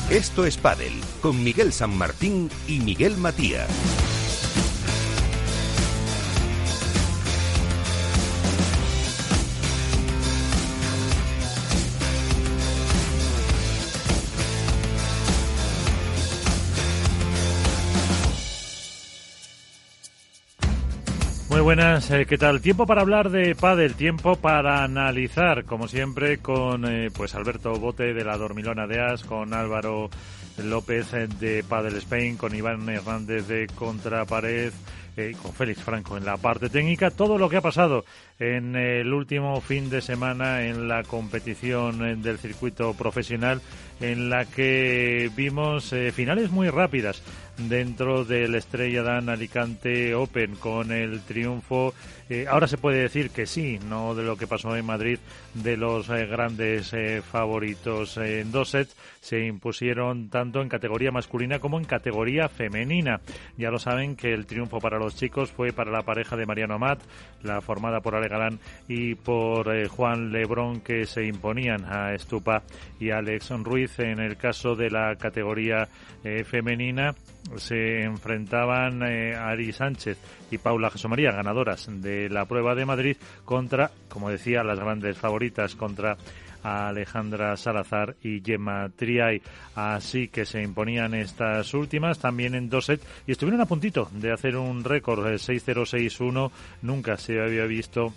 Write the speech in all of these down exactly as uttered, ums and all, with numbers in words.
Esto es Pádel, con Miguel San Martín y Miguel Matías. Muy buenas, eh, ¿qué tal? Tiempo para hablar de pádel, tiempo para analizar, como siempre, con eh, pues Alberto Bote de la Dormilona de As, con Álvaro López eh, de Padel Spain, con Iván Hernández de Contrapared, eh, con Félix Franco en la parte técnica. Todo lo que ha pasado en el último fin de semana en la competición del circuito profesional, en la que vimos eh, finales muy rápidas dentro del Estrella Damm Alicante Open, con el triunfo, eh, ahora se puede decir que sí, no de lo que pasó en Madrid, de los eh, grandes eh, favoritos. Eh, en dos sets se impusieron tanto en categoría masculina como en categoría femenina. Ya lo saben que el triunfo para los chicos fue para la pareja de Mariano Amat, la formada por Ale Galán y por eh, Juan Lebrón, que se imponían a Estupa y Alex Ruiz. En el caso de la categoría eh, femenina, se enfrentaban eh, Ari Sánchez y Paula Jesús María, ganadoras de la prueba de Madrid, contra, como decía, las grandes favoritas, contra Alejandra Salazar y Gemma Triay. Así que se imponían estas últimas también en dos sets y estuvieron a puntito de hacer un récord, el seis cero seis uno. Nunca se había visto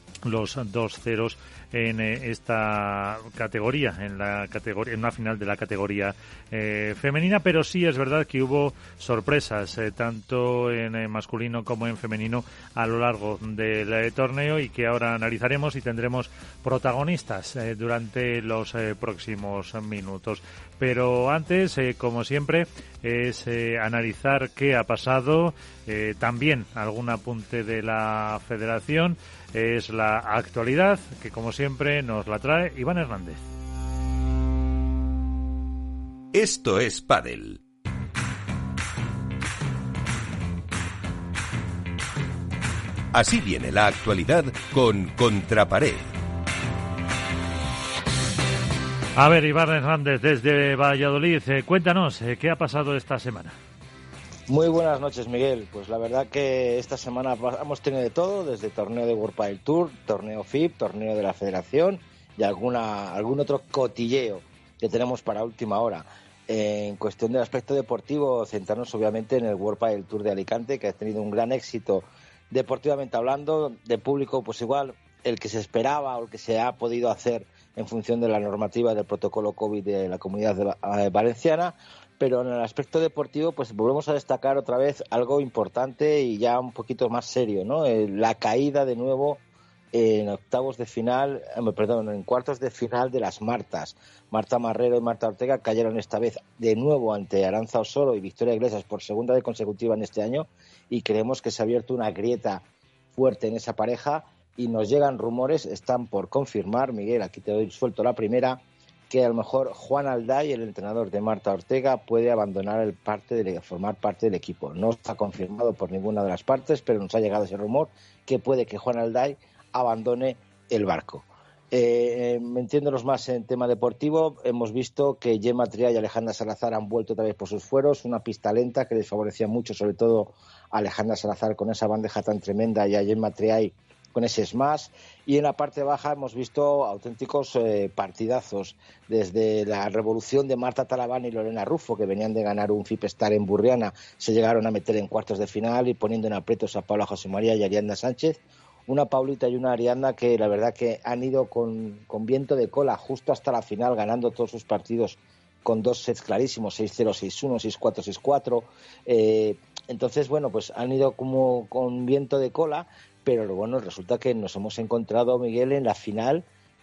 los dos ceros en eh, esta categoría, en la categoría, en una final de la categoría eh, femenina, pero sí es verdad que hubo sorpresas eh, tanto en eh, masculino como en femenino a lo largo del eh, torneo, y que ahora analizaremos y tendremos protagonistas eh, durante los eh, próximos minutos. Pero antes, eh, como siempre, es eh, analizar qué ha pasado, eh, también algún apunte de la Federación. Es la actualidad que, como siempre, nos la trae Iván Hernández. Esto es Pádel. Así viene la actualidad con Contrapared. A ver, Iván Hernández, desde Valladolid, eh, cuéntanos, eh, ¿qué ha pasado esta semana? Muy buenas noches, Miguel. Pues la verdad que esta semana hemos tenido de todo, desde torneo de World Padel Tour, torneo F I B, torneo de la Federación y alguna algún otro cotilleo que tenemos para última hora. En cuestión del aspecto deportivo, centrarnos obviamente en el World Padel Tour de Alicante, que ha tenido un gran éxito deportivamente hablando. De público, pues igual el que se esperaba o el que se ha podido hacer en función de la normativa del protocolo COVID de la Comunidad de la, eh, Valenciana. Pero en el aspecto deportivo, pues volvemos a destacar otra vez algo importante y ya un poquito más serio, ¿no? Eh, la caída de nuevo en octavos de final, eh, perdón, en cuartos de final de las Martas. Marta Marrero y Marta Ortega cayeron esta vez de nuevo ante Aranza Osoro y Victoria Iglesias por segunda vez consecutiva en este año, y creemos que se ha abierto una grieta fuerte en esa pareja, y nos llegan rumores, están por confirmar, Miguel, aquí te doy suelto la primera, que a lo mejor Juan Alday, el entrenador de Marta Ortega, puede abandonar el parte de formar parte del equipo. No está confirmado por ninguna de las partes, pero nos ha llegado ese rumor que puede que Juan Alday abandone el barco. Eh, metiéndonos más en tema deportivo, hemos visto que Gemma Triay y Alejandra Salazar han vuelto otra vez por sus fueros, una pista lenta que les favorecía mucho, sobre todo a Alejandra Salazar con esa bandeja tan tremenda y a Gemma Triay con ese smash. Y en la parte baja hemos visto auténticos eh, partidazos, desde la revolución de Marta Talabán y Lorena Rufo, que venían de ganar un F I P Star en Burriana, se llegaron a meter en cuartos de final y poniendo en aprietos a Paula José María y Ariadna Sánchez. Una Paulita y una Ariadna que la verdad que han ido con, con viento de cola justo hasta la final, ganando todos sus partidos con dos sets clarísimos, seis cero, seis uno, seis cuatro, seis cuatro. Eh, entonces, bueno, pues han ido como con viento de cola. Pero bueno, resulta que nos hemos encontrado, Miguel, en la final,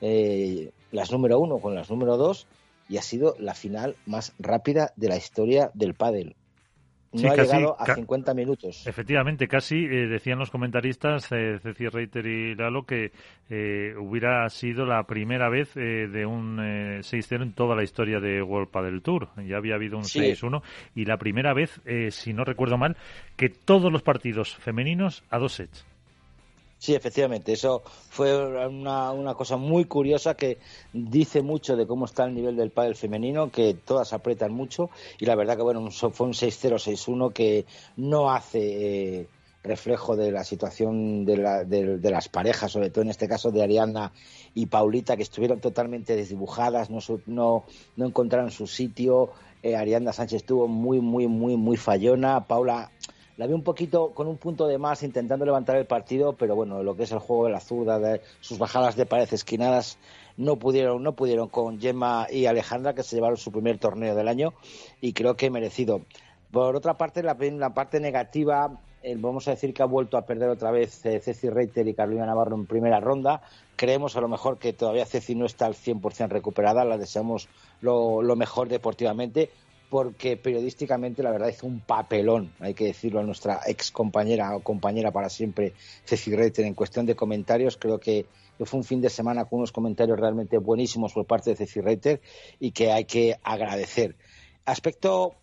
eh, las número uno con las número dos, y ha sido la final más rápida de la historia del pádel. No sí, ha casi, llegado a ca- cincuenta minutos. Efectivamente, casi eh, decían los comentaristas, eh, Ceci Reiter y Lalo, que eh, hubiera sido la primera vez eh, de un eh, seis cero en toda la historia de World Padel Tour. Ya había habido un sí. seis uno, y la primera vez, eh, si no recuerdo mal, que todos los partidos femeninos a dos sets. Sí, efectivamente, eso fue una, una cosa muy curiosa que dice mucho de cómo está el nivel del pádel femenino, que todas aprietan mucho y la verdad que bueno, fue un seis cero seis uno que no hace eh, reflejo de la situación de, la, de, de las parejas, sobre todo en este caso de Ariadna y Paulita, que estuvieron totalmente desdibujadas, no, no, no encontraron su sitio. eh, Ariadna Sánchez estuvo muy, muy, muy, muy fallona. Paula la vi un poquito con un punto de más intentando levantar el partido, pero bueno, lo que es el juego de la zurda, de sus bajadas de pared esquinadas, no pudieron, no pudieron con Gemma y Alejandra, que se llevaron su primer torneo del año, y creo que merecido. Por otra parte, la, la parte negativa, eh, vamos a decir que ha vuelto a perder otra vez eh, Ceci Reiter y Carolina Navarro en primera ronda. Creemos a lo mejor que todavía Ceci no está al cien por ciento recuperada, la deseamos lo, lo mejor deportivamente, porque periodísticamente la verdad hizo un papelón, hay que decirlo, a nuestra ex compañera o compañera para siempre, Ceci Reiter, en cuestión de comentarios. Creo que fue un fin de semana con unos comentarios realmente buenísimos por parte de Ceci Reiter y que hay que agradecer. Aspecto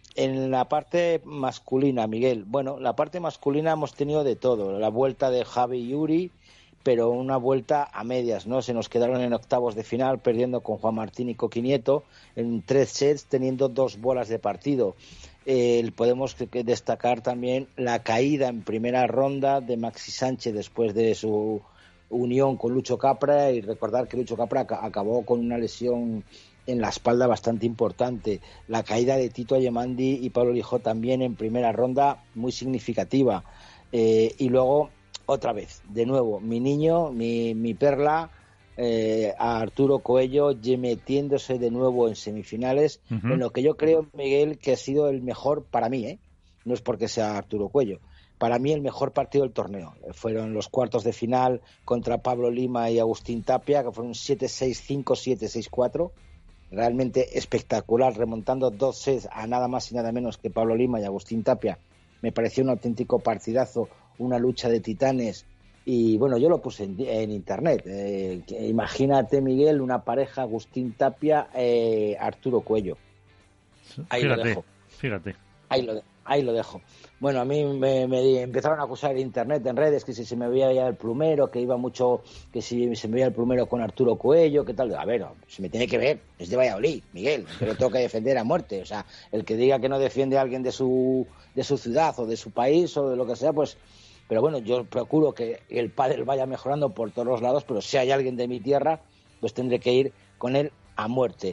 en la parte masculina, Miguel. Bueno, la parte masculina hemos tenido de todo, la vuelta de Javi y Yuri, pero una vuelta a medias, ¿no? Se nos quedaron en octavos de final perdiendo con Juan Martín y Coqui Nieto en tres sets, teniendo dos bolas de partido. Eh, podemos destacar también la caída en primera ronda de Maxi Sánchez después de su unión con Lucho Capra, y recordar que Lucho Capra acabó con una lesión en la espalda bastante importante. La caída de Tito Ayemandi y Pablo Lijó también en primera ronda, muy significativa. Eh, y luego otra vez, de nuevo, mi niño, mi, mi perla, eh, a Arturo Coello, metiéndose de nuevo en semifinales, uh-huh. en lo que yo creo, Miguel, que ha sido el mejor para mí, ¿eh? No es porque sea Arturo Coello, para mí el mejor partido del torneo. Fueron los cuartos de final contra Pablo Lima y Agustín Tapia, que fueron siete seis cinco, siete seis cuatro, realmente espectacular, remontando dos sets a nada más y nada menos que Pablo Lima y Agustín Tapia. Me pareció un auténtico partidazo, una lucha de titanes, y bueno, yo lo puse en, en internet. Eh, imagínate, Miguel, una pareja Agustín Tapia, eh, Arturo Coello. Ahí fíjate, lo dejo. Fíjate. Ahí lo, ahí lo dejo. Bueno, a mí me, me empezaron a acusar en internet, en redes, que si se me veía ya el plumero, que iba mucho, que si se me veía el plumero con Arturo Coello, que tal. A ver, se me tiene que ver, es de Valladolid, Miguel, pero tengo que defender a muerte. O sea, el que diga que no defiende a alguien de su, de su ciudad o de su país o de lo que sea, pues... Pero bueno, yo procuro que el pádel vaya mejorando por todos los lados, pero si hay alguien de mi tierra, pues tendré que ir con él a muerte.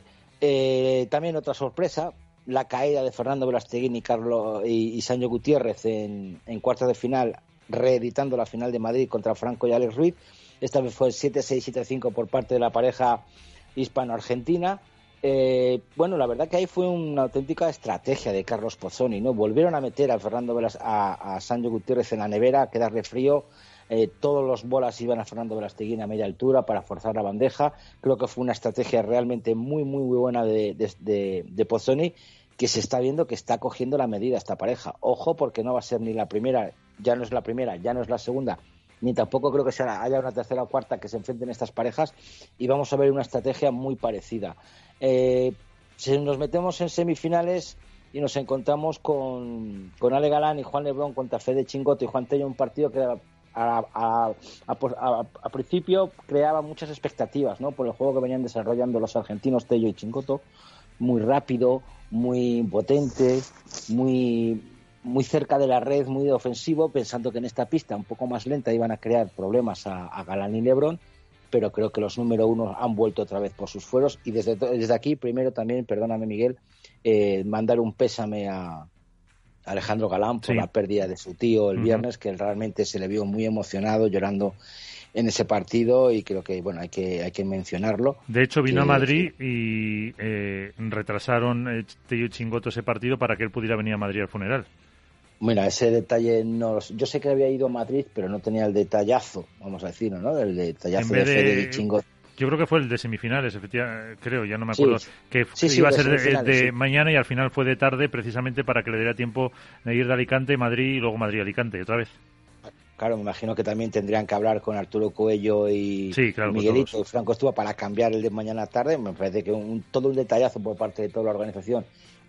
Eh, también otra sorpresa, la caída de Fernando Velasteguín y Carlos y, y Sancho Gutiérrez en, en cuartos de final, reeditando la final de Madrid contra Franco y Alex Ruiz. Esta vez fue siete seis, siete cinco por parte de la pareja hispano-argentina. Eh, bueno, la verdad que ahí fue una auténtica estrategia de Carlos Pozzoni, ¿no? Volvieron a meter a Fernando Velas, a, a Sancho Gutiérrez en la nevera, a quedarle frío. Eh, todos los bolas iban a Fernando Velasteguín a media altura para forzar la bandeja. Creo que fue una estrategia realmente muy, muy, muy buena de, de, de, de Pozzoni, que se está viendo que está cogiendo la medida esta pareja. Ojo, porque no va a ser ni la primera, ya no es la primera, ya no es la segunda, ni tampoco creo que sea, haya una tercera o cuarta que se enfrenten estas parejas, y vamos a ver una estrategia muy parecida. Eh, si nos metemos en semifinales y nos encontramos con, con Ale Galán y Juan Lebrón contra Fede Chingoto y Juan Tello, un partido que a, a, a, a, a principio creaba muchas expectativas, ¿no? Por el juego que venían desarrollando los argentinos Tello y Chingoto, muy rápido, muy potente, muy... muy cerca de la red, muy ofensivo, pensando que en esta pista un poco más lenta iban a crear problemas a, a Galán y Lebrón, pero creo que los número uno han vuelto otra vez por sus fueros. Y desde, desde aquí, primero también, perdóname Miguel, eh, mandar un pésame a Alejandro Galán por sí. la pérdida de su tío el uh-huh. viernes, que realmente se le vio muy emocionado, llorando en ese partido, y creo que bueno hay que hay que mencionarlo. De hecho vino que, a Madrid sí. y eh, retrasaron eh, Tello y Chingoto ese partido para que él pudiera venir a Madrid al funeral. Mira, ese detalle no... Yo sé que había ido a Madrid, pero no tenía el detallazo, vamos a decirlo, ¿no? El detallazo de, de Fede y Chingoto. Yo creo que fue el de semifinales, efectivamente, creo, ya no me acuerdo, sí, que sí, sí, iba de a ser de, de sí. mañana y al final fue de tarde, precisamente para que le diera tiempo de ir de Alicante, Madrid y luego Madrid-Alicante, otra vez. Claro, me imagino que también tendrían que hablar con Arturo Coello y, sí, claro, y Miguelito y Franco Estuva para cambiar el de mañana tarde. Me parece que un, todo un detallazo por parte de toda la organización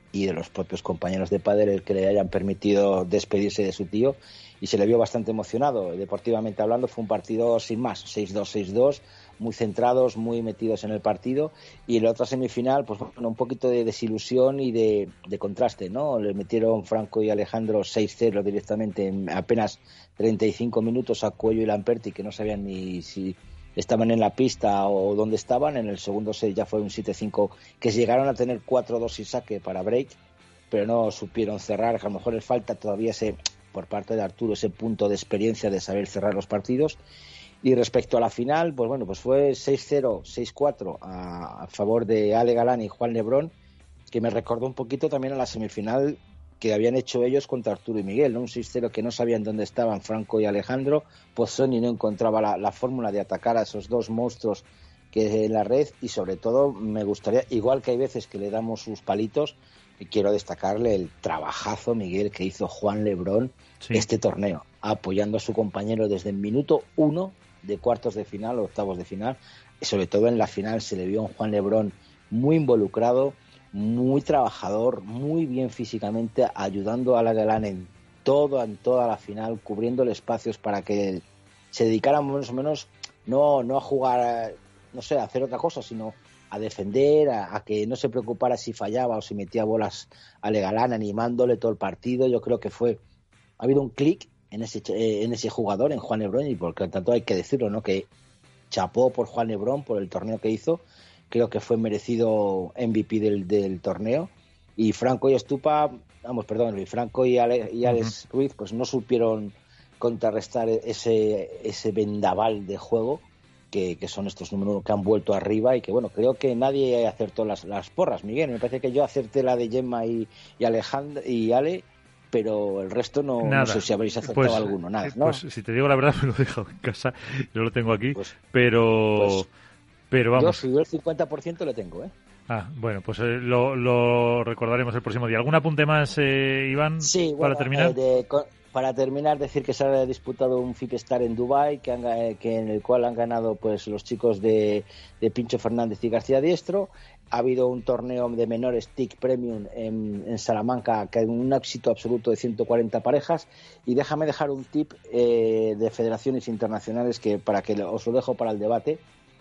y de los propios compañeros de pádel el que le hayan permitido despedirse de su tío, y se le vio bastante emocionado. Deportivamente hablando, fue un partido sin más, seis dos, seis dos, muy centrados, muy metidos en el partido, y en la otra semifinal, pues bueno, un poquito de desilusión y de, de contraste, ¿no? Le metieron Franco y Alejandro seis cero directamente en apenas treinta y cinco minutos a Cuello y Lamperti, que no sabían ni si estaban en la pista o dónde estaban. En el segundo set ya fue un siete cinco, que llegaron a tener cuatro dos y saque para break, pero no supieron cerrar. A lo mejor les falta todavía ese, por parte de Arturo, ese punto de experiencia de saber cerrar los partidos. Y respecto a la final, pues bueno, pues fue seis cero, seis cuatro a, a favor de Ale Galán y Juan Lebrón, que me recordó un poquito también a la semifinal que habían hecho ellos contra Arturo y Miguel, ¿no? Un seis cero que no sabían dónde estaban Franco y Alejandro, pues Sony no encontraba la, la fórmula de atacar a esos dos monstruos que en la red, y sobre todo me gustaría, igual que hay veces que le damos sus palitos, y quiero destacarle el trabajazo, Miguel, que hizo Juan Lebrón sí. este torneo, apoyando a su compañero desde el minuto uno de cuartos de final o octavos de final, y sobre todo en la final se le vio a un Juan Lebrón muy involucrado, muy trabajador, muy bien físicamente, ayudando a la Galán en todo, en toda la final, cubriéndole espacios para que se dedicara más o menos no, no a jugar, no sé, a hacer otra cosa, sino a defender, a, a que no se preocupara si fallaba o si metía bolas a Le Galán, animándole todo el partido. Yo creo que fue, ha habido un clic en ese en ese jugador, en Juan Lebrón, y por tanto hay que decirlo, ¿no? Que chapó por Juan Lebrón por el torneo que hizo. Creo que fue merecido M V P del, del torneo. Y Franco y Estupa, vamos, perdón, y Franco y, Ale, y Alex uh-huh. Ruiz, pues no supieron contrarrestar ese ese vendaval de juego que, que son estos números que han vuelto arriba, y que bueno, creo que nadie acertó las, las porras, Miguel. Me parece que yo acerté la de Gemma y, y Alejandro y Ale, pero el resto no, no sé si habréis acertado pues, alguno, nada, ¿no? Pues si te digo la verdad, me lo he dejado en casa, yo lo tengo aquí, pues, pero pues, pero vamos. Yo si yo el cincuenta por ciento lo tengo, ¿eh? Ah, bueno, pues eh, lo, lo recordaremos el próximo día. ¿Algún apunte más, eh, Iván, sí, para bueno, terminar? Eh, de, para terminar, decir que se ha disputado un FIPStar en Dubái, que, han, que en el cual han ganado pues los chicos de, de Pincho Fernández y García Diestro. Ha habido un torneo de menores T I C Premium en, en Salamanca, que hay un éxito absoluto de ciento cuarenta parejas. Y déjame dejar un tip eh, de federaciones internacionales, que para que os lo dejo para el debate.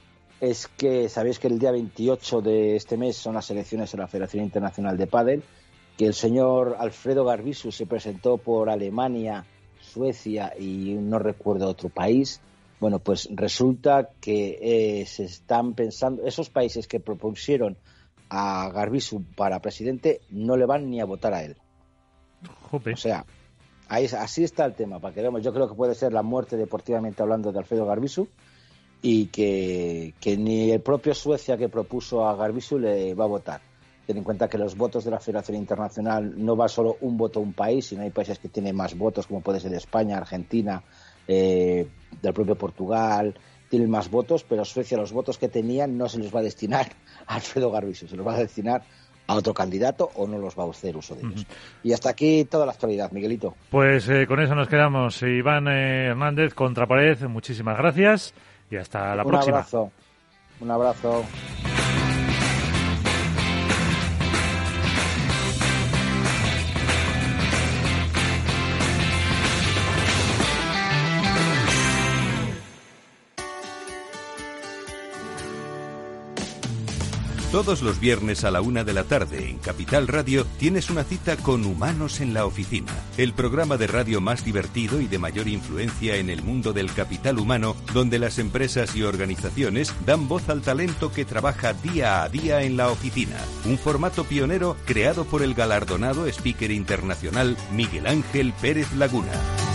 Es que sabéis que el día veintiocho de este mes son las elecciones de la Federación Internacional de Pádel, que el señor Alfredo Garbisu se presentó por Alemania, Suecia y no recuerdo otro país. Bueno, pues resulta que eh, se están pensando, esos países que propusieron a Garbisu para presidente no le van ni a votar a él. Jope. O sea, ahí, así está el tema, para que veamos. Yo creo que puede ser la muerte deportivamente hablando de Alfredo Garbisu, y que, que ni el propio Suecia, que propuso a Garbisu, le va a votar. Ten en cuenta que los votos de la Federación Internacional no va solo un voto a un país, sino hay países que tienen más votos, como puede ser España, Argentina, eh, del propio Portugal, tienen más votos, pero Suecia, los votos que tenían no se los va a destinar a Alfredo Garbisu, se los va a destinar a otro candidato o no los va a hacer uso de ellos. Uh-huh. Y hasta aquí toda la actualidad, Miguelito. Pues eh, con eso nos quedamos. Iván eh, Hernández, Contrapared, muchísimas gracias. Y hasta la un próxima. Abrazo. Un abrazo. Todos los viernes a la una de la tarde en Capital Radio tienes una cita con Humanos en la Oficina, el programa de radio más divertido y de mayor influencia en el mundo del capital humano, donde las empresas y organizaciones dan voz al talento que trabaja día a día en la oficina. Un formato pionero creado por el galardonado speaker internacional Miguel Ángel Pérez Laguna.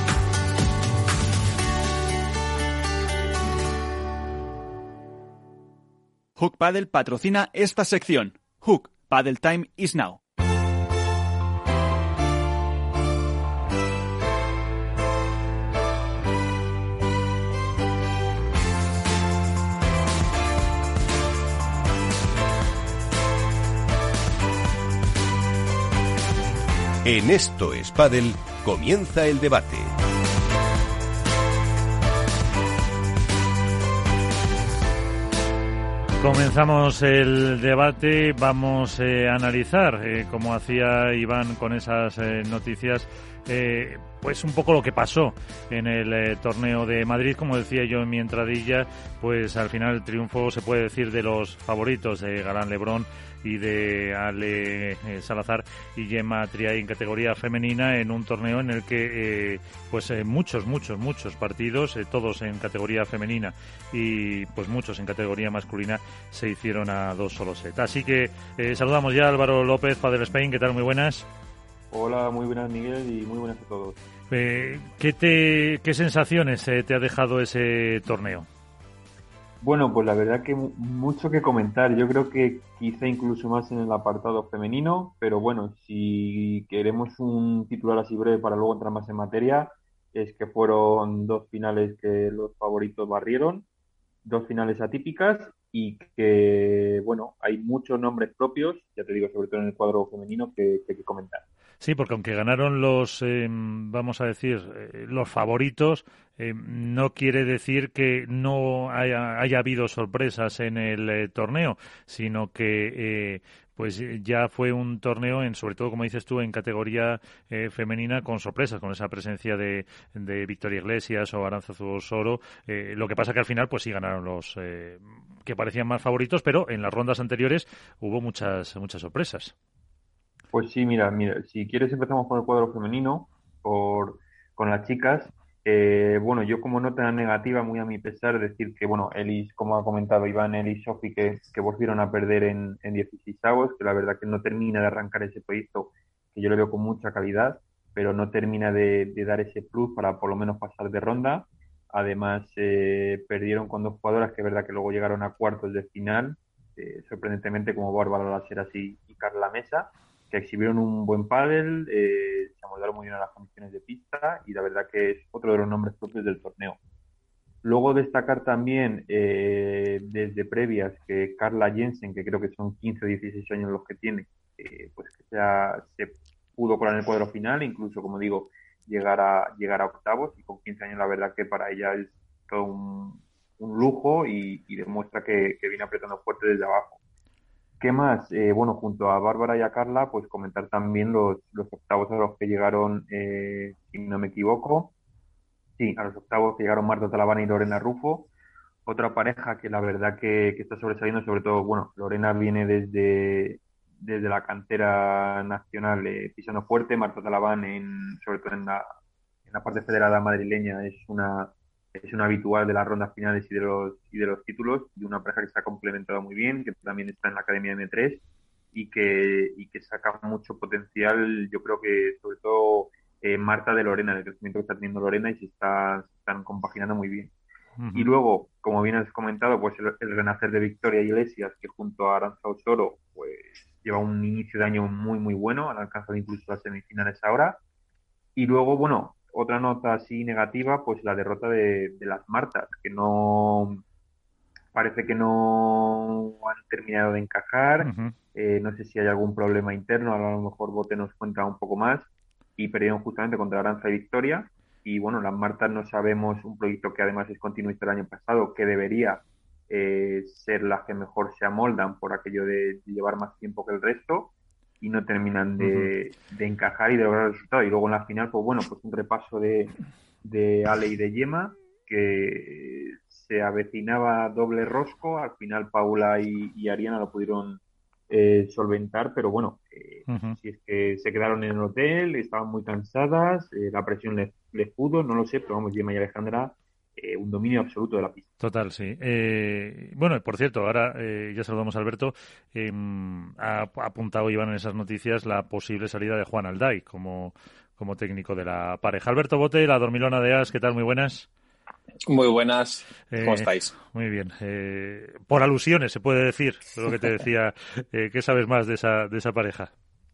Hook Paddle patrocina esta sección. Hook Paddle Time is now. En Esto es Pádel comienza el debate. Comenzamos el debate, vamos eh, a analizar, eh, como hacía Iván con esas eh, noticias, eh, pues un poco lo que pasó en el eh, torneo de Madrid. Como decía yo en mi entradilla, pues al final el triunfo se puede decir de los favoritos de Galán Lebrón y de Ale eh, Salazar y Gemma Triay en categoría femenina, en un torneo en el que eh, pues eh, muchos, muchos, muchos partidos, eh, todos en categoría femenina y pues muchos en categoría masculina, se hicieron a dos solos sets. Así que eh, saludamos ya a Álvaro López, Padel Spain. ¿Qué tal? Muy buenas. Hola, muy buenas, Miguel, y muy buenas a todos. Eh, ¿qué, te, ¿Qué sensaciones eh, te ha dejado ese torneo? Bueno, pues la verdad que mucho que comentar. Yo creo que quizá incluso más en el apartado femenino, pero bueno, si queremos un titular así breve para luego entrar más en materia, es que fueron dos finales que los favoritos barrieron, dos finales atípicas y que, bueno, hay muchos nombres propios, ya te digo, sobre todo en el cuadro femenino, que, que hay que comentar. Sí, porque aunque ganaron los, eh, vamos a decir, eh, los favoritos, eh, no quiere decir que no haya, haya habido sorpresas en el eh, torneo, sino que eh, pues ya fue un torneo, en sobre todo, como dices tú, en categoría eh, femenina, con sorpresas, con esa presencia de, de Victoria Iglesias o Arantzazu Osoro. Eh, lo que pasa que al final, pues sí ganaron los eh, que parecían más favoritos, pero en las rondas anteriores hubo muchas, muchas sorpresas. Pues sí, mira, mira, si quieres empezamos con el cuadro femenino, por, con las chicas. Eh, bueno, yo como nota negativa, muy a mi pesar, decir que, bueno, Elis, como ha comentado Iván, Elis y Sofi, que, que volvieron a perder en, en dieciseisavos, que la verdad que no termina de arrancar ese proyecto, que yo le veo con mucha calidad, pero no termina de, de dar ese plus para por lo menos pasar de ronda. Además, eh, perdieron con dos jugadoras que es verdad que luego llegaron a cuartos de final, eh, sorprendentemente como Bárbara Las y, y Carla Mesa, que exhibieron un buen pádel, eh, se amoldaron muy bien a las condiciones de pista y la verdad que es otro de los nombres propios del torneo. Luego destacar también eh, desde previas que Carla Jensen, que creo que son quince o dieciséis años los que tiene, eh, pues que sea, se pudo colar en el cuadro final, incluso, como digo, llegar a llegar a octavos, y con quince años la verdad que para ella es todo un, un lujo y, y demuestra que, que viene apretando fuerte desde abajo. ¿Qué más? Eh, bueno, junto a Bárbara y a Carla, pues comentar también los, los octavos a los que llegaron, eh, si no me equivoco, sí, a los octavos que llegaron Marta Talabán y Lorena Rufo, otra pareja que la verdad que, que está sobresaliendo, sobre todo, bueno, Lorena viene desde, desde la cantera nacional eh, pisando fuerte, Marta Talabán, en, sobre todo en la, en la parte federada madrileña, es una es una habitual de las rondas finales y de los y de los títulos, y una pareja que se ha complementado muy bien, que también está en la Academia eme tres y que y que saca mucho potencial. Yo creo que sobre todo eh, Marta de Lorena, el crecimiento que está teniendo Lorena, y se, está, se están compaginando muy bien. Uh-huh. Y luego, como bien has comentado, pues el, el renacer de Victoria Iglesias, que junto a Arantzazu Osoro pues lleva un inicio de año muy muy bueno, han alcanzado incluso las semifinales ahora. Y luego, bueno, otra nota así negativa, pues la derrota de, de las Martas, que no parece que no han terminado de encajar. Uh-huh. Eh, no sé si hay algún problema interno, a lo mejor Bote nos cuenta un poco más, y perdieron justamente contra Aranza y Victoria. Y bueno, las Martas no sabemos, un proyecto que además es continuista del año pasado, que debería eh, ser las que mejor se amoldan por aquello de, de llevar más tiempo que el resto, y no terminan de, uh-huh. de encajar y de lograr el resultado. Y luego en la final, pues bueno, pues un repaso de, de Ale y de Gemma, que se avecinaba doble rosco. Al final Paula y, y Ariana lo pudieron eh, solventar, pero bueno, eh, uh-huh. si es que se quedaron en el hotel, estaban muy cansadas, eh, la presión les, les pudo, no lo sé, pero vamos, Gemma y Alejandra, Eh, un dominio absoluto de la pista. Total, sí. Eh, bueno, por cierto, ahora eh, ya saludamos a Alberto. Eh, ha, ha apuntado Iván en esas noticias la posible salida de Juan Alday como, como técnico de la pareja. Alberto Bote, la dormilona de As, ¿qué tal? Muy buenas. Muy buenas. ¿Cómo eh, estáis? Muy bien. Eh, por alusiones, se puede decir, lo que te decía. Eh, ¿Qué sabes más de esa, de esa pareja?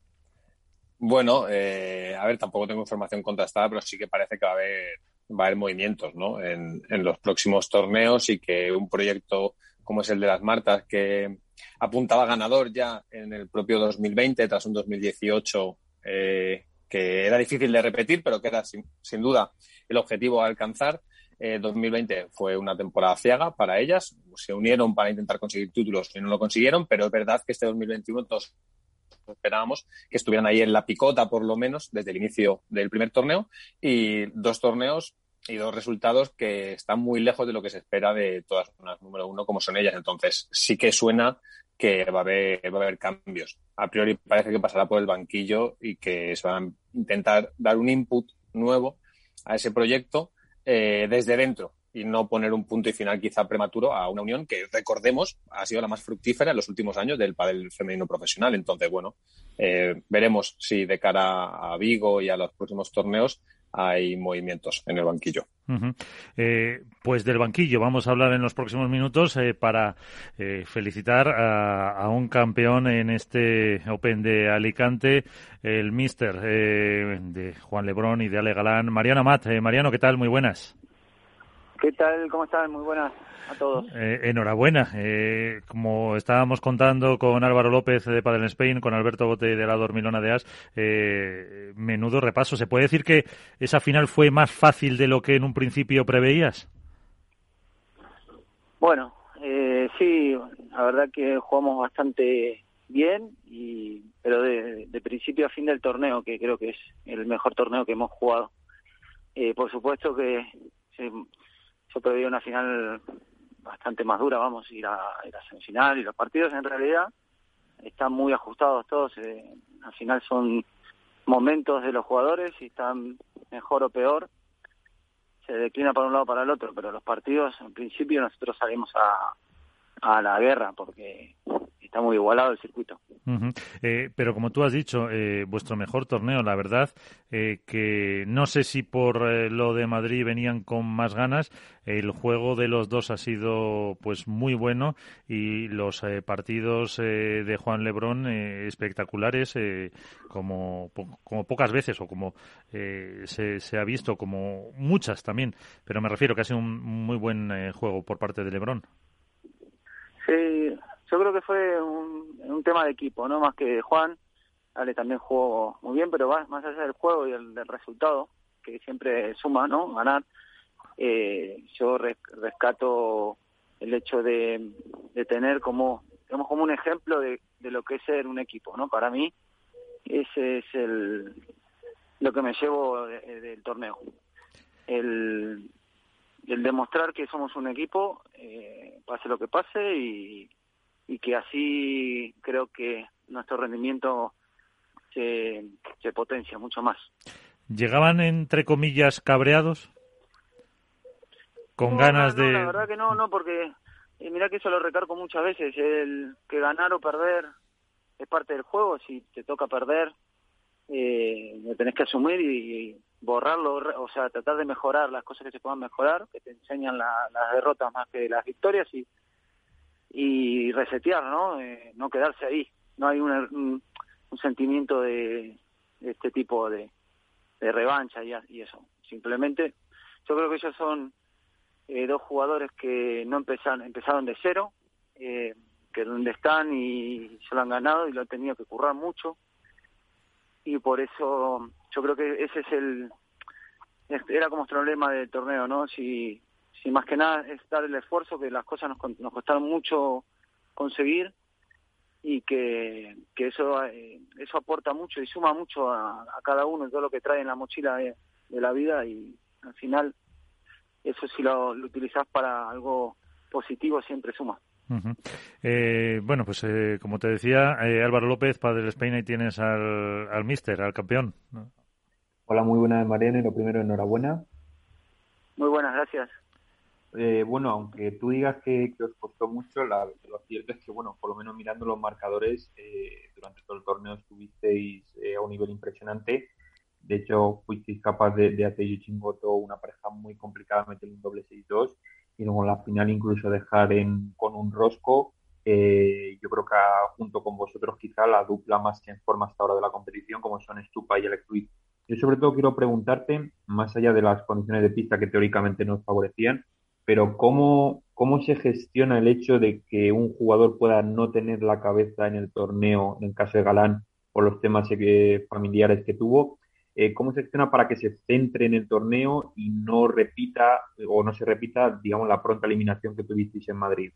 Bueno, eh, a ver, tampoco tengo información contrastada, pero sí que parece que va a haber va a haber movimientos, ¿no? En, en los próximos torneos, y que un proyecto como es el de las Martas, que apuntaba ganador ya en el propio dos mil veinte, tras un dos mil dieciocho eh, que era difícil de repetir, pero que era sin, sin duda el objetivo a alcanzar, eh, dos mil veinte fue una temporada ciega para ellas. Se unieron para intentar conseguir títulos y no lo consiguieron, pero es verdad que este dos mil veintiuno todos esperábamos que estuvieran ahí en la picota, por lo menos, desde el inicio del primer torneo, y dos torneos y dos resultados que están muy lejos de lo que se espera de todas las número uno como son ellas. Entonces sí que suena que va a haber, va a haber cambios. A priori parece que pasará por el banquillo y que se van a intentar dar un input nuevo a ese proyecto eh, desde dentro y no poner un punto y final quizá prematuro a una unión que, recordemos, ha sido la más fructífera en los últimos años del pádel femenino profesional. Entonces, bueno, eh, veremos si de cara a Vigo y a los próximos torneos hay movimientos en el banquillo. Uh-huh. Eh, pues del banquillo vamos a hablar en los próximos minutos eh, para eh, felicitar a, a un campeón en este Open de Alicante, el míster eh, de Juan Lebrón y de Ale Galán, Mariano Amat. Eh, Mariano, ¿qué tal? Muy buenas. ¿Qué tal? ¿Cómo están? Muy buenas a todos. Eh, enhorabuena. Eh, como estábamos contando con Álvaro López de Padel Spain, con Alberto Bote de la Dormilona de As, eh, menudo repaso. ¿Se puede decir que esa final fue más fácil de lo que en un principio preveías? Bueno, eh, sí, la verdad que jugamos bastante bien, y pero de, de principio a fin del torneo, que creo que es el mejor torneo que hemos jugado. Eh, por supuesto que se, se preveía una final bastante más dura, vamos, ir a, ir a semifinal, y los partidos en realidad están muy ajustados todos. Eh, al final son momentos de los jugadores, y están mejor o peor, se declina para un lado o para el otro, pero los partidos en principio nosotros salimos a, a la guerra porque está muy igualado el circuito. Uh-huh. Eh, pero como tú has dicho, eh, vuestro mejor torneo, la verdad, eh, que no sé si por eh, lo de Madrid venían con más ganas. El juego de los dos ha sido pues muy bueno, y los eh, partidos eh, de Juan Lebrón eh, espectaculares, eh, como, po- como pocas veces, o como eh, se, se ha visto, como muchas también, pero me refiero que ha sido un muy buen eh, juego por parte de Lebrón. Sí, yo creo que fue un, un tema de equipo, no más que de Juan. Ale también jugó muy bien, pero más, más allá del juego y el, del resultado, que siempre suma, ¿no? Ganar. Eh, yo res, rescato el hecho de, de tener como, digamos, como un ejemplo de, de lo que es ser un equipo, ¿no? Para mí, ese es el lo que me llevo de, de, del torneo. El, el demostrar que somos un equipo, eh, pase lo que pase, y, y que así creo que nuestro rendimiento se, se potencia mucho más. ¿Llegaban, entre comillas, cabreados? Con no, ganas no, de... No, la verdad que no, no, porque eh, mirá que eso lo recargo muchas veces, el que ganar o perder es parte del juego. Si te toca perder, eh, lo tenés que asumir y, y borrarlo, o sea, tratar de mejorar las cosas que se puedan mejorar, que te enseñan la, las derrotas más que las victorias, y, y resetear, ¿no? Eh, no quedarse ahí. No hay un, un, un sentimiento de, de este tipo de, de revancha y, y eso. Simplemente, yo creo que ellos son eh, dos jugadores que no empezaron, empezaron de cero, eh, que donde están y se lo han ganado y lo han tenido que currar mucho. Y por eso yo creo que ese es el era como nuestro problema del torneo, ¿no? Si, si más que nada es dar el esfuerzo, que las cosas nos, nos costaron mucho conseguir, y que, que eso eh, eso aporta mucho y suma mucho a, a cada uno, todo lo que trae en la mochila de, de la vida, y al final eso, si lo, lo utilizás para algo positivo, siempre suma. Uh-huh. Eh, bueno, pues eh, como te decía, eh, Álvaro López, Padel Spain, ahí tienes al, al míster, al campeón, ¿no? Hola, muy buenas, Mariano, y lo primero, enhorabuena. Muy buenas, gracias. Eh, bueno, aunque tú digas que, que os costó mucho, la, lo cierto es que, bueno, por lo menos mirando los marcadores, eh, durante todo el torneo estuvisteis eh, a un nivel impresionante. De hecho, fuisteis capaz de, de hacer y Chimboto una pareja muy complicada, meter un doble seis dos, y luego en la final incluso dejar en, con un rosco. Eh, yo creo que a, junto con vosotros quizá la dupla más en forma hasta ahora de la competición, como son Stupa y Alex Ruiz. Yo sobre todo quiero preguntarte, más allá de las condiciones de pista que teóricamente nos favorecían, pero ¿cómo, cómo se gestiona el hecho de que un jugador pueda no tener la cabeza en el torneo, en el caso de Galán, por los temas eh, familiares que tuvo? Eh, ¿Cómo se gestiona para que se centre en el torneo y no repita o no se repita, digamos, la pronta eliminación que tuvisteis en Madrid?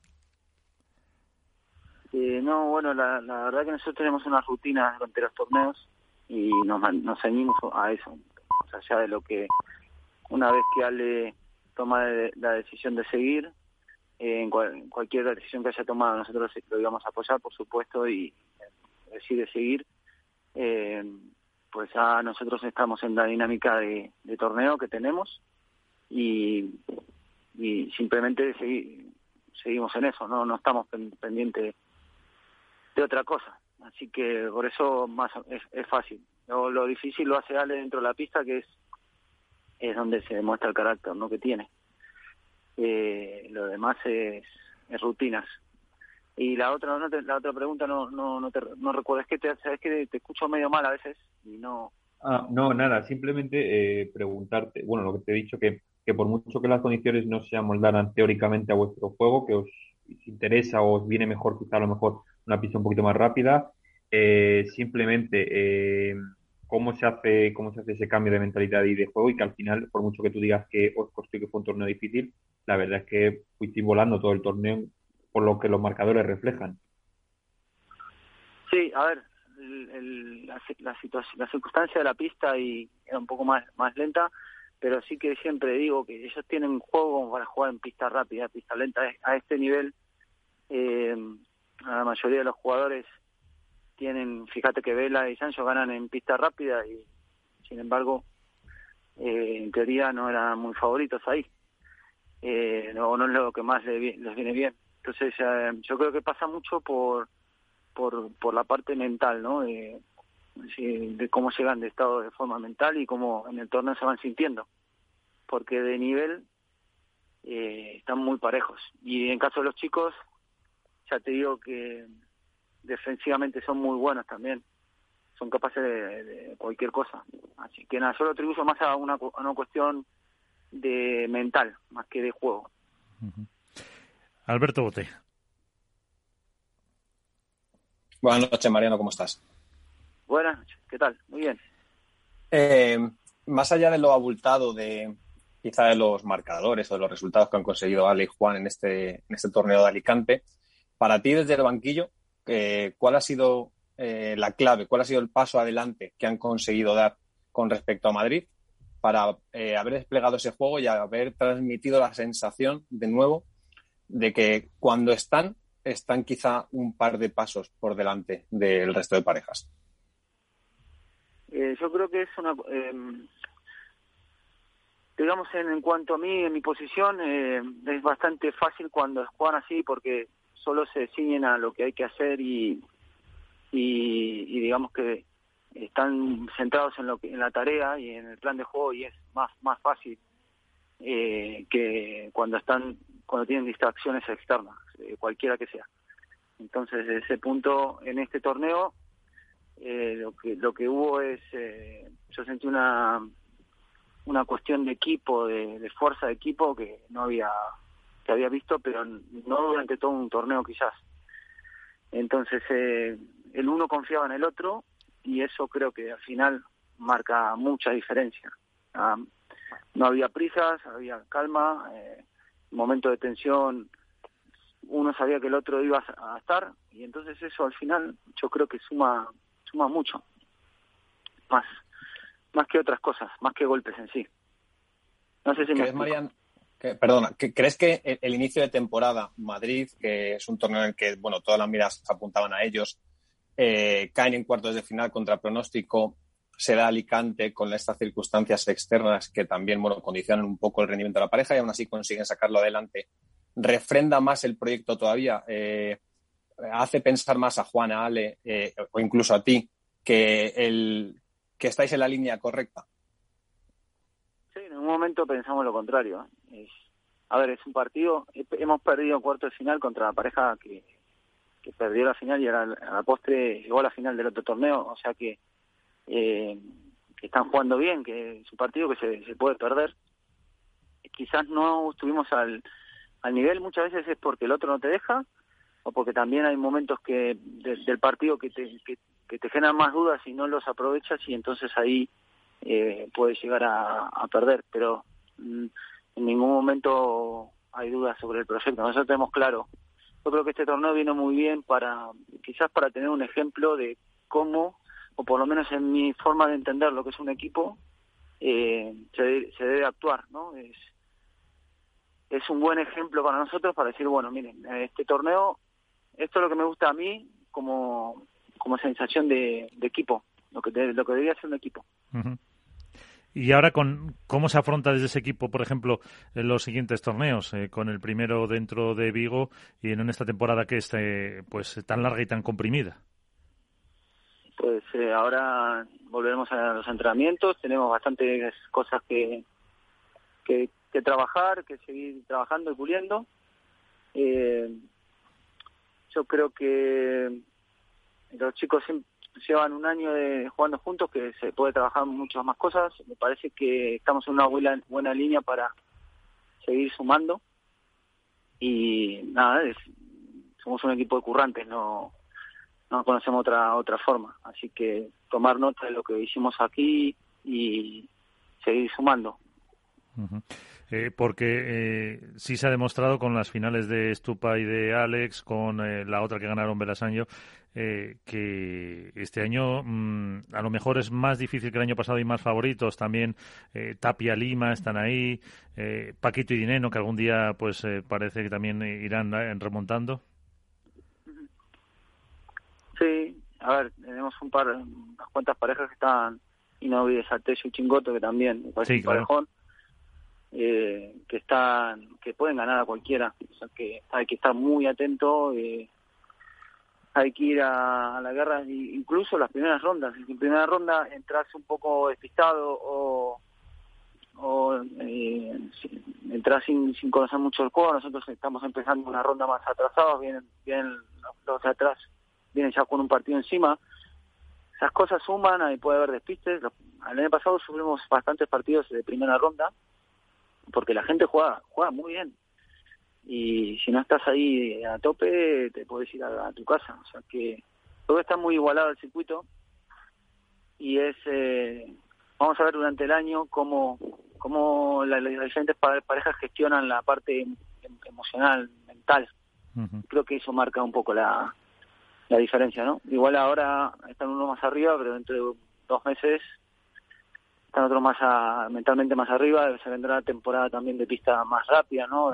Eh, no, bueno, la, la verdad que nosotros tenemos una rutina durante los torneos y nos, nos ceñimos a eso. O sea, ya de lo que una vez que Ale toma de, la decisión de seguir, eh, en, cual, en cualquier decisión que haya tomado nosotros lo íbamos a apoyar, por supuesto, y eh, decide seguir, eh, pues ya nosotros estamos en la dinámica de, de torneo que tenemos y, y simplemente segui, seguimos en eso, no no estamos pendientes de otra cosa. Así que por eso más es, es fácil. Lo, lo difícil lo hace Ale dentro de la pista, que es es donde se demuestra el carácter, ¿no?, que tiene. Eh, lo demás es, es rutinas. Y la otra no te, la otra pregunta no no no te no recuerdo, es que te sabes que te escucho medio mal a veces y no. Ah, no, nada, simplemente eh, preguntarte, bueno, lo que te he dicho, que, que por mucho que las condiciones no se amoldaran teóricamente a vuestro juego, que os interesa o os viene mejor quizá a lo mejor una pista un poquito más rápida, eh, simplemente eh, cómo se hace cómo se hace ese cambio de mentalidad y de juego, y que al final, por mucho que tú digas que os costó y que fue un torneo difícil, la verdad es que fuisteis volando todo el torneo por lo que los marcadores reflejan. Sí, a ver, el, el, la, la situación, la circunstancia de la pista y era un poco más más lenta, pero sí que siempre digo que ellos tienen juego para jugar en pista rápida, pista lenta. A este nivel, eh, la mayoría de los jugadores tienen, fíjate que Vela y Sancho ganan en pista rápida y sin embargo, eh, en teoría no eran muy favoritos ahí. Eh, no, no es lo que más les, les viene bien. Entonces, eh, yo creo que pasa mucho por por por la parte mental, ¿no? De, de cómo llegan de estado de forma mental y cómo en el torneo se van sintiendo. Porque de nivel eh, están muy parejos. Y en caso de los chicos, ya te digo que defensivamente son muy buenos también. Son capaces de, de cualquier cosa. Así que nada, yo lo atribuyo más a una, a una cuestión de mental, más que de juego. Uh-huh. Alberto Bote. Buenas noches, Mariano, ¿cómo estás? Buenas noches, ¿qué tal? Muy bien. Eh, más allá de lo abultado de quizá de los marcadores o de los resultados que han conseguido Ale y Juan en este, en este torneo de Alicante, para ti desde el banquillo, eh, ¿cuál ha sido eh, la clave, cuál ha sido el paso adelante que han conseguido dar con respecto a Madrid para eh, haber desplegado ese juego y haber transmitido la sensación de nuevo de que cuando están, están quizá un par de pasos por delante del resto de parejas? Eh, yo creo que es una... Eh, digamos, en, en cuanto a mí, en mi posición, eh, es bastante fácil cuando juegan así porque solo se ciñen a lo que hay que hacer y, y, y digamos que están centrados en lo que, en la tarea y en el plan de juego, y es más más fácil eh, que cuando están cuando tienen distracciones externas, eh, cualquiera que sea. Entonces, desde ese punto, en este torneo, eh, lo que lo que hubo es, eh, yo sentí una una cuestión de equipo, de, de fuerza de equipo que no había que había visto, pero no durante todo un torneo quizás. Entonces, eh, el uno confiaba en el otro y eso creo que al final marca mucha diferencia. Ah, no había prisas, había calma, eh, momento de tensión, uno sabía que el otro iba a estar y entonces eso al final yo creo que suma suma mucho, más más que otras cosas, más que golpes en sí. No sé si me ¿Crees, Marian, que, perdona, que, ¿crees que el, el inicio de temporada, Madrid, que es un torneo en el que bueno todas las miras apuntaban a ellos, eh, caen en cuartos de final contra pronóstico, se da Alicante con estas circunstancias externas que también bueno condicionan un poco el rendimiento de la pareja y aún así consiguen sacarlo adelante, refrenda más el proyecto todavía, eh, hace pensar más a Juan, a Ale eh, o incluso a ti que el que estáis en la línea correcta? Sí, en un momento pensamos lo contrario. Es, a ver, es un partido, hemos perdido en cuartos de final contra la pareja que, que perdió la final y a la, a la postre llegó a la final del otro torneo, o sea que, eh, que están jugando bien, que es un partido que se, se puede perder. Quizás no estuvimos al, al nivel, muchas veces es porque el otro no te deja, o porque también hay momentos que de, del partido que te, que, que te generan más dudas y no los aprovechas, y entonces ahí eh, puede llegar a, a perder, pero mm, en ningún momento hay dudas sobre el proyecto. Nosotros tenemos claro. Yo creo que este torneo vino muy bien para, quizás para tener un ejemplo de cómo, o por lo menos en mi forma de entender lo que es un equipo, eh, se, se debe actuar, ¿no? Es, es un buen ejemplo para nosotros para decir, bueno, miren, este torneo, esto es lo que me gusta a mí como, como sensación de, de equipo, lo que de, lo que debería ser un equipo. Uh-huh. Y ahora, con ¿cómo se afronta desde ese equipo, por ejemplo, en los siguientes torneos? Eh, con el primero dentro de Vigo y en esta temporada que es eh, pues tan larga y tan comprimida. Pues eh, ahora volveremos a los entrenamientos, tenemos bastantes cosas que, que, que trabajar, que seguir trabajando y puliendo. Eh, yo creo que los chicos llevan un año de jugando juntos, que se puede trabajar muchas más cosas. Me parece que estamos en una buena, buena línea para seguir sumando. Y nada, es, somos un equipo de currantes, no no conocemos otra otra forma. Así que tomar nota de lo que hicimos aquí y seguir sumando. Uh-huh. Eh, porque eh, sí se ha demostrado con las finales de Stupa y de Alex, con eh, la otra que ganaron Belasanyo, eh, que este año mmm, a lo mejor es más difícil que el año pasado y más favoritos. También eh, Tapia, Lima están ahí, eh, Paquito y Dineno, que algún día pues eh, parece que también irán eh, remontando. Sí, a ver, tenemos un par, unas cuantas parejas que están, y no olvides a Tello y Chingoto, que también me parece sí, un claro. parejón. Eh, que están que pueden ganar a cualquiera, o sea que hay que estar muy atento, eh, hay que ir a, a la guerra, incluso las primeras rondas. Si en primera ronda entras un poco despistado o, o eh, si, entras sin, sin conocer mucho el juego, nosotros estamos empezando una ronda más atrasados, vienen, vienen los de atrás, vienen ya con un partido encima. Esas cosas suman, ahí puede haber despistes. El año pasado sufrimos bastantes partidos de primera ronda porque la gente juega juega muy bien, y si no estás ahí a tope te puedes ir a, a tu casa. O sea que todo está muy igualado el circuito, y es eh, vamos a ver durante el año cómo cómo las, las diferentes parejas gestionan la parte emocional, mental. Uh-huh. Creo que eso marca un poco la la diferencia, ¿no? Igual ahora están uno más arriba, pero dentro de dos meses están otros más a, mentalmente más arriba. Se vendrá la temporada también de pista más rápida, ¿no?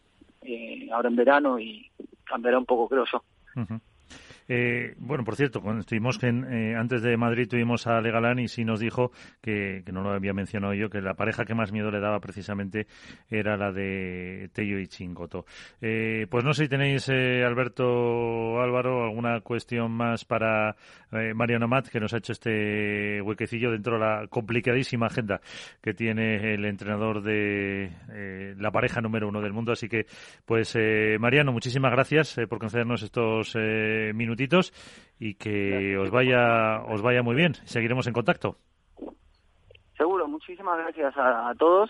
Eh, ahora en verano, y cambiará un poco, creo yo. Uh-huh. Eh, bueno, por cierto, cuando estuvimos en, eh, antes de Madrid tuvimos a Ale Galán y sí nos dijo que, que no lo había mencionado yo, que la pareja que más miedo le daba precisamente era la de Tello y Chingoto. Eh, pues no sé si tenéis, eh, Alberto, Álvaro, alguna cuestión más para eh, Mariano Amat, que nos ha hecho este huequecillo dentro de la complicadísima agenda que tiene el entrenador de eh, la pareja número uno del mundo. Así que, pues, eh, Mariano, muchísimas gracias eh, por concedernos estos eh, minutos y que os vaya os vaya muy bien. Seguiremos en contacto. Seguro. Muchísimas gracias a, a todos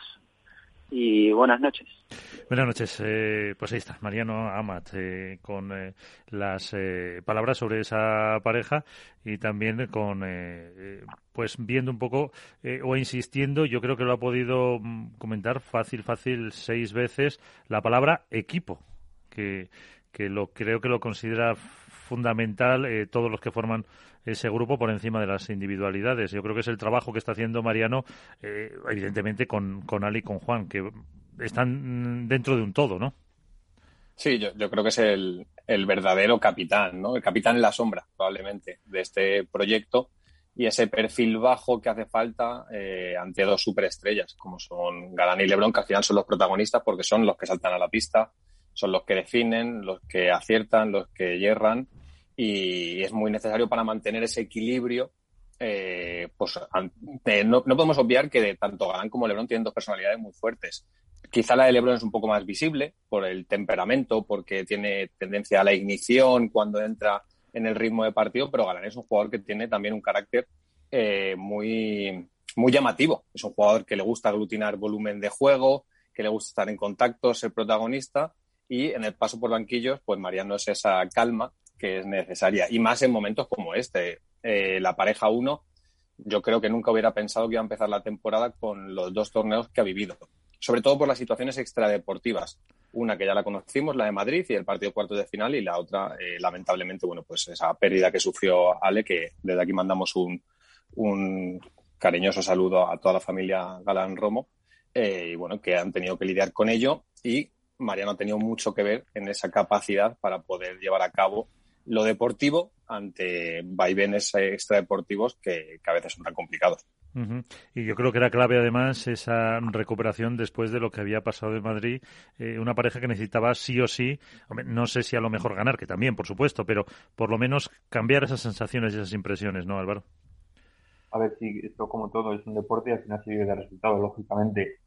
y buenas noches. Buenas noches. Eh, pues ahí está, Mariano Amat, eh, con eh, las eh, palabras sobre esa pareja, y también con eh, pues viendo un poco eh, o insistiendo, yo creo que lo ha podido comentar fácil, fácil seis veces, la palabra equipo, que, que lo creo que lo considera fundamental, eh, todos los que forman ese grupo por encima de las individualidades. Yo creo que es el trabajo que está haciendo Mariano, eh, evidentemente con, con Ali y con Juan, que están dentro de un todo, ¿no? Sí, yo, yo creo que es el, el verdadero capitán, ¿no? El capitán en la sombra, probablemente, de este proyecto, y ese perfil bajo que hace falta eh, ante dos superestrellas, como son Galán y LeBron, que al final son los protagonistas porque son los que saltan a la pista, son los que definen, los que aciertan, los que yerran, y es muy necesario para mantener ese equilibrio. Eh, pues eh, no, no podemos obviar que de tanto Galán como LeBron tienen dos personalidades muy fuertes. Quizá la de LeBron es un poco más visible por el temperamento, porque tiene tendencia a la ignición cuando entra en el ritmo de partido, pero Galán es un jugador que tiene también un carácter eh, muy, muy llamativo. Es un jugador que le gusta aglutinar volumen de juego, que le gusta estar en contacto, ser protagonista, y en el paso por banquillos, pues Mariano es esa calma que es necesaria, y más en momentos como este. Eh, la pareja uno yo creo que nunca hubiera pensado que iba a empezar la temporada con los dos torneos que ha vivido. Sobre todo por las situaciones extradeportivas. Una que ya la conocimos, la de Madrid y el partido cuartos de final, y la otra, eh, lamentablemente, bueno, pues esa pérdida que sufrió Ale, que desde aquí mandamos un, un cariñoso saludo a toda la familia Galán Romo, eh, y bueno, que han tenido que lidiar con ello, y Mariano ha tenido mucho que ver en esa capacidad para poder llevar a cabo lo deportivo ante vaivenes extradeportivos que, que a veces son tan complicados. Uh-huh. Y yo creo que era clave además esa recuperación después de lo que había pasado en Madrid, eh, una pareja que necesitaba sí o sí, no sé si a lo mejor ganar, que también por supuesto, pero por lo menos cambiar esas sensaciones y esas impresiones, ¿no, Álvaro? A ver, sí, esto como todo es un deporte y al final se vive de resultados, lógicamente.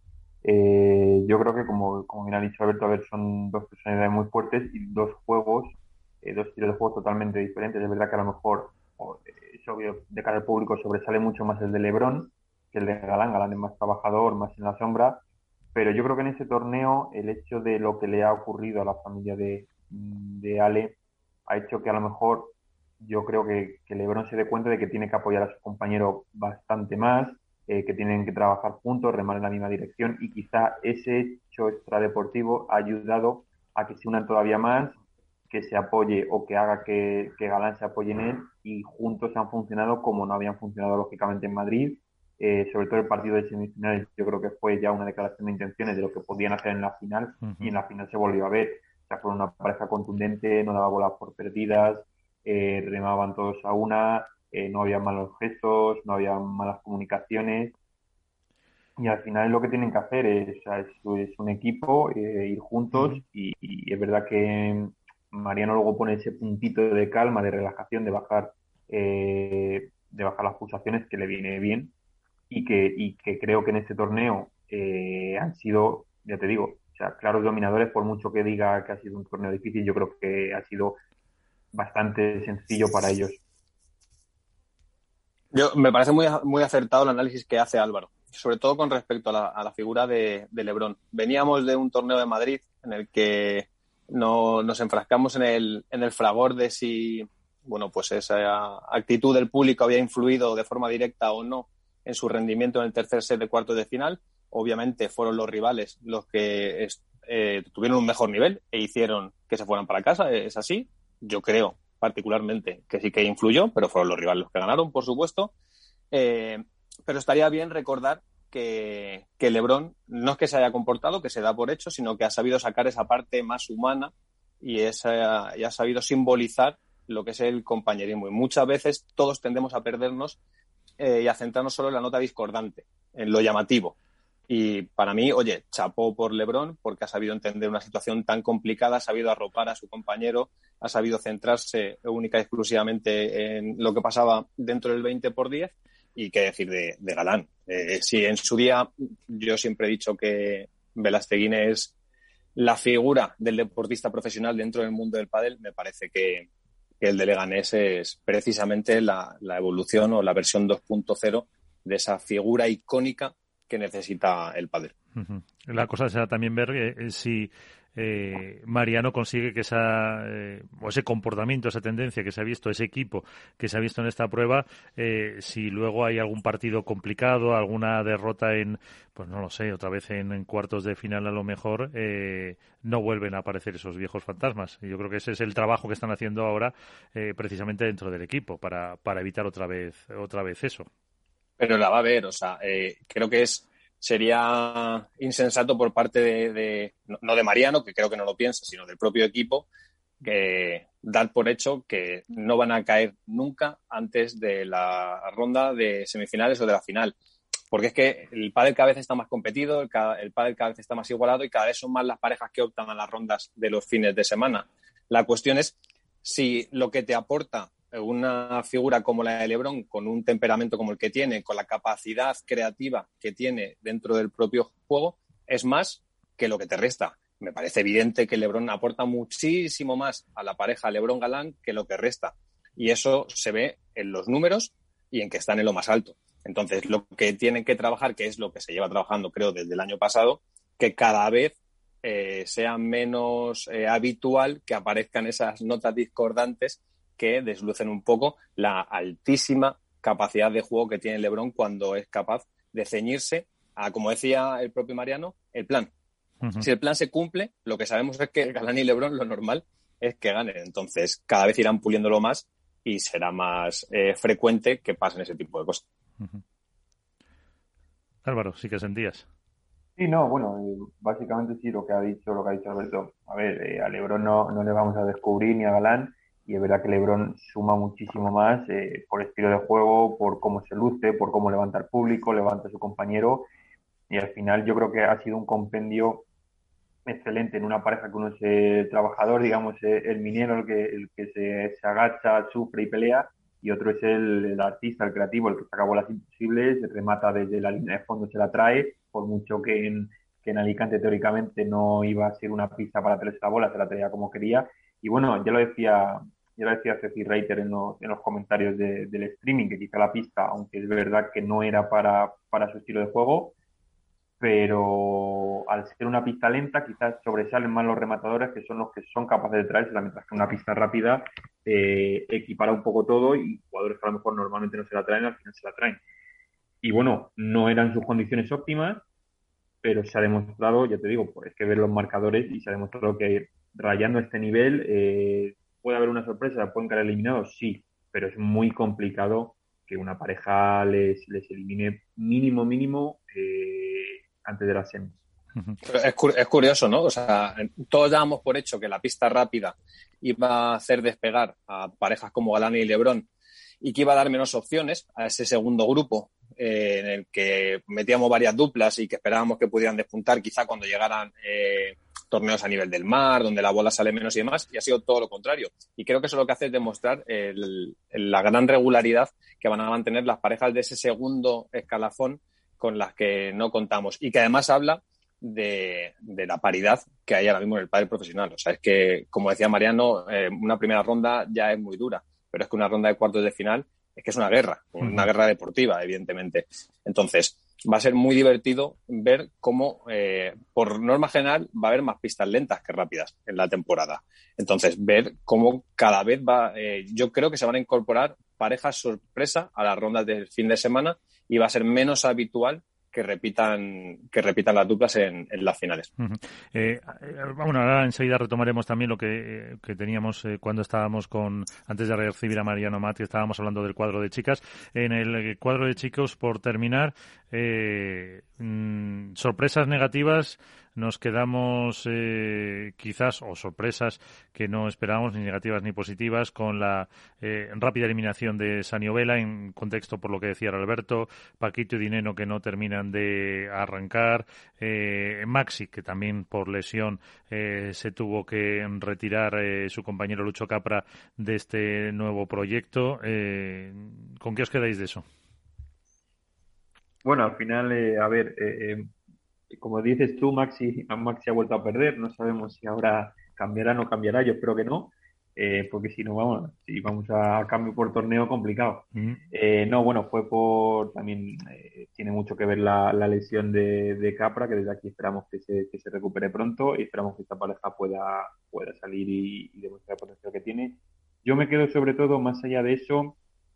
Eh, yo creo que como, como bien ha dicho Alberto, a ver, son dos personalidades muy fuertes y dos juegos, eh, dos estilos de juego totalmente diferentes. Es verdad que a lo mejor, o, eh, es obvio, de cara al público sobresale mucho más el de LeBron que el de Galán. Galán es más trabajador, más en la sombra, pero yo creo que en ese torneo el hecho de lo que le ha ocurrido a la familia de, de Ale ha hecho que a lo mejor yo creo que, que LeBron se dé cuenta de que tiene que apoyar a su compañero bastante más, eh, que tienen que trabajar juntos, remar en la misma dirección, y quizá ese hecho extradeportivo ha ayudado a que se unan todavía más, que se apoye o que haga que, que Galán se apoye en él, y juntos han funcionado como no habían funcionado lógicamente en Madrid. Eh, sobre todo el partido de semifinales, yo creo que fue ya una declaración de intenciones de lo que podían hacer en la final, uh-huh. y en la final se volvió a ver. O sea, fue una pareja contundente, no daba bolas por perdidas, eh, remaban todos a una, eh, no había malos gestos, no había malas comunicaciones, y al final es lo que tienen que hacer, es, o sea, es, es un equipo, eh, ir juntos, uh-huh. y, y es verdad que Mariano luego pone ese puntito de calma, de relajación, de bajar, eh, de bajar las pulsaciones, que le viene bien. Y que, y que creo que en este torneo eh, han sido, ya te digo, o sea, claros dominadores. Por mucho que diga que ha sido un torneo difícil, yo creo que ha sido bastante sencillo para ellos. Yo, me parece muy, muy acertado el análisis que hace Álvaro, sobre todo con respecto a la, a la figura de, de LeBron. Veníamos de un torneo de Madrid en el que no, nos enfrascamos en el, en el fragor de si, bueno, pues esa actitud del público había influido de forma directa o no en su rendimiento en el tercer set de cuartos de final. Obviamente fueron los rivales los que eh, tuvieron un mejor nivel e hicieron que se fueran para casa, es así. Yo creo particularmente que sí que influyó, pero fueron los rivales los que ganaron, por supuesto. Eh, pero estaría bien recordar que, que LeBron no es que se haya comportado, que se da por hecho, sino que ha sabido sacar esa parte más humana y, esa, y ha sabido simbolizar lo que es el compañerismo. Y muchas veces todos tendemos a perdernos Eh, y a centrarnos solo en la nota discordante, en lo llamativo. Y para mí, oye, chapó por LeBron, porque ha sabido entender una situación tan complicada, ha sabido arropar a su compañero, ha sabido centrarse única y exclusivamente en lo que pasaba dentro del veinte por diez. Y qué decir de, de Galán. Eh, sí, en su día yo siempre he dicho que Velasteguín es la figura del deportista profesional dentro del mundo del pádel. Me parece que que el de Leganés es precisamente la, la evolución o la versión dos punto cero de esa figura icónica que necesita el pádel. Uh-huh. La cosa será también ver eh, si eh, Mariano consigue que esa eh, o ese comportamiento, esa tendencia que se ha visto, ese equipo que se ha visto en esta prueba, eh, si luego hay algún partido complicado, alguna derrota en, pues no lo sé, otra vez en, en cuartos de final a lo mejor, eh, no vuelven a aparecer esos viejos fantasmas. Y yo creo que ese es el trabajo que están haciendo ahora eh, precisamente dentro del equipo para, para evitar otra vez, otra vez eso. Pero la va a haber, o sea, eh, creo que es sería insensato por parte de, de, no de Mariano, que creo que no lo piensa, sino del propio equipo, que dar por hecho que no van a caer nunca antes de la ronda de semifinales o de la final. Porque es que el pádel cada vez está más competido, el, cada, el pádel cada vez está más igualado y cada vez son más las parejas que optan a las rondas de los fines de semana. La cuestión es si lo que te aporta una figura como la de LeBron, con un temperamento como el que tiene, con la capacidad creativa que tiene dentro del propio juego, es más que lo que te resta. Me parece evidente que LeBron aporta muchísimo más a la pareja LeBron-Galán que lo que resta. Y eso se ve en los números y en que están en lo más alto. Entonces, lo que tienen que trabajar, que es lo que se lleva trabajando, creo, desde el año pasado, que cada vez eh, sea menos eh, habitual que aparezcan esas notas discordantes que deslucen un poco la altísima capacidad de juego que tiene LeBron cuando es capaz de ceñirse a, como decía el propio Mariano, el plan. Uh-huh. Si el plan se cumple, lo que sabemos es que Galán y LeBron lo normal es que ganen. Entonces, cada vez irán puliéndolo más y será más eh, frecuente que pasen ese tipo de cosas. Uh-huh. Álvaro, sí que sentías. Sí, no, bueno, básicamente sí lo que ha dicho, lo que ha dicho Alberto. A ver, eh, a LeBron no, no le vamos a descubrir ni a Galán, y es verdad que LeBron suma muchísimo más eh, por estilo de juego, por cómo se luce, por cómo levanta al público, levanta a su compañero, y al final yo creo que ha sido un compendio excelente en una pareja que uno es el trabajador, digamos, el minero, el que, el que se, se agacha, sufre y pelea, y otro es el, el artista, el creativo, el que saca bolas imposibles, remata desde la línea de fondo, se la trae, por mucho que en, que en Alicante teóricamente no iba a ser una pista para traerse la bola, se la traía como quería. Y bueno, ya lo decía ya lo decía Ceci Reiter en los, en los comentarios de, del streaming, que quizá la pista, aunque es verdad que no era para, para su estilo de juego, pero al ser una pista lenta quizás sobresalen más los rematadores, que son los que son capaces de traérsela, mientras que una pista rápida eh, equipara un poco todo, y jugadores que a lo mejor normalmente no se la traen, al final se la traen. Y bueno, no eran sus condiciones óptimas, pero se ha demostrado, ya te digo, pues es que ver los marcadores, y se ha demostrado que rayando este nivel eh, puede haber una sorpresa, pueden quedar eliminados, sí, pero es muy complicado que una pareja les, les elimine mínimo, mínimo eh, antes de las semis. Pero es, cu- es curioso, ¿no? O sea, todos dábamos por hecho que la pista rápida iba a hacer despegar a parejas como Galán y LeBron y que iba a dar menos opciones a ese segundo grupo eh, en el que metíamos varias duplas y que esperábamos que pudieran despuntar quizá cuando llegaran eh, torneos a nivel del mar, donde la bola sale menos y demás, y ha sido todo lo contrario. Y creo que eso lo que hace es demostrar el, el, la gran regularidad que van a mantener las parejas de ese segundo escalafón con las que no contamos, y que además habla de, de la paridad que hay ahora mismo en el pádel profesional. O sea, es que, como decía Mariano, eh, una primera ronda ya es muy dura, pero es que una ronda de cuartos de final es que es una guerra, una guerra deportiva, evidentemente. Entonces, va a ser muy divertido ver cómo, eh, por norma general, va a haber más pistas lentas que rápidas en la temporada. Entonces, ver cómo cada vez va... Eh, yo creo que se van a incorporar parejas sorpresa a las rondas del fin de semana, y va a ser menos habitual que repitan que repitan las duplas en, en las finales. Uh-huh. Eh, bueno, ahora enseguida retomaremos también lo que, que teníamos eh, cuando estábamos con, antes de recibir a Mariano Mati, estábamos hablando del cuadro de chicas. En el cuadro de chicos, por terminar, eh, mmm, sorpresas negativas, nos quedamos eh, quizás, o sorpresas que no esperábamos, ni negativas ni positivas, con la eh, rápida eliminación de Saniovela, en contexto por lo que decía Alberto, Paquito y Dineno que no terminan de arrancar, eh, Maxi que también por lesión eh, se tuvo que retirar eh, su compañero Lucho Capra de este nuevo proyecto. Eh, ¿Con qué os quedáis de eso? Bueno, al final, eh, a ver, eh, eh, como dices tú, Maxi, Maxi ha vuelto a perder. No sabemos si ahora cambiará o no cambiará. Yo espero que no, eh, porque si no, vamos, si vamos a cambio por torneo, complicado. Mm. Eh, no, bueno, fue por también eh, tiene mucho que ver la, la lesión de, de Capra, que desde aquí esperamos que se, que se recupere pronto, y esperamos que esta pareja pueda, pueda salir y, y demostrar el potencial que tiene. Yo me quedo sobre todo, más allá de eso,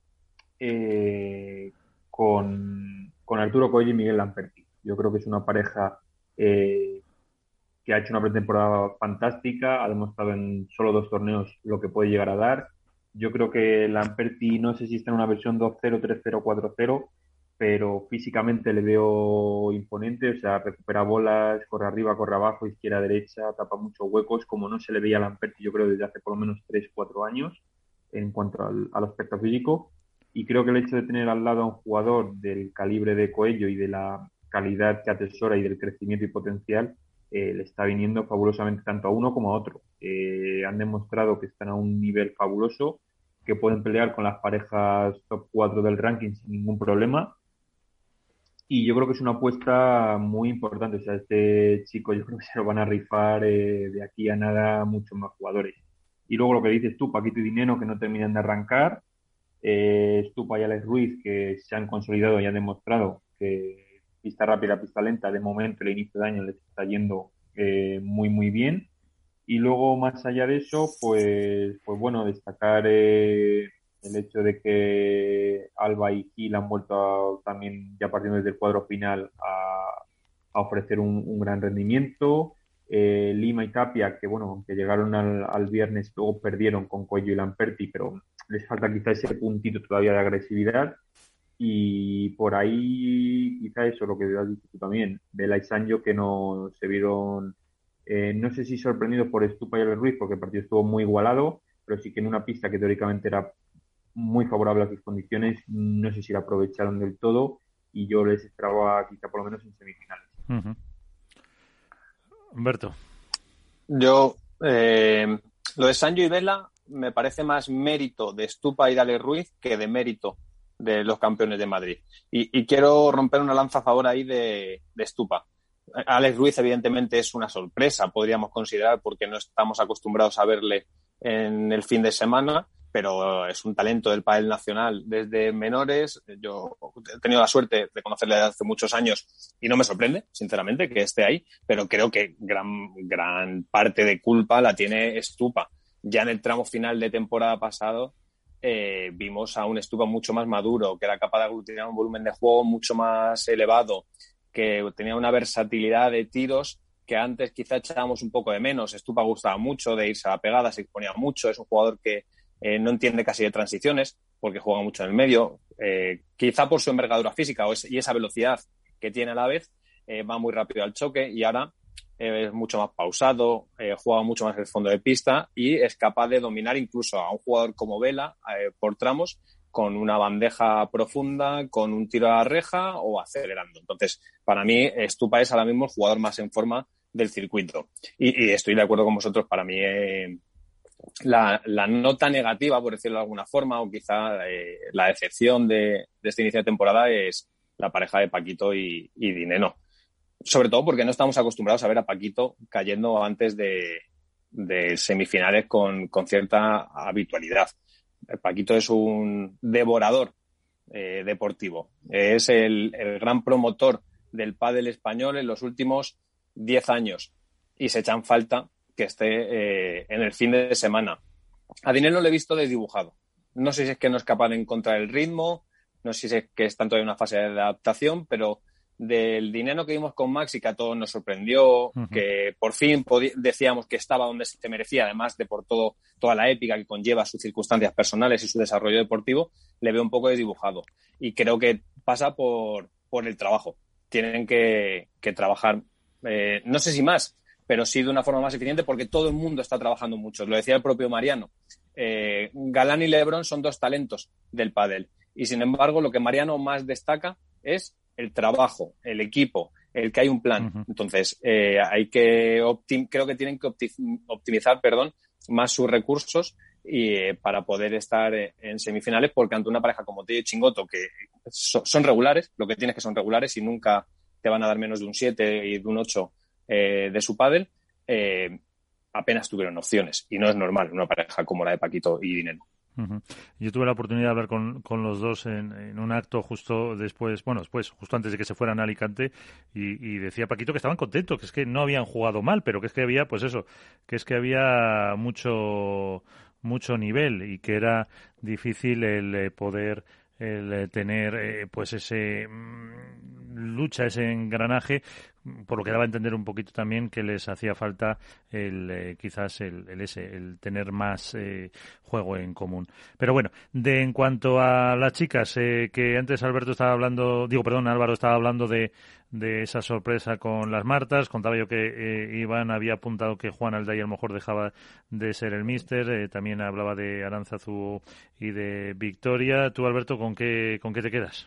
eh, con, con Arturo Coello y Miguel Lamperti. Yo creo que es una pareja eh, que ha hecho una pretemporada fantástica, ha demostrado en solo dos torneos lo que puede llegar a dar. Yo creo que Lamperti, no sé si está en una versión dos cero, tres cero, cuatro cero, pero físicamente le veo imponente, o sea, recupera bolas, corre arriba, corre abajo, izquierda, derecha, tapa muchos huecos, como no se le veía a Lamperti, yo creo, desde hace por lo menos tres cuatro años, en cuanto al, al aspecto físico. Y creo que el hecho de tener al lado a un jugador del calibre de Coello y de la calidad que atesora y del crecimiento y potencial, eh, le está viniendo fabulosamente tanto a uno como a otro. Eh, han demostrado que están a un nivel fabuloso, que pueden pelear con las parejas top cuatro del ranking sin ningún problema. Y yo creo que es una apuesta muy importante. O sea, este chico yo creo que se lo van a rifar eh, de aquí a nada muchos más jugadores. Y luego lo que dices tú, Paquito y Dineno, que no terminan de arrancar. Eh, Stupa y Alex Ruiz, que se han consolidado y han demostrado que pista rápida, pista lenta, de momento el inicio de año les está yendo eh, muy muy bien. Y luego, más allá de eso, pues pues bueno, destacar eh, el hecho de que Alba y Gil han vuelto a, también ya partiendo desde el cuadro final a, a ofrecer un, un gran rendimiento. Eh, Lima y Tapia, que bueno, aunque llegaron al, al viernes, luego perdieron con Coello y Lamperti, pero les falta quizá ese puntito todavía de agresividad. Y por ahí, quizá eso, lo que has dicho tú también, Vela y Sancho, que no se vieron, eh, no sé si sorprendidos por Estupa y Alex Ruiz, porque el partido estuvo muy igualado, pero sí que en una pista que teóricamente era muy favorable a sus condiciones, no sé si la aprovecharon del todo, y yo les esperaba quizá por lo menos en semifinales. Uh-huh. Humberto. Yo, eh, lo de Sancho y Vela me parece más mérito de Estupa y de Alex Ruiz que de mérito de los campeones de Madrid. Y, y quiero romper una lanza a favor ahí de, de Estupa. Alex Ruiz, evidentemente, es una sorpresa, podríamos considerar, porque no estamos acostumbrados a verle en el fin de semana, pero es un talento del pádel nacional desde menores. Yo he tenido la suerte de conocerle desde hace muchos años y no me sorprende, sinceramente, que esté ahí, pero creo que gran, gran parte de culpa la tiene Estupa. Ya en el tramo final de temporada pasado eh, vimos a un Estupa mucho más maduro, que era capaz de aglutinar un volumen de juego mucho más elevado, que tenía una versatilidad de tiros que antes quizá echábamos un poco de menos. Estupa gustaba mucho de irse a la pegada, se exponía mucho, es un jugador que eh, no entiende casi de transiciones porque juega mucho en el medio, eh, quizá por su envergadura física o es, y esa velocidad que tiene a la vez, eh, va muy rápido al choque y ahora eh, es mucho más pausado, eh, juega mucho más el fondo de pista y es capaz de dominar incluso a un jugador como Vela eh, por tramos, con una bandeja profunda, con un tiro a la reja o acelerando. Entonces, para mí, Estupa es ahora mismo el jugador más en forma del circuito. Y, y estoy de acuerdo con vosotros, para mí eh, la, la nota negativa, por decirlo de alguna forma, o quizá eh, la decepción de, de este inicio de temporada es la pareja de Paquito y, y Dineno. Sobre todo porque no estamos acostumbrados a ver a Paquito cayendo antes de, de semifinales con, con cierta habitualidad. Paquito es un devorador eh, deportivo. Es el, el gran promotor del pádel español en los últimos diez años y se echan falta que esté eh, en el fin de semana. A Dinero lo he visto desdibujado. No sé si es que no es capaz de encontrar el ritmo, no sé si es que está en todavía una fase de adaptación, pero del Dinero que vimos con Maxi, que a todos nos sorprendió, uh-huh. que por fin podi- decíamos que estaba donde se merecía, además de por todo toda la épica que conlleva sus circunstancias personales y su desarrollo deportivo, le veo un poco desdibujado. Y creo que pasa por, por el trabajo. Tienen que, que trabajar, eh, no sé si más, pero sí de una forma más eficiente, porque todo el mundo está trabajando mucho. Lo decía el propio Mariano. Eh, Galán y Lebrón son dos talentos del pádel. Y sin embargo, lo que Mariano más destaca es el trabajo, el equipo, el que hay un plan. Uh-huh. Entonces, eh, hay que optim- creo que tienen que opti- optimizar, perdón, más sus recursos y, eh, para poder estar eh, en semifinales, porque ante una pareja como Tello y Chingoto, que so- son regulares, lo que tienes que son regulares y nunca te van a dar menos de un siete y de un ocho eh, de su pádel, eh, apenas tuvieron opciones. Y no es normal una pareja como la de Paquito y Dineno. Uh-huh. Yo tuve la oportunidad de hablar con, con los dos en, en un acto justo después, bueno, después, justo antes de que se fueran a Alicante y, y decía Paquito que estaban contentos, que es que no habían jugado mal, pero que es que había, pues eso, que es que había mucho, mucho nivel y que era difícil el eh, poder el tener eh, pues ese mmm, lucha, ese engranaje, por lo que daba a entender un poquito también que les hacía falta el eh, quizás el, el ese el tener más eh, juego en común. Pero bueno, de en cuanto a las chicas, eh, que antes Alberto estaba hablando, digo, perdón, Álvaro estaba hablando de de esa sorpresa con las Martas. Contaba yo que eh, Iván había apuntado que Juan Alday a lo mejor dejaba de ser el míster. Eh, también hablaba de Aránzazu y de Victoria. Tú, Alberto, ¿con qué, con qué te quedas?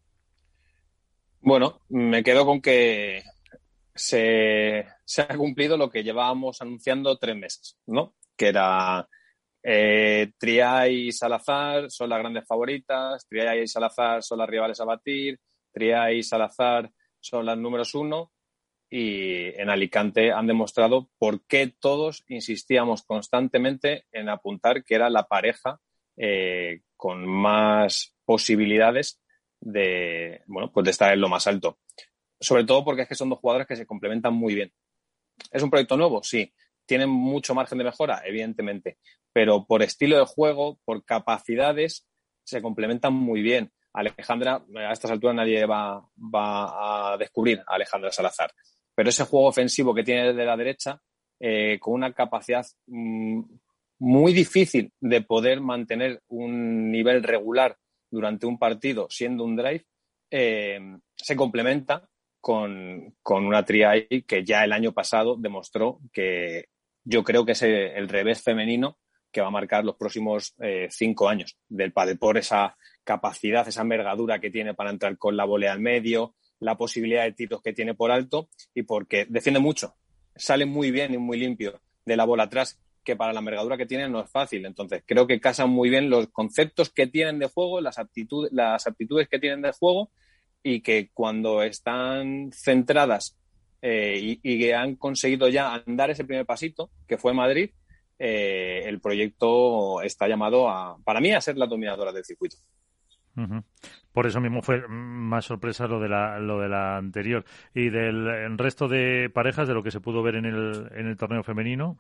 Bueno, me quedo con que se, se ha cumplido lo que llevábamos anunciando tres meses, ¿no? Que era eh, Tria y Salazar son las grandes favoritas, Tria y Salazar son las rivales a batir, Tria y Salazar son las números uno, y en Alicante han demostrado por qué todos insistíamos constantemente en apuntar que era la pareja eh, con más posibilidades de, bueno, pues de estar en lo más alto. Sobre todo porque es que son dos jugadores que se complementan muy bien. ¿Es un proyecto nuevo? Sí, ¿Tienen mucho margen de mejora? Evidentemente. Pero por estilo de juego, por capacidades, se complementan muy bien. Alejandra, a estas alturas nadie va, va a descubrir a Alejandra Salazar. Pero ese juego ofensivo que tiene desde la derecha, eh, con una capacidad mmm, muy difícil de poder mantener un nivel regular durante un partido siendo un drive, eh, se complementa con, con una tría que ya el año pasado demostró que yo creo que es el revés femenino que va a marcar los próximos eh, cinco años del pádel, por esa capacidad, esa envergadura que tiene para entrar con la volea al medio, la posibilidad de tiros que tiene por alto y porque defiende mucho, sale muy bien y muy limpio de la bola atrás, que para la envergadura que tiene no es fácil. Entonces creo que casan muy bien los conceptos que tienen de juego, las aptitudes, las aptitudes que tienen de juego, y que cuando están centradas eh, y, y que han conseguido ya andar ese primer pasito, que fue Madrid, eh, el proyecto está llamado a, para mí, a ser la dominadora del circuito. Uh-huh. Por eso mismo fue más sorpresa lo de la lo de la anterior. Y del el resto de parejas, de lo que se pudo ver en el, en el torneo femenino,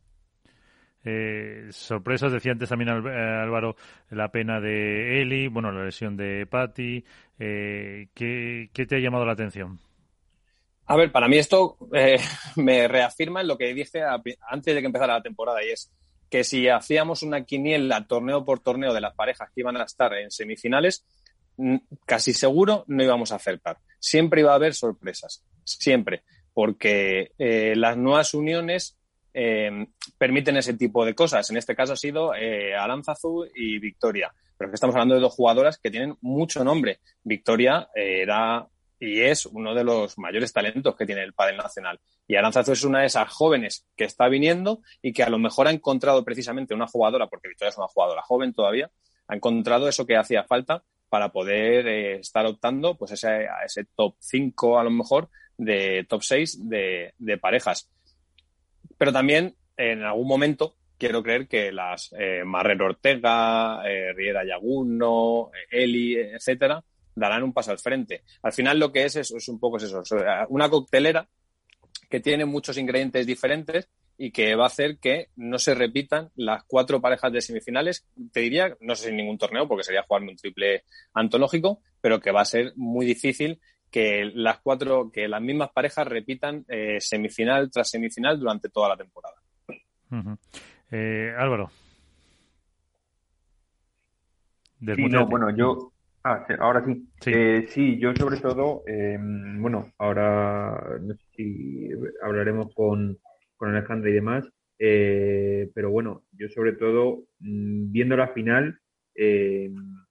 eh, sorpresas, decía antes también Álvaro, la pena de Eli, bueno, la lesión de Patti, eh, ¿qué, ¿qué te ha llamado la atención? A ver, para mí esto eh, me reafirma en lo que dije a, antes de que empezara la temporada, y es que si hacíamos una quiniela torneo por torneo de las parejas que iban a estar en semifinales, casi seguro no íbamos a acertar. Siempre iba a haber sorpresas, siempre, porque eh, las nuevas uniones eh, permiten ese tipo de cosas. En este caso ha sido eh, Aránzazu y Victoria, pero es que estamos hablando de dos jugadoras que tienen mucho nombre. Victoria eh, era y es uno de los mayores talentos que tiene el pádel nacional. Y Aránzazu es una de esas jóvenes que está viniendo y que a lo mejor ha encontrado precisamente una jugadora, porque Victoria es una jugadora joven todavía, ha encontrado eso que hacía falta para poder eh, estar optando pues ese, a ese top cinco, a lo mejor, de top seis de, de parejas. Pero también, en algún momento, quiero creer que las eh, Marrero Ortega, eh, Riera Yaguno, eh, Eli, etcétera, darán un paso al frente. Al final lo que es eso, es un poco eso, una coctelera que tiene muchos ingredientes diferentes y que va a hacer que no se repitan las cuatro parejas de semifinales. Te diría, no sé si en ningún torneo, porque sería jugarme un triple antológico, pero que va a ser muy difícil que las cuatro, que las mismas parejas repitan eh, semifinal tras semifinal durante toda la temporada. Uh-huh. Eh, Álvaro. Sí, no, bueno, yo... Ah, ahora sí. Sí, eh, sí, yo sobre todo, eh, bueno, ahora no sé si hablaremos con, con Alejandra y demás, eh, pero bueno, yo sobre todo, viendo la final, eh,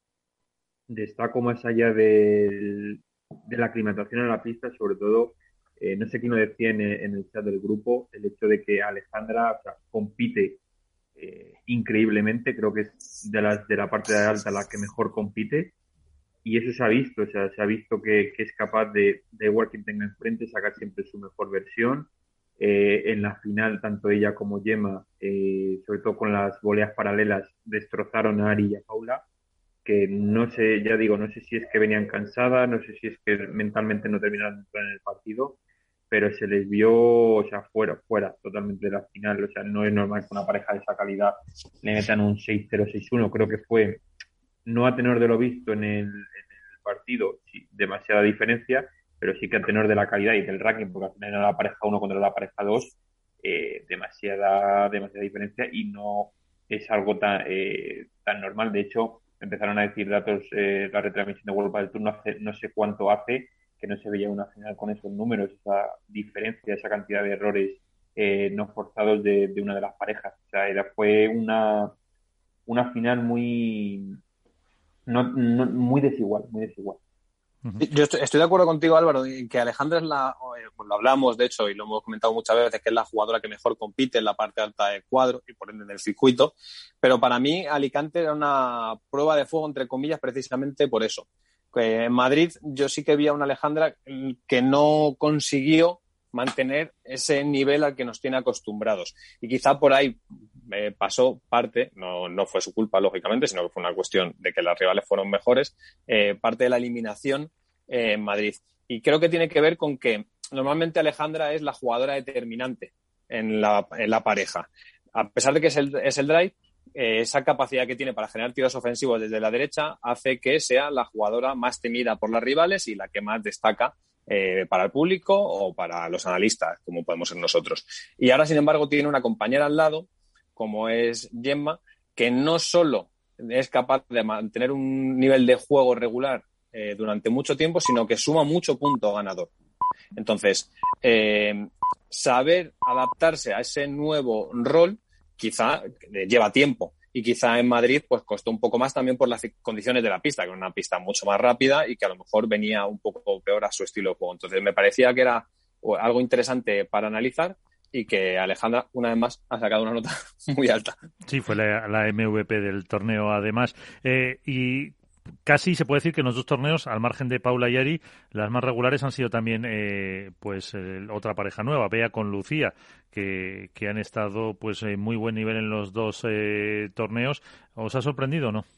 destaco más allá del, de la aclimatación a la pista, sobre todo, eh, no sé quién lo decía en, en el chat del grupo, el hecho de que Alejandra, o sea, compite eh, increíblemente, creo que es de, las, de la parte de alta la que mejor compite. Y eso se ha visto, o sea, se ha visto que, que es capaz de, de igual quien tenga enfrente, sacar siempre su mejor versión. Eh, en la final, tanto ella como Gemma, eh, sobre todo con las voleas paralelas, destrozaron a Ari y a Paula, que no sé, ya digo, no sé si es que venían cansadas, no sé si es que mentalmente no terminaron de entrar en el partido, pero se les vio, o sea, fuera, fuera totalmente de la final. O sea, no es normal que una pareja de esa calidad le metan un seis cero seis uno, creo que fue... No a tenor de lo visto en el, en el partido, sí, demasiada diferencia, pero sí que a tenor de la calidad y del ranking, porque al final era la pareja uno contra la pareja dos, eh, demasiada, demasiada diferencia y no es algo tan, eh, tan normal. De hecho, empezaron a decir datos, eh, la retransmisión de World Padel Tour no, hace, no sé cuánto hace que no se veía una final con esos números, esa diferencia, esa cantidad de errores eh, no forzados de, de una de las parejas. O sea, era, fue una, una final muy... No, no, muy desigual, muy desigual. Yo estoy, estoy de acuerdo contigo, Álvaro, en que Alejandra es la, pues lo hablamos de hecho y lo hemos comentado muchas veces, que es la jugadora que mejor compite en la parte alta del cuadro y por ende del circuito, pero para mí Alicante era una prueba de fuego, entre comillas, precisamente por eso. Que en Madrid yo sí que vi a una Alejandra que no consiguió mantener ese nivel al que nos tiene acostumbrados y quizá por ahí eh, pasó parte, no, no fue su culpa lógicamente, sino que fue una cuestión de que las rivales fueron mejores, eh, parte de la eliminación eh, en Madrid. Y creo que tiene que ver con que normalmente Alejandra es la jugadora determinante en la, en la pareja. A pesar de que es el, es el drive, eh, esa capacidad que tiene para generar tiros ofensivos desde la derecha hace que sea la jugadora más temida por las rivales y la que más destaca eh, para el público o para los analistas, como podemos ser nosotros. Y ahora, sin embargo, tiene una compañera al lado, como es Gemma, que no solo es capaz de mantener un nivel de juego regular eh, durante mucho tiempo, sino que suma mucho punto ganador. Entonces, eh, saber adaptarse a ese nuevo rol quizá lleva tiempo y quizá en Madrid pues costó un poco más también por las condiciones de la pista, que era una pista mucho más rápida y que a lo mejor venía un poco peor a su estilo de juego. Entonces me parecía que era algo interesante para analizar y que Alejandra, una vez más, ha sacado una nota muy alta. Sí, fue la, la M V P del torneo, además. Eh, y casi se puede decir que en los dos torneos, al margen de Paula y Ari, las más regulares han sido también eh, pues eh, otra pareja nueva, Bea con Lucía, que, que han estado pues en muy buen nivel en los dos eh, torneos. ¿Os ha sorprendido o no?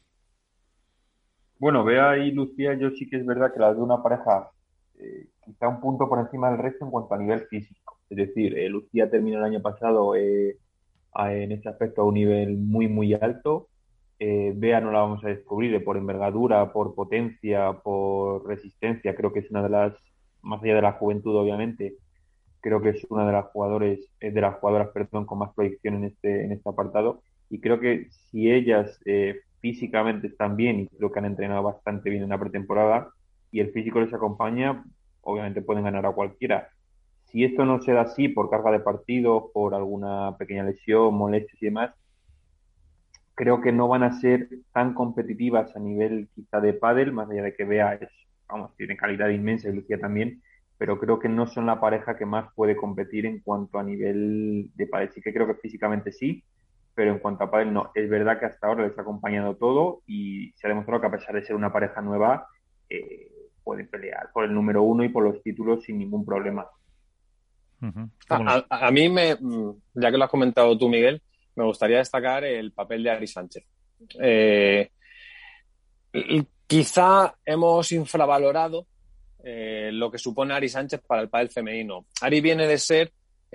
Bueno, Bea y Lucía, yo sí que es verdad que las de una pareja eh, quizá un punto por encima del resto en cuanto a nivel físico. Es decir, eh, Lucía terminó el año pasado eh, a, en este aspecto a un nivel muy, muy alto. Eh, Bea no la vamos a descubrir por envergadura, por potencia, por resistencia. Creo que es una de las, más allá de la juventud, obviamente, creo que es una de las jugadores, eh, de las jugadoras, perdón, con más proyección en este, en este apartado. Y creo que si ellas eh, físicamente están bien, y creo que han entrenado bastante bien en la pretemporada, y el físico les acompaña, obviamente pueden ganar a cualquiera. Si esto no se da así por carga de partido, por alguna pequeña lesión, molestias y demás, creo que no van a ser tan competitivas a nivel quizá de pádel, más allá de que Bea es, vamos, tiene calidad inmensa y Lucía también, pero creo que no son la pareja que más puede competir en cuanto a nivel de pádel. Sí que creo que físicamente sí, pero en cuanto a pádel no. Es verdad que hasta ahora les ha acompañado todo y se ha demostrado que a pesar de ser una pareja nueva, eh, pueden pelear por el número uno y por los títulos sin ningún problema. Uh-huh. A, a, a mí, me, ya que lo has comentado tú, Miguel, me gustaría destacar el papel de Ari Sánchez. Eh, quizá hemos infravalorado eh, lo que supone Ari Sánchez para el pádel femenino. Ari viene de ser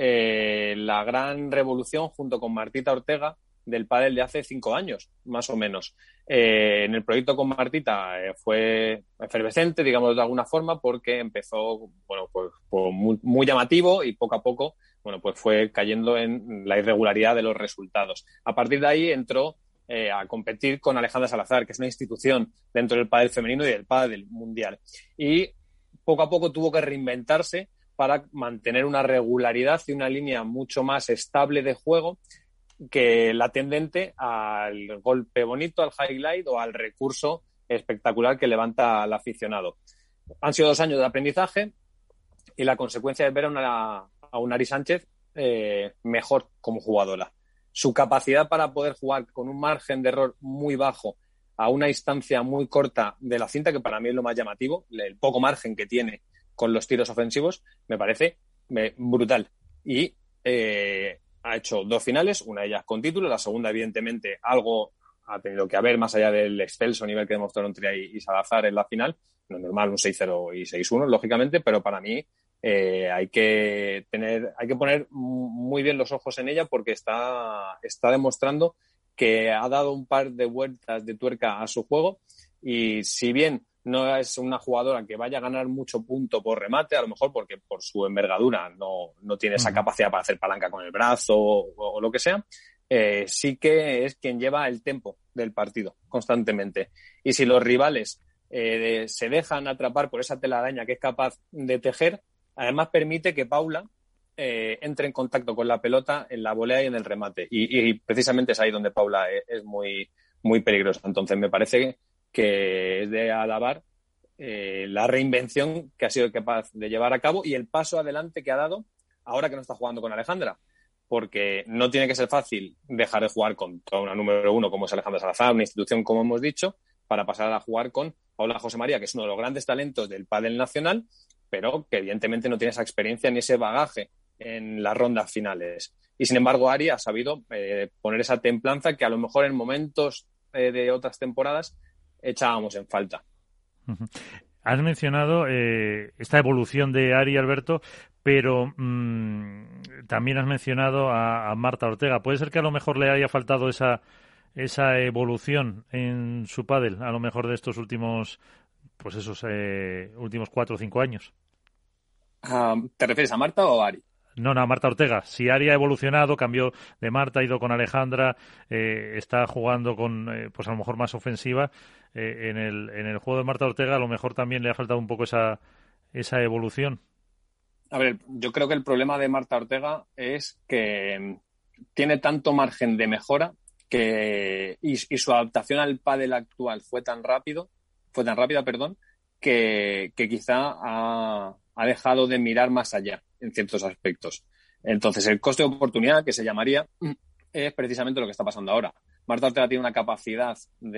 eh, la gran revolución junto con Martita Ortega del pádel de hace cinco años, más o menos. Eh, en el proyecto con Martita eh, fue efervescente, digamos de alguna forma, porque empezó, bueno, pues, pues muy, muy llamativo y poco a poco, bueno, pues fue cayendo en la irregularidad de los resultados. A partir de ahí entró eh, a competir con Alejandra Salazar, que es una institución dentro del pádel femenino y del pádel mundial. Y poco a poco tuvo que reinventarse para mantener una regularidad y una línea mucho más estable de juego que la tendente al golpe bonito, al highlight o al recurso espectacular que levanta al aficionado. Han sido dos años de aprendizaje y la consecuencia es ver a una, a una Ari Sánchez eh, mejor como jugadora. Su capacidad para poder jugar con un margen de error muy bajo a una distancia muy corta de la cinta, que para mí es lo más llamativo, el poco margen que tiene con los tiros ofensivos, me parece me, brutal. Y eh, ha hecho dos finales, una de ellas con título, la segunda, evidentemente, algo ha tenido que haber más allá del excelso nivel que demostraron Tria y, y Salazar en la final. No es normal un seis cero y seis uno, lógicamente, pero para mí eh, hay que tener, hay que poner muy bien los ojos en ella porque está, está demostrando que ha dado un par de vueltas de tuerca a su juego y si bien no es una jugadora que vaya a ganar mucho punto por remate, a lo mejor porque por su envergadura no, no tiene esa capacidad para hacer palanca con el brazo o, o lo que sea, eh, sí que es quien lleva el tempo del partido constantemente. Y si los rivales eh, de, se dejan atrapar por esa telaraña que es capaz de tejer, además permite que Paula eh, entre en contacto con la pelota en la volea y en el remate. Y, y precisamente es ahí donde Paula es, es muy, muy peligrosa. Entonces me parece que que es de alabar eh, la reinvención que ha sido capaz de llevar a cabo y el paso adelante que ha dado ahora que no está jugando con Alejandra, porque no tiene que ser fácil dejar de jugar con toda una número uno como es Alejandra Salazar, una institución como hemos dicho, para pasar a jugar con Paula José María, que es uno de los grandes talentos del pádel nacional, pero que evidentemente no tiene esa experiencia ni ese bagaje en las rondas finales. Y sin embargo Ari ha sabido eh, poner esa templanza que a lo mejor en momentos eh, de otras temporadas echábamos en falta. Uh-huh. Has mencionado eh, esta evolución de Ari, Alberto, pero mmm, también has mencionado a, a Marta Ortega. ¿Puede ser que a lo mejor le haya faltado esa esa evolución en su pádel, a lo mejor de estos últimos, pues esos eh, últimos cuatro o cinco años? Um, ¿Te refieres a Marta o a Ari? No, no, a Marta Ortega. Si Ari ha evolucionado, cambió de Marta, ha ido con Alejandra, eh, está jugando con, eh, pues a lo mejor más ofensiva. Eh, en el en el juego de Marta Ortega a lo mejor también le ha faltado un poco esa esa evolución. A ver, yo creo que el problema de Marta Ortega es que tiene tanto margen de mejora que y, y su adaptación al pádel actual fue tan rápido, fue tan rápida, perdón, que, que quizá ha, ha dejado de mirar más allá en ciertos aspectos. Entonces, el coste de oportunidad, que se llamaría, es precisamente lo que está pasando ahora. Marta Ortega tiene una capacidad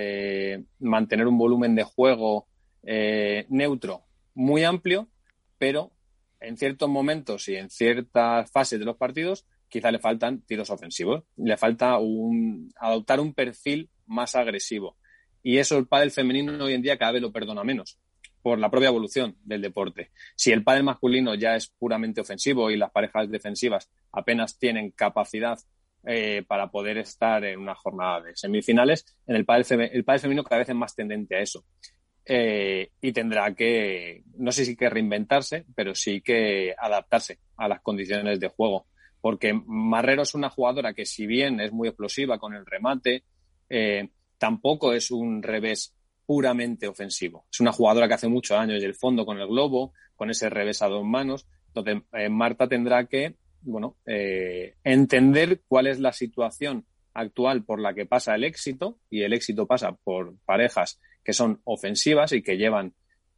de mantener un volumen de juego eh, neutro muy amplio, pero en ciertos momentos y en ciertas fases de los partidos quizá le faltan tiros ofensivos, le falta un, adoptar un perfil más agresivo. Y eso el pádel femenino hoy en día cada vez lo perdona menos, por la propia evolución del deporte. Si el pádel masculino ya es puramente ofensivo y las parejas defensivas apenas tienen capacidad eh, para poder estar en una jornada de semifinales, en el pádel, fem- el pádel femenino cada vez es más tendente a eso. Eh, y tendrá que, no sé si que reinventarse, pero sí que adaptarse a las condiciones de juego. Porque Marrero es una jugadora que, si bien es muy explosiva con el remate, eh, tampoco es un revés puramente ofensivo. Es una jugadora que hace mucho daño desde el fondo con el globo, con ese revés a dos manos. Entonces, eh, Marta tendrá que, bueno, eh, entender cuál es la situación actual por la que pasa el éxito, y el éxito pasa por parejas que son ofensivas y que llevan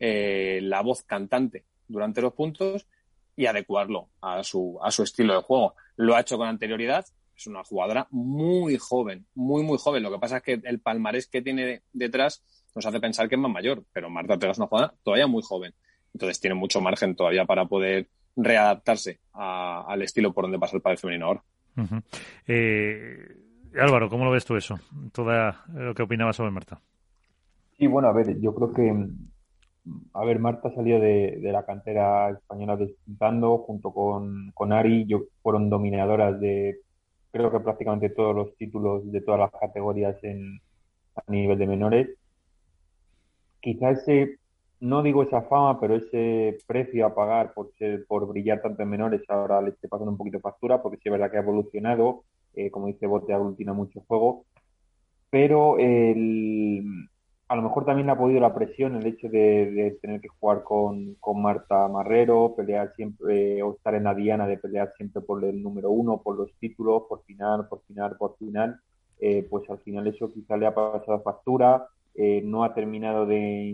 eh, la voz cantante durante los puntos, y adecuarlo a su, a su estilo de juego. Lo ha hecho con anterioridad, es una jugadora muy joven, muy, muy joven. Lo que pasa es que el palmarés que tiene detrás nos hace pensar que es más mayor, pero Marta Ortega es una jugadora todavía muy joven. Entonces tiene mucho margen todavía para poder readaptarse a, al estilo por donde pasa el pádel femenino ahora. Uh-huh. Eh, Álvaro, ¿cómo lo ves tú eso? Todo lo que opinabas sobre Marta. Sí, bueno, a ver, yo creo que, a ver, Marta salió de, de la cantera española despuntando junto con, con Ari, yo, fueron dominadoras de, creo que prácticamente todos los títulos de todas las categorías en, a nivel de menores. Quizás ese, no digo esa fama, pero ese precio a pagar por ser, por brillar tanto en menores ahora le esté pasando un poquito de factura, porque sí es verdad que ha evolucionado, eh, como dice Bote, aglutina mucho juego, pero el, a lo mejor también le ha podido la presión el hecho de, de tener que jugar con, con Marta Marrero, pelear siempre, o estar en la diana de pelear siempre por el número uno, por los títulos, por final, por final, por final. Eh, pues al final eso quizá le ha pasado factura, eh, no ha terminado de,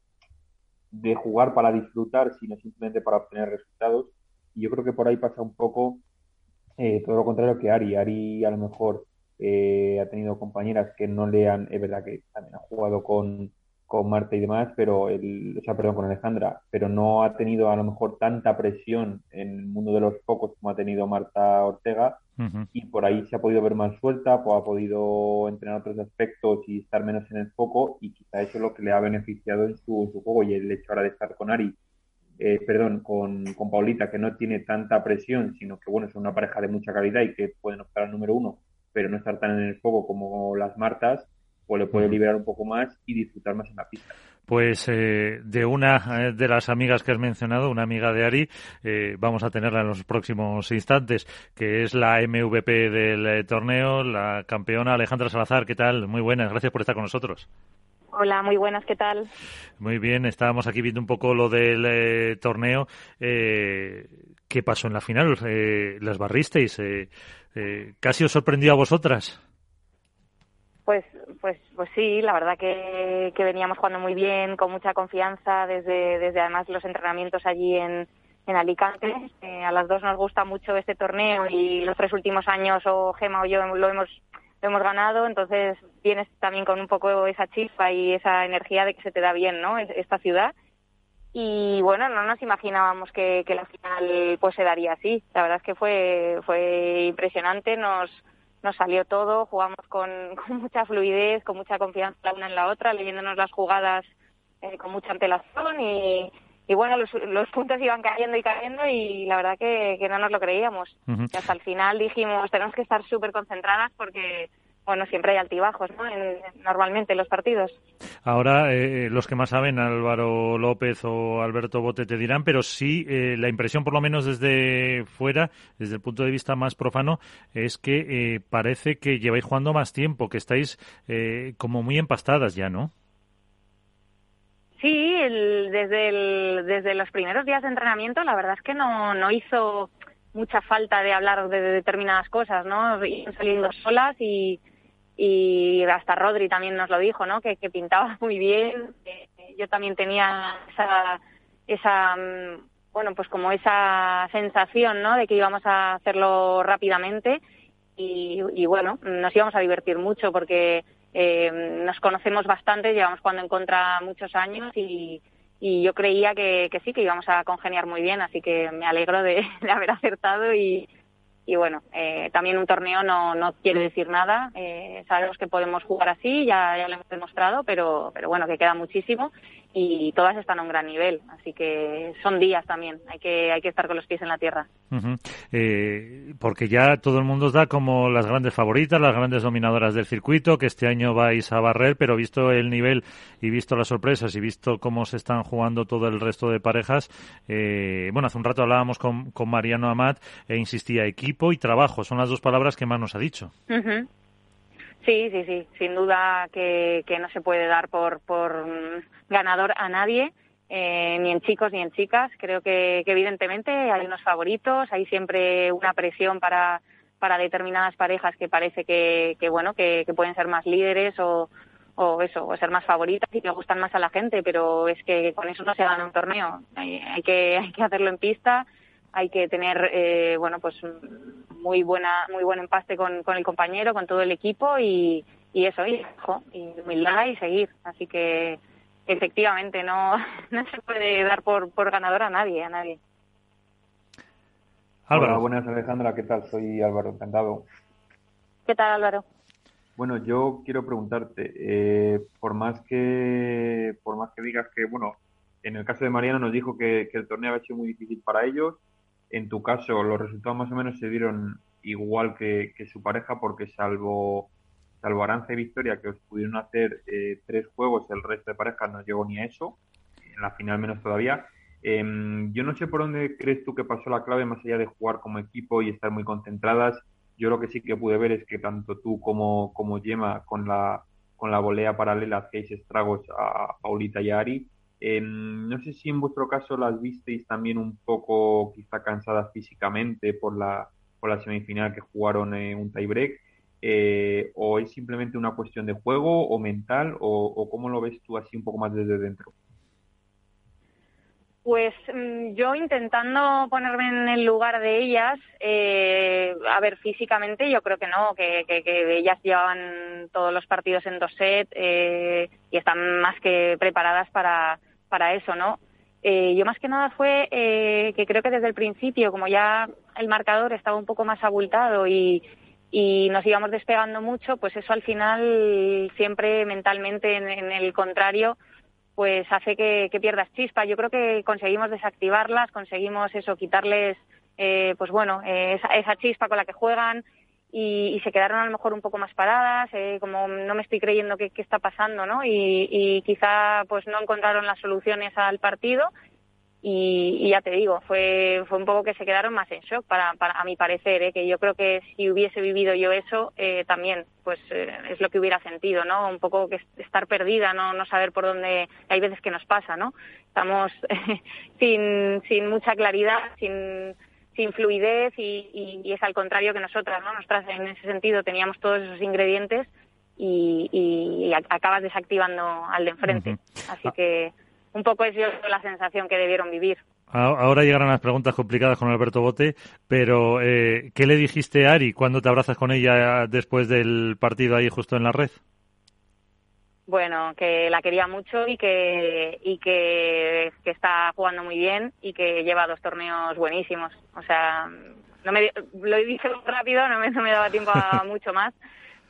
de jugar para disfrutar, sino simplemente para obtener resultados. Y yo creo que por ahí pasa un poco eh, todo lo contrario que Ari. Ari a lo mejor eh, ha tenido compañeras que no le han, es verdad que también ha jugado con, con Marta y demás, pero el, o sea, perdón, con Alejandra, pero no ha tenido a lo mejor tanta presión en el mundo de los focos como ha tenido Marta Ortega, uh-huh. Y por ahí se ha podido ver más suelta, pues ha podido entrenar otros aspectos y estar menos en el foco, y quizá eso es lo que le ha beneficiado en su, en su juego. Y el hecho ahora de estar con Ari, Eh, perdón, con, con Paulita, que no tiene tanta presión, sino que bueno, es una pareja de mucha calidad y que pueden optar al número uno, pero no estar tan en el juego como las Martas, pues le puede liberar un poco más y disfrutar más en la pista. Pues eh, de una de las amigas que has mencionado, una amiga de Ari, eh, vamos a tenerla en los próximos instantes, que es la M V P del eh, torneo, la campeona Alejandra Salazar. ¿Qué tal? Muy buenas, gracias por estar con nosotros. Hola, muy buenas, ¿qué tal? Muy bien, estábamos aquí viendo un poco lo del eh, torneo. Eh, ¿Qué pasó en la final? Eh, ¿Las barristeis? Eh, eh, ¿Casi os sorprendió a vosotras? Pues, pues, pues sí, la verdad que, que veníamos jugando muy bien, con mucha confianza, desde, desde además los entrenamientos allí en, en Alicante. Eh, a las dos nos gusta mucho este torneo y los tres últimos años o Gemma o yo lo hemos lo hemos ganado, entonces vienes también con un poco esa chispa y esa energía de que se te da bien, ¿no?, esta ciudad. Y bueno, no nos imaginábamos que, que la final pues se daría así. La verdad es que fue fue impresionante, nos nos salió todo, jugamos con, con mucha fluidez, con mucha confianza la una en la otra, leyéndonos las jugadas eh, con mucha antelación y, y bueno, los, los puntos iban cayendo y cayendo y la verdad que, que no nos lo creíamos. Uh-huh. Y hasta el final dijimos, tenemos que estar súper concentradas porque, bueno, siempre hay altibajos, ¿no? En, normalmente en los partidos. Ahora, eh, los que más saben, Álvaro López o Alberto Bote te dirán, pero sí, eh, la impresión, por lo menos desde fuera, desde el punto de vista más profano, es que eh, parece que lleváis jugando más tiempo, que estáis eh, como muy empastadas ya, ¿no? Sí, el, desde, el, desde los primeros días de entrenamiento la verdad es que no, no hizo mucha falta de hablar de determinadas cosas, ¿no? Iban saliendo solas y, y hasta Rodri también nos lo dijo, ¿no? Que, que pintaba muy bien. Eh, yo también tenía esa, esa, bueno, pues como esa sensación, ¿no? De que íbamos a hacerlo rápidamente y, y bueno, nos íbamos a divertir mucho porque Eh, nos conocemos bastante, llevamos jugando en contra muchos años y, y yo creía que, que sí, que íbamos a congeniar muy bien, así que me alegro de, de haber acertado y, y bueno, eh, también un torneo no, no quiere decir nada, eh, sabemos que podemos jugar así, ya, ya lo hemos demostrado, pero, pero bueno, que queda muchísimo y todas están a un gran nivel, así que son días también, hay que, hay que estar con los pies en la tierra. Uh-huh. Eh, porque ya todo el mundo os da como las grandes favoritas, las grandes dominadoras del circuito, que este año vais a barrer, pero visto el nivel y visto las sorpresas y visto cómo se están jugando todo el resto de parejas, eh, bueno, hace un rato hablábamos con, con Mariano Amat e insistía, equipo y trabajo, son las dos palabras que más nos ha dicho. Uh-huh. Sí, sí, sí, sin duda que, que no se puede dar por, por ganador a nadie, eh, ni en chicos ni en chicas. Creo que, que evidentemente hay unos favoritos, hay siempre una presión para, para determinadas parejas que parece que, que bueno, que, que pueden ser más líderes o, o eso, o ser más favoritas y que gustan más a la gente, pero es que con eso no se gana un torneo. Hay, hay que, hay que hacerlo en pista, hay que tener, eh, bueno, pues muy buena, muy buen empaste con, con el compañero, con todo el equipo y, y eso, y, y humildad y seguir. Así que efectivamente no, no se puede dar por, por ganador a nadie, a nadie. Álvaro. Hola, buenas Alejandra, ¿qué tal? Soy Álvaro, encantado. ¿Qué tal, Álvaro? Bueno, yo quiero preguntarte, eh, por más que por más que digas que, bueno, en el caso de Mariano nos dijo que, que el torneo había sido muy difícil para ellos. En tu caso, los resultados más o menos se dieron igual que, que su pareja, porque salvo, salvo Arantxa y Victoria, que os pudieron hacer eh, tres juegos, el resto de parejas no llegó ni a eso, en la final menos todavía. Eh, yo no sé por dónde crees tú que pasó la clave, más allá de jugar como equipo y estar muy concentradas. Yo lo que sí que pude ver es que tanto tú como, como Gemma, con la, con la volea paralela, hacéis estragos a Paulita y a Ari. Eh, no sé si en vuestro caso las visteis también un poco quizá cansadas físicamente por la, por la semifinal que jugaron en un tiebreak, eh, o es simplemente una cuestión de juego o mental, o, o cómo lo ves tú así un poco más desde dentro. Pues yo intentando ponerme en el lugar de ellas, eh, a ver, físicamente yo creo que no, que, que, que ellas llevaban todos los partidos en dos sets eh, y están más que preparadas para, para eso, ¿no? Eh, yo más que nada fue eh, que creo que desde el principio, como ya el marcador estaba un poco más abultado y, y nos íbamos despegando mucho, pues eso al final siempre mentalmente en, en el contrario pues hace que, que pierdas chispa. Yo creo que conseguimos desactivarlas, conseguimos eso, quitarles, eh, pues bueno, eh, esa, esa chispa con la que juegan y, y se quedaron a lo mejor un poco más paradas, eh, como no me estoy creyendo qué está pasando, ¿no? Y, y quizá pues no encontraron las soluciones al partido y, y ya te digo, fue fue un poco que se quedaron más en shock, para, para a mi parecer, ¿eh? Que yo creo que si hubiese vivido yo eso, eh, también, pues eh, es lo que hubiera sentido, ¿no? Un poco que estar perdida, no no saber por dónde, hay veces que nos pasa, ¿no? Estamos eh, sin sin mucha claridad, sin sin fluidez y, y, y es al contrario que nosotras, ¿no? Nosotras en ese sentido teníamos todos esos ingredientes y, y, y acabas desactivando al de enfrente. Uh-huh. Así que un poco es yo la sensación que debieron vivir. Ahora llegarán las preguntas complicadas con Alberto Bote, pero eh, ¿qué le dijiste a Ari cuando te abrazas con ella después del partido ahí justo en la red? Bueno, que la quería mucho y que y que, que está jugando muy bien y que lleva dos torneos buenísimos. O sea, no me lo dije rápido, no me, no me daba tiempo a mucho más,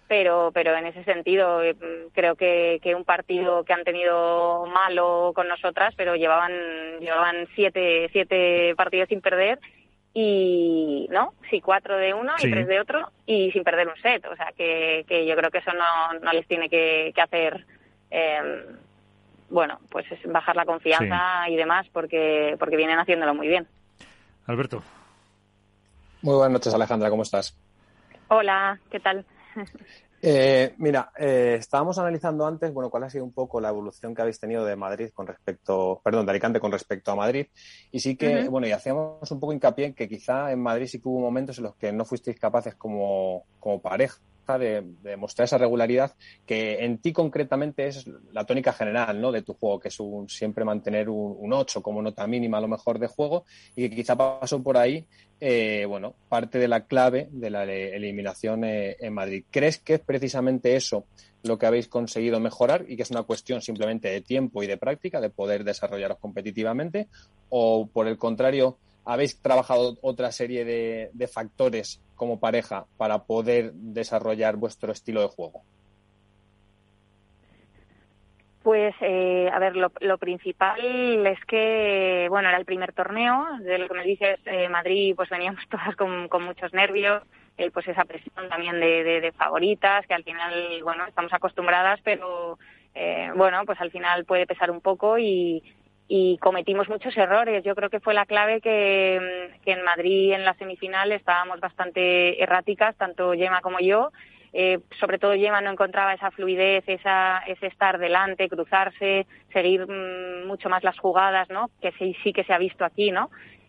pero pero en ese sentido eh, creo que, que un partido que han tenido malo con nosotras, pero llevaban llevaban siete siete partidos sin perder y no sí cuatro de uno sí. y tres de otro y sin perder un set, o sea que, que yo creo que eso no, no les tiene que, que hacer eh, bueno pues es bajar la confianza sí. y demás porque porque vienen haciéndolo muy bien. Alberto. Muy buenas noches, Alejandra, ¿cómo estás? Hola, ¿qué tal? Eh, mira, eh, estábamos analizando antes, bueno, cuál ha sido un poco la evolución que habéis tenido de Madrid con respecto, perdón, de Alicante con respecto a Madrid, y sí que, uh-huh. bueno, y hacíamos un poco hincapié en que quizá en Madrid sí que hubo momentos en los que no fuisteis capaces como, como pareja de, de mostrar esa regularidad que en ti concretamente es la tónica general, ¿no?, de tu juego, que es un, siempre mantener un, un ocho como nota mínima a lo mejor de juego, y que quizá pasó por ahí Eh, bueno, parte de la clave de la eliminación eh, en Madrid. ¿Crees que es precisamente eso lo que habéis conseguido mejorar y que es una cuestión simplemente de tiempo y de práctica, de poder desarrollaros competitivamente? ¿O, por el contrario, habéis trabajado otra serie de, de factores como pareja para poder desarrollar vuestro estilo de juego? Pues, eh, a ver, lo, lo principal es que, bueno, era el primer torneo, de lo que me dices, eh, Madrid, pues veníamos todas con, con muchos nervios, eh, pues esa presión también de, de, de favoritas, que al final, bueno, estamos acostumbradas, pero, eh, bueno, pues al final puede pesar un poco y, y cometimos muchos errores. Yo creo que fue la clave que, que en Madrid, en la semifinal, estábamos bastante erráticas, tanto Gemma como yo. Eh, sobre todo Gemma no encontraba esa fluidez, esa, ese estar delante, cruzarse, seguir mmm, mucho más las jugadas, ¿no? Que sí, sí que se ha visto aquí, ¿no?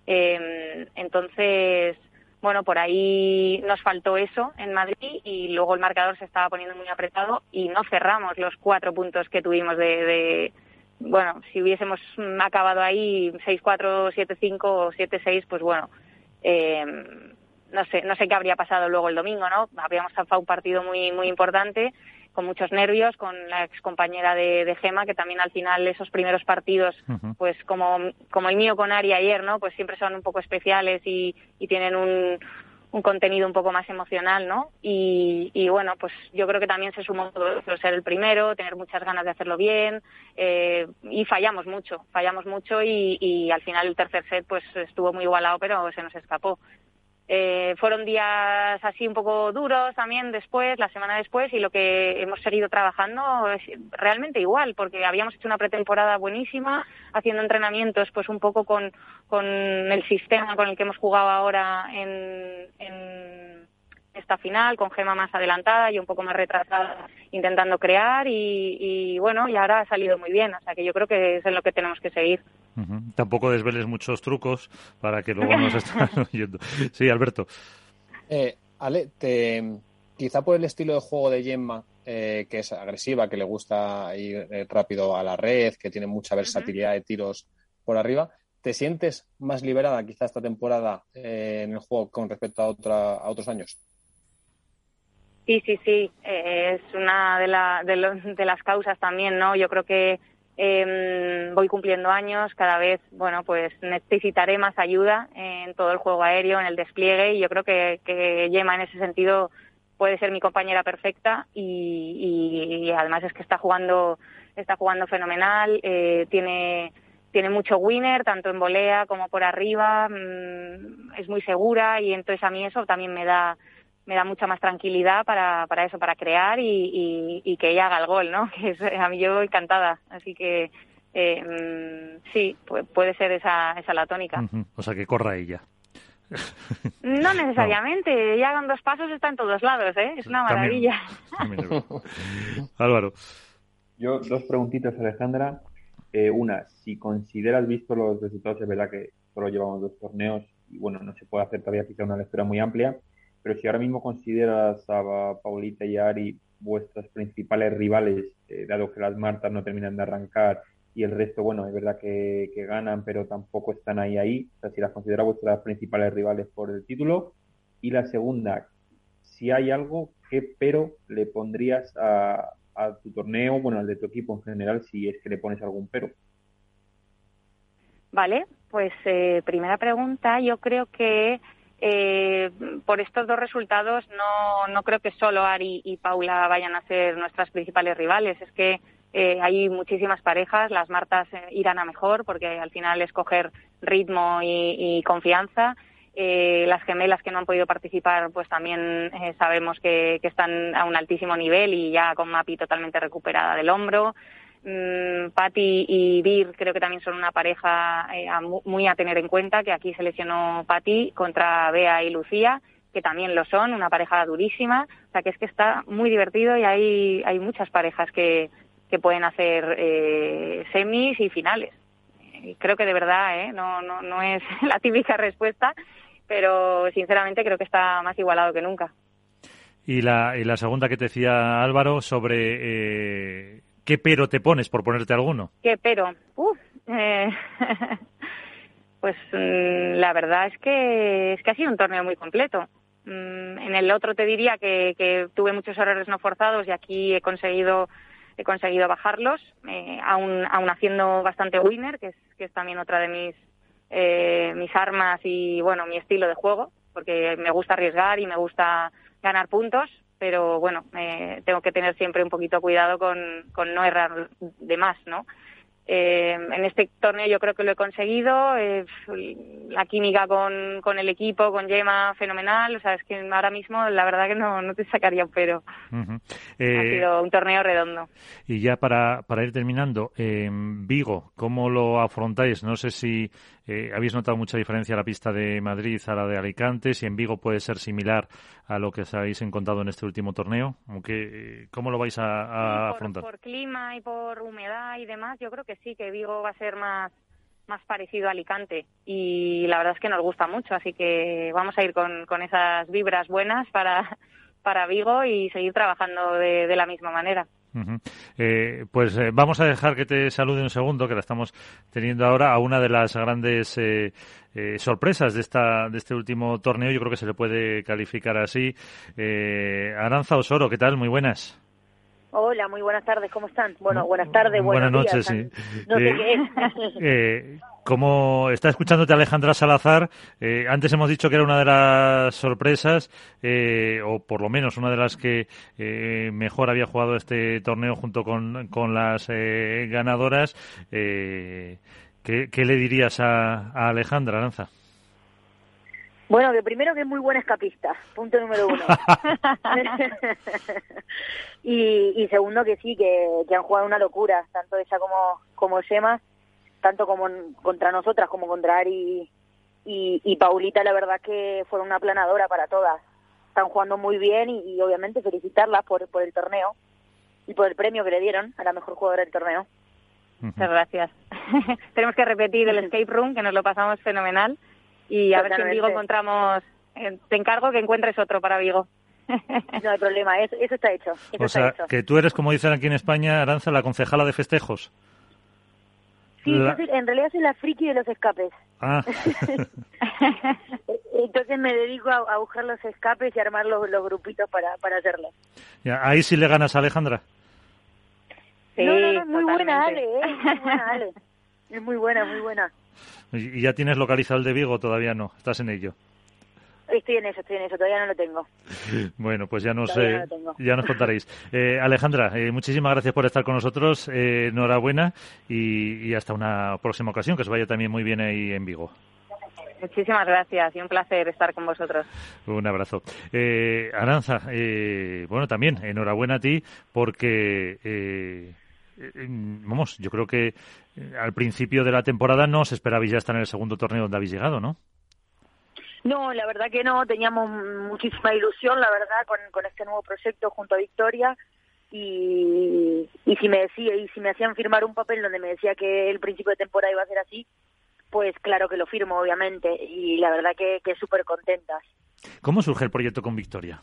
Eh, entonces, bueno, por ahí nos faltó eso en Madrid y luego el marcador se estaba poniendo muy apretado y no cerramos los cuatro puntos que tuvimos de... de bueno, si hubiésemos acabado ahí seis cuatro, siete cinco o siete seis, pues bueno... Eh, no sé no sé qué habría pasado luego el domingo, ¿no? Habríamos zafado un partido muy muy importante, con muchos nervios, con la excompañera de, de Gemma, que también al final esos primeros partidos, uh-huh. pues como como el mío con Ari ayer, ¿no? Pues siempre son un poco especiales y, y tienen un, un contenido un poco más emocional, ¿no? Y, y bueno, pues yo creo que también se sumó todo eso, ser el primero, tener muchas ganas de hacerlo bien, eh, y fallamos mucho, fallamos mucho y, y al final el tercer set pues estuvo muy igualado, pero se nos escapó. Eh, fueron días así un poco duros también después, la semana después, y lo que hemos seguido trabajando es realmente igual, porque habíamos hecho una pretemporada buenísima, haciendo entrenamientos pues un poco con, con el sistema con el que hemos jugado ahora en, en esta final, con Gemma más adelantada y un poco más retrasada, intentando crear y, y bueno, y ahora ha salido muy bien, o sea que yo creo que es en lo que tenemos que seguir. Uh-huh. Tampoco desveles muchos trucos para que luego nos estén oyendo. Sí, Alberto. Eh, Ale, te, quizá por el estilo de juego de Gemma, eh, que es agresiva, que le gusta ir eh, rápido a la red, que tiene mucha versatilidad uh-huh. de tiros por arriba, ¿te sientes más liberada quizá esta temporada eh, en el juego con respecto a, otra, a otros años? Sí, sí, sí. Eh, es una de, la, de, lo, de las causas también, ¿no? Yo creo que Eh, voy cumpliendo años, cada vez, bueno, pues necesitaré más ayuda en todo el juego aéreo, en el despliegue, y yo creo que, que Gemma en ese sentido puede ser mi compañera perfecta y, y, y además es que está jugando está jugando fenomenal, eh, tiene tiene mucho winner, tanto en volea como por arriba, mmm, es muy segura y entonces a mí eso también me da me da mucha más tranquilidad para, para eso, para crear y, y, y que ella haga el gol, ¿no? Que es, a mí yo encantada. Así que eh, sí, puede ser esa, esa la tónica. Uh-huh. O sea, que corra ella. No necesariamente. No. Ella con dos pasos está en todos lados, ¿eh? Es una maravilla. También, también Álvaro. Yo, dos preguntitas, Alejandra. Eh, una, si consideras, visto los resultados, es verdad que solo llevamos dos torneos y bueno, no se puede hacer todavía quizá una lectura muy amplia, pero si ahora mismo consideras a Paulita y a Ari vuestras principales rivales, eh, dado que las Martas no terminan de arrancar y el resto, bueno, es verdad que, que ganan, pero tampoco están ahí ahí, o sea, si las consideras vuestras principales rivales por el título. Y la segunda, si hay algo que pero le pondrías a, a tu torneo, bueno, al de tu equipo en general, si es que le pones algún pero. Vale, pues eh, primera pregunta, yo creo que Eh, por estos dos resultados no, no creo que solo Ari y Paula vayan a ser nuestras principales rivales. Es que eh, hay muchísimas parejas, las Martas eh, irán a mejor porque al final es coger ritmo y, y confianza. Eh, las gemelas que no han podido participar pues también eh, sabemos que, que están a un altísimo nivel y ya con Mapi totalmente recuperada del hombro. Mm, Patti y Vir creo que también son una pareja eh, a, muy a tener en cuenta, que aquí se lesionó Patti contra Bea y Lucía, que también lo son, una pareja durísima. O sea que es que está muy divertido y hay, hay muchas parejas que, que pueden hacer eh, semis y finales. Eh, creo que de verdad, eh, no, no, no es la típica respuesta, pero sinceramente creo que está más igualado que nunca. Y la, y la segunda que te decía Álvaro sobre eh, qué pero te pones, por ponerte alguno. ¿Qué pero? Uf, eh, pues mm, la verdad es que es que ha sido un torneo muy completo. Mm, en el otro te diría que, que tuve muchos errores no forzados y aquí he conseguido he conseguido bajarlos, eh, aún, aún haciendo bastante winner, que es, que es también otra de mis eh, mis armas y bueno mi estilo de juego, porque me gusta arriesgar y me gusta ganar puntos, pero bueno, eh, tengo que tener siempre un poquito cuidado con, con no errar de más, ¿no? Eh, en este torneo yo creo que lo he conseguido, eh, la química con, con el equipo, con Gemma, fenomenal, o sea, es que ahora mismo la verdad que no, no te sacaría un pero. Uh-huh. Eh, ha sido un torneo redondo. Y ya para, para ir terminando, eh, Vigo, ¿cómo lo afrontáis? No sé si eh, habéis notado mucha diferencia la pista de Madrid a la de Alicante, si en Vigo puede ser similar a lo que os habéis encontrado en este último torneo, aunque, ¿cómo lo vais a, a por, afrontar? Por clima y por humedad y demás, yo creo que sí, que Vigo va a ser más más parecido a Alicante y la verdad es que nos gusta mucho, así que vamos a ir con, con esas vibras buenas para, para Vigo y seguir trabajando de, de la misma manera. Uh-huh. Eh, pues eh, vamos a dejar que te salude un segundo, que la estamos teniendo ahora, a una de las grandes eh, eh, sorpresas de esta de este último torneo, yo creo que se le puede calificar así. Eh, Arantza Osoro, ¿qué tal? Muy buenas. Hola, muy buenas tardes, ¿cómo están? Bueno, buenas tardes, buenas noches, días, sí. No sé eh, qué es. eh, como está escuchándote Alejandra Salazar, eh, antes hemos dicho que era una de las sorpresas, eh, o por lo menos una de las que eh, mejor había jugado este torneo junto con, con las eh, ganadoras. Eh, ¿qué, ¿Qué le dirías a, a Alejandra, Aranza? Bueno, que primero que es muy buena escapista, punto número uno. y, y segundo que sí, que, que han jugado una locura, tanto ella como, como Gemma, tanto como contra nosotras como contra Ari y, y Paulita, la verdad que fueron una aplanadora para todas. Están jugando muy bien y, y obviamente felicitarlas por, por el torneo y por el premio que le dieron a la mejor jugadora del torneo. Muchas gracias. Tenemos que repetir el escape room, que nos lo pasamos fenomenal. Y a Totalmente. ver si en Vigo encontramos... Eh, te encargo que encuentres otro para Vigo. No hay problema, eso, eso está hecho. Eso o sea, está hecho. que tú eres, como dicen aquí en España, Aranza, la concejala de festejos. Sí, la... yo soy, en realidad soy la friki de los escapes. Ah. Entonces me dedico a, a buscar los escapes y armar los, los grupitos para, para hacerlos. Ya, ahí sí le ganas a Alejandra. Sí, no, no, no, muy totalmente. buena Ale, ¿eh? Muy buena Ale. Es muy buena, muy buena. ¿Y ya tienes localizado el de Vigo? Todavía no, estás en ello. Estoy en eso, estoy en eso, todavía no lo tengo. Bueno, pues ya nos, eh, no ya nos contaréis. Eh, Alejandra, eh, muchísimas gracias por estar con nosotros, eh, enhorabuena y, y hasta una próxima ocasión, que os vaya también muy bien ahí en Vigo. Muchísimas gracias y un placer estar con vosotros. Un abrazo. Eh, Aranza, eh, bueno, también enhorabuena a ti porque... Eh, Vamos, yo creo que al principio de la temporada no os esperabais ya estar en el segundo torneo donde habéis llegado, ¿no? No, la verdad que no, teníamos muchísima ilusión, la verdad, con, con este nuevo proyecto junto a Victoria y, y si me decía y si me hacían firmar un papel donde me decía que el principio de temporada iba a ser así, pues claro que lo firmo, obviamente, y la verdad que, que súper contentas. ¿Cómo surge el proyecto con Victoria?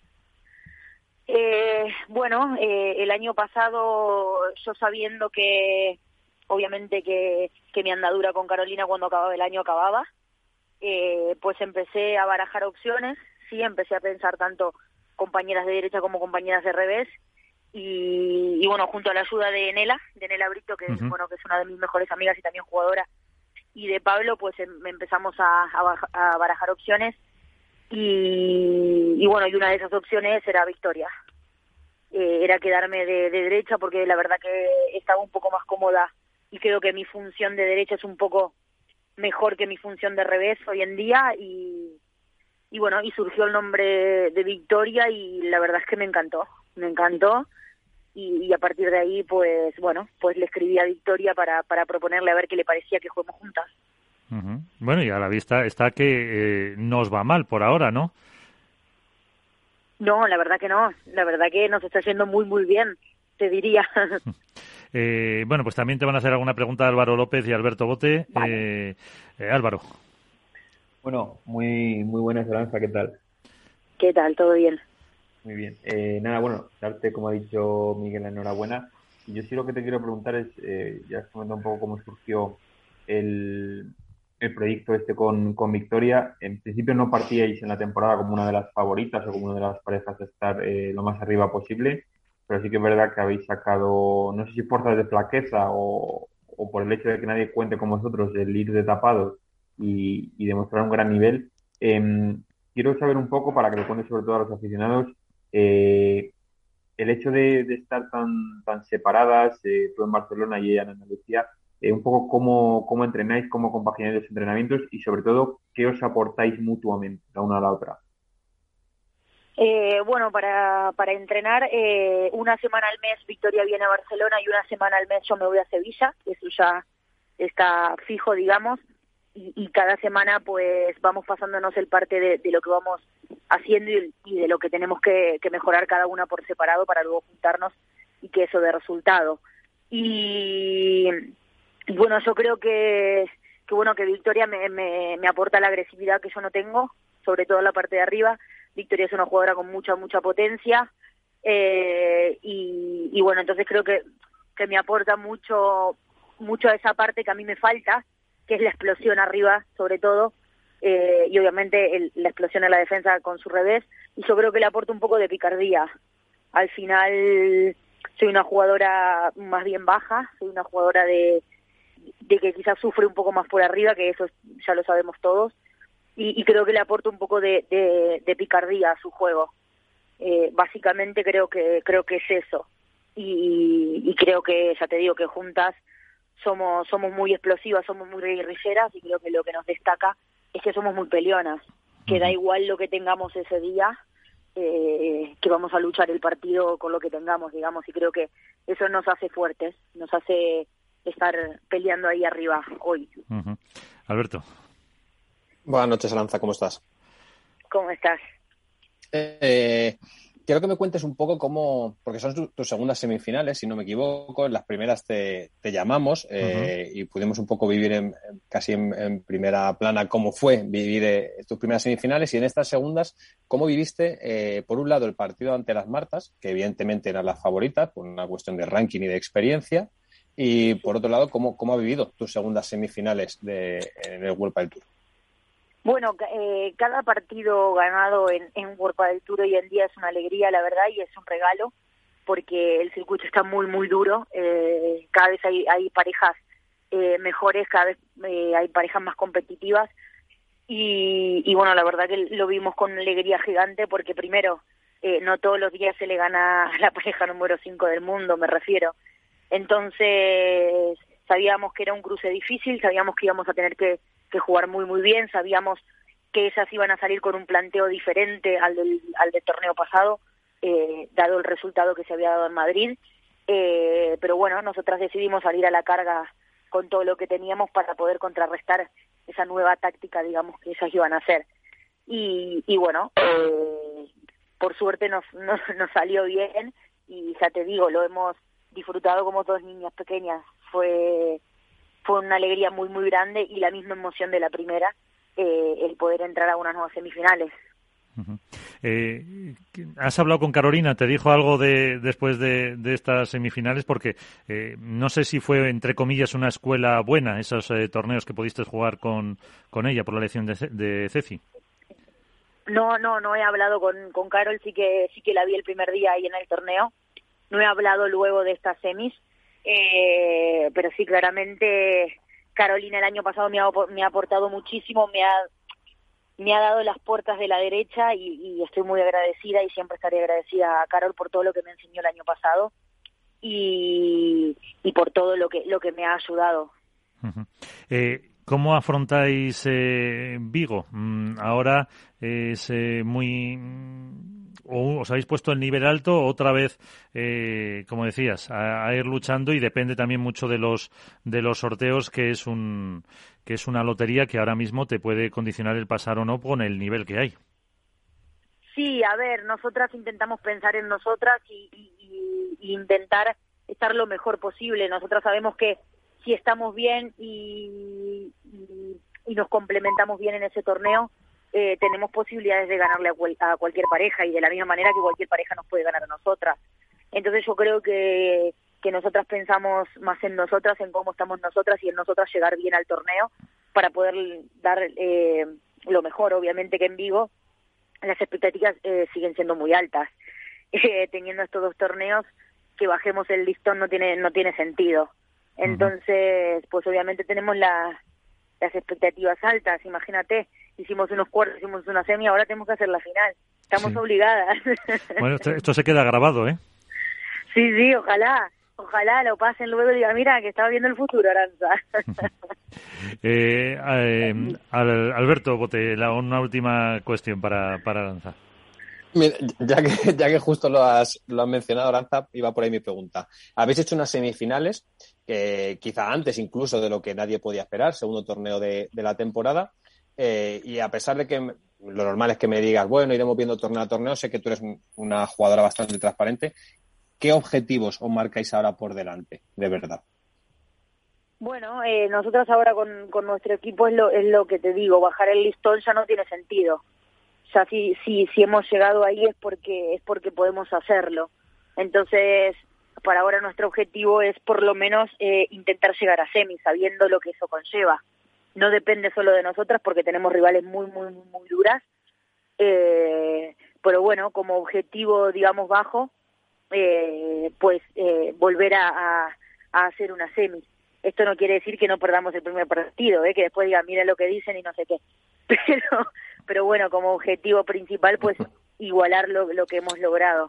Eh, bueno, eh, el año pasado, yo sabiendo que, obviamente, que, que mi andadura con Carolina cuando acababa el año acababa, eh, pues empecé a barajar opciones, sí, empecé a pensar tanto compañeras de derecha como compañeras de revés, y, y bueno, junto a la ayuda de Nela, de Nela Brito, que, uh-huh. es, bueno, que es una de mis mejores amigas y también jugadora, y de Pablo, pues em, empezamos a, a, a barajar opciones, y, y bueno, y una de esas opciones era Victoria. Eh, era quedarme de, de derecha porque la verdad que estaba un poco más cómoda y creo que mi función de derecha es un poco mejor que mi función de revés hoy en día y, y bueno, y surgió el nombre de Victoria y la verdad es que me encantó, me encantó y, y a partir de ahí pues bueno, pues le escribí a Victoria para, para proponerle a ver qué le parecía que juguemos juntas. Uh-huh. Bueno, y a la vista está que eh, nos va mal por ahora, ¿no? No, la verdad que no. La verdad que nos está yendo muy, muy bien, te diría. eh, bueno, pues también te van a hacer alguna pregunta Álvaro López y Alberto Bote. Vale. Eh, eh, Álvaro. Bueno, muy muy buena Esperanza, ¿qué tal? ¿Qué tal? ¿Todo bien? Muy bien. Eh, nada, bueno, darte, como ha dicho Miguel, enhorabuena. Yo sí lo que te quiero preguntar es, eh, ya has comentado un poco cómo surgió el... el proyecto este con, con Victoria. En principio no partíais en la temporada como una de las favoritas o como una de las parejas de estar eh, lo más arriba posible, pero sí que es verdad que habéis sacado, no sé si fuerzas de flaqueza o, o por el hecho de que nadie cuente con vosotros el ir de tapados y, y demostrar un gran nivel. Eh, quiero saber un poco, para que lo cuentes sobre todo a los aficionados, eh, el hecho de, de estar tan, tan separadas, eh, tú en Barcelona y ella en Andalucía, Eh, un poco cómo, cómo entrenáis, cómo compagináis los entrenamientos y sobre todo qué os aportáis mutuamente la una a la otra. Eh, bueno, para, para entrenar eh, una semana al mes Victoria viene a Barcelona y una semana al mes yo me voy a Sevilla, eso ya está fijo, digamos, y, y cada semana pues vamos pasándonos el parte de, de lo que vamos haciendo y, y de lo que tenemos que, que mejorar cada una por separado para luego juntarnos y que eso dé resultado. Y Y bueno, yo creo que, que bueno que Victoria me, me, me aporta la agresividad que yo no tengo, sobre todo en la parte de arriba. Victoria es una jugadora con mucha, mucha potencia eh, y, y bueno, entonces creo que, que me aporta mucho, mucho a esa parte que a mí me falta, que es la explosión arriba, sobre todo, eh, y obviamente el, la explosión en la defensa con su revés, y yo creo que le aporta un poco de picardía. Al final soy una jugadora más bien baja, soy una jugadora de de que quizás sufre un poco más por arriba, que eso ya lo sabemos todos, y, y creo que le aporta un poco de, de, de picardía a su juego. Eh, básicamente creo que creo que es eso, y, y creo que, ya te digo, que juntas somos somos muy explosivas, somos muy guerrilleras, y creo que lo que nos destaca es que somos muy peleonas, que da igual lo que tengamos ese día, eh, que vamos a luchar el partido con lo que tengamos, digamos, y creo que eso nos hace fuertes, nos hace estar peleando ahí arriba hoy. Uh-huh. Alberto. Buenas noches, Aranza, ¿cómo estás? ¿Cómo estás? Eh, quiero que me cuentes un poco cómo, porque son tu, tus segundas semifinales, si no me equivoco, en las primeras te, te llamamos eh, uh-huh. y pudimos un poco vivir en, casi en, en primera plana cómo fue vivir eh, tus primeras semifinales, y en estas segundas, ¿cómo viviste, eh, por un lado, el partido ante las Martas, que evidentemente eran las favoritas por una cuestión de ranking y de experiencia? Y por otro lado, ¿cómo, cómo ha vivido tus segundas semifinales de, en el World Padel Tour? Bueno, eh, cada partido ganado en, en World Padel Tour hoy en día es una alegría, la verdad, y es un regalo, porque el circuito está muy, muy duro. Eh, cada vez hay, hay parejas eh, mejores, cada vez eh, hay parejas más competitivas. Y, y bueno, la verdad que lo vimos con una alegría gigante, porque primero, eh, no todos los días se le gana a la pareja número cinco del mundo, me refiero. Entonces sabíamos que era un cruce difícil, sabíamos que íbamos a tener que, que jugar muy muy bien, sabíamos que ellas iban a salir con un planteo diferente al del, al del torneo pasado, eh, dado el resultado que se había dado en Madrid, eh, pero bueno, nosotras decidimos salir a la carga con todo lo que teníamos para poder contrarrestar esa nueva táctica, digamos, que ellas iban a hacer. Y, y bueno, eh, por suerte nos, nos, nos salió bien, y ya te digo, lo hemos disfrutado como dos niñas pequeñas. Fue fue una alegría muy muy grande y la misma emoción de la primera, eh, el poder entrar a unas nuevas semifinales. Uh-huh. Eh, ¿Has hablado con Carolina? ¿Te dijo algo de después de, de estas semifinales? Porque eh, no sé si fue, entre comillas, una escuela buena esos eh, torneos que pudiste jugar con, con ella por la elección de, de Ceci. No, no, no he hablado con, con Carol, sí que sí que la vi el primer día ahí en el torneo. No he hablado luego de estas semis, eh, pero sí, claramente Carolina el año pasado me ha, me ha aportado muchísimo, me ha, me ha dado las puertas de la derecha y, y estoy muy agradecida y siempre estaré agradecida a Carol por todo lo que me enseñó el año pasado y, y por todo lo que lo que me ha ayudado. Uh-huh. Eh, ¿Cómo afrontáis eh, Vigo? Mm, ahora es eh, muy... o os habéis puesto el nivel alto, otra vez, eh, como decías, a, a ir luchando, y depende también mucho de los de los sorteos, que es un que es una lotería que ahora mismo te puede condicionar el pasar o no con el nivel que hay. Sí, a ver, nosotras intentamos pensar en nosotras y, y, y intentar estar lo mejor posible. Nosotras sabemos que si estamos bien y, y, y nos complementamos bien en ese torneo, eh, tenemos posibilidades de ganarle a, cual, a cualquier pareja, y de la misma manera que cualquier pareja nos puede ganar a nosotras. Entonces yo creo que, que nosotras pensamos más en nosotras, en cómo estamos nosotras y en nosotras llegar bien al torneo para poder dar eh, lo mejor. Obviamente que en Vigo las expectativas eh, siguen siendo muy altas. Eh, teniendo estos dos torneos, que bajemos el listón no tiene no tiene sentido. Entonces, pues obviamente tenemos la, las expectativas altas. Imagínate, hicimos unos cuartos, hicimos una semi, ahora tenemos que hacer la final. Estamos sí. obligadas. Bueno, esto, esto se queda grabado, ¿eh? Sí, sí, ojalá. Ojalá lo pasen luego y digan, mira, que estaba viendo el futuro, Arantxa. eh, eh, Alberto Bote, la, una última cuestión para, para Arantxa. Mira, ya que, ya que justo lo has, lo has mencionado, Arantxa, iba por ahí mi pregunta. Habéis hecho unas semifinales, que quizá antes incluso de lo que nadie podía esperar, segundo torneo de, de la temporada, eh, y a pesar de que lo normal es que me digas, bueno, iremos viendo torneo a torneo, sé que tú eres una jugadora bastante transparente. ¿Qué objetivos os marcáis ahora por delante, de verdad? Bueno, eh, nosotros ahora con, con nuestro equipo es lo, es lo que te digo, bajar el listón ya no tiene sentido. O sea, si, si, si hemos llegado ahí es porque es porque podemos hacerlo. Entonces, para ahora nuestro objetivo es por lo menos eh, intentar llegar a semi, sabiendo lo que eso conlleva. No depende solo de nosotras porque tenemos rivales muy, muy, muy duras. Eh, pero bueno, como objetivo, digamos, bajo, eh, pues eh, volver a, a, a hacer una semi. Esto no quiere decir que no perdamos el primer partido, ¿eh? Que después digan, miren lo que dicen y no sé qué. Pero, pero bueno, como objetivo principal, pues igualar lo, lo que hemos logrado.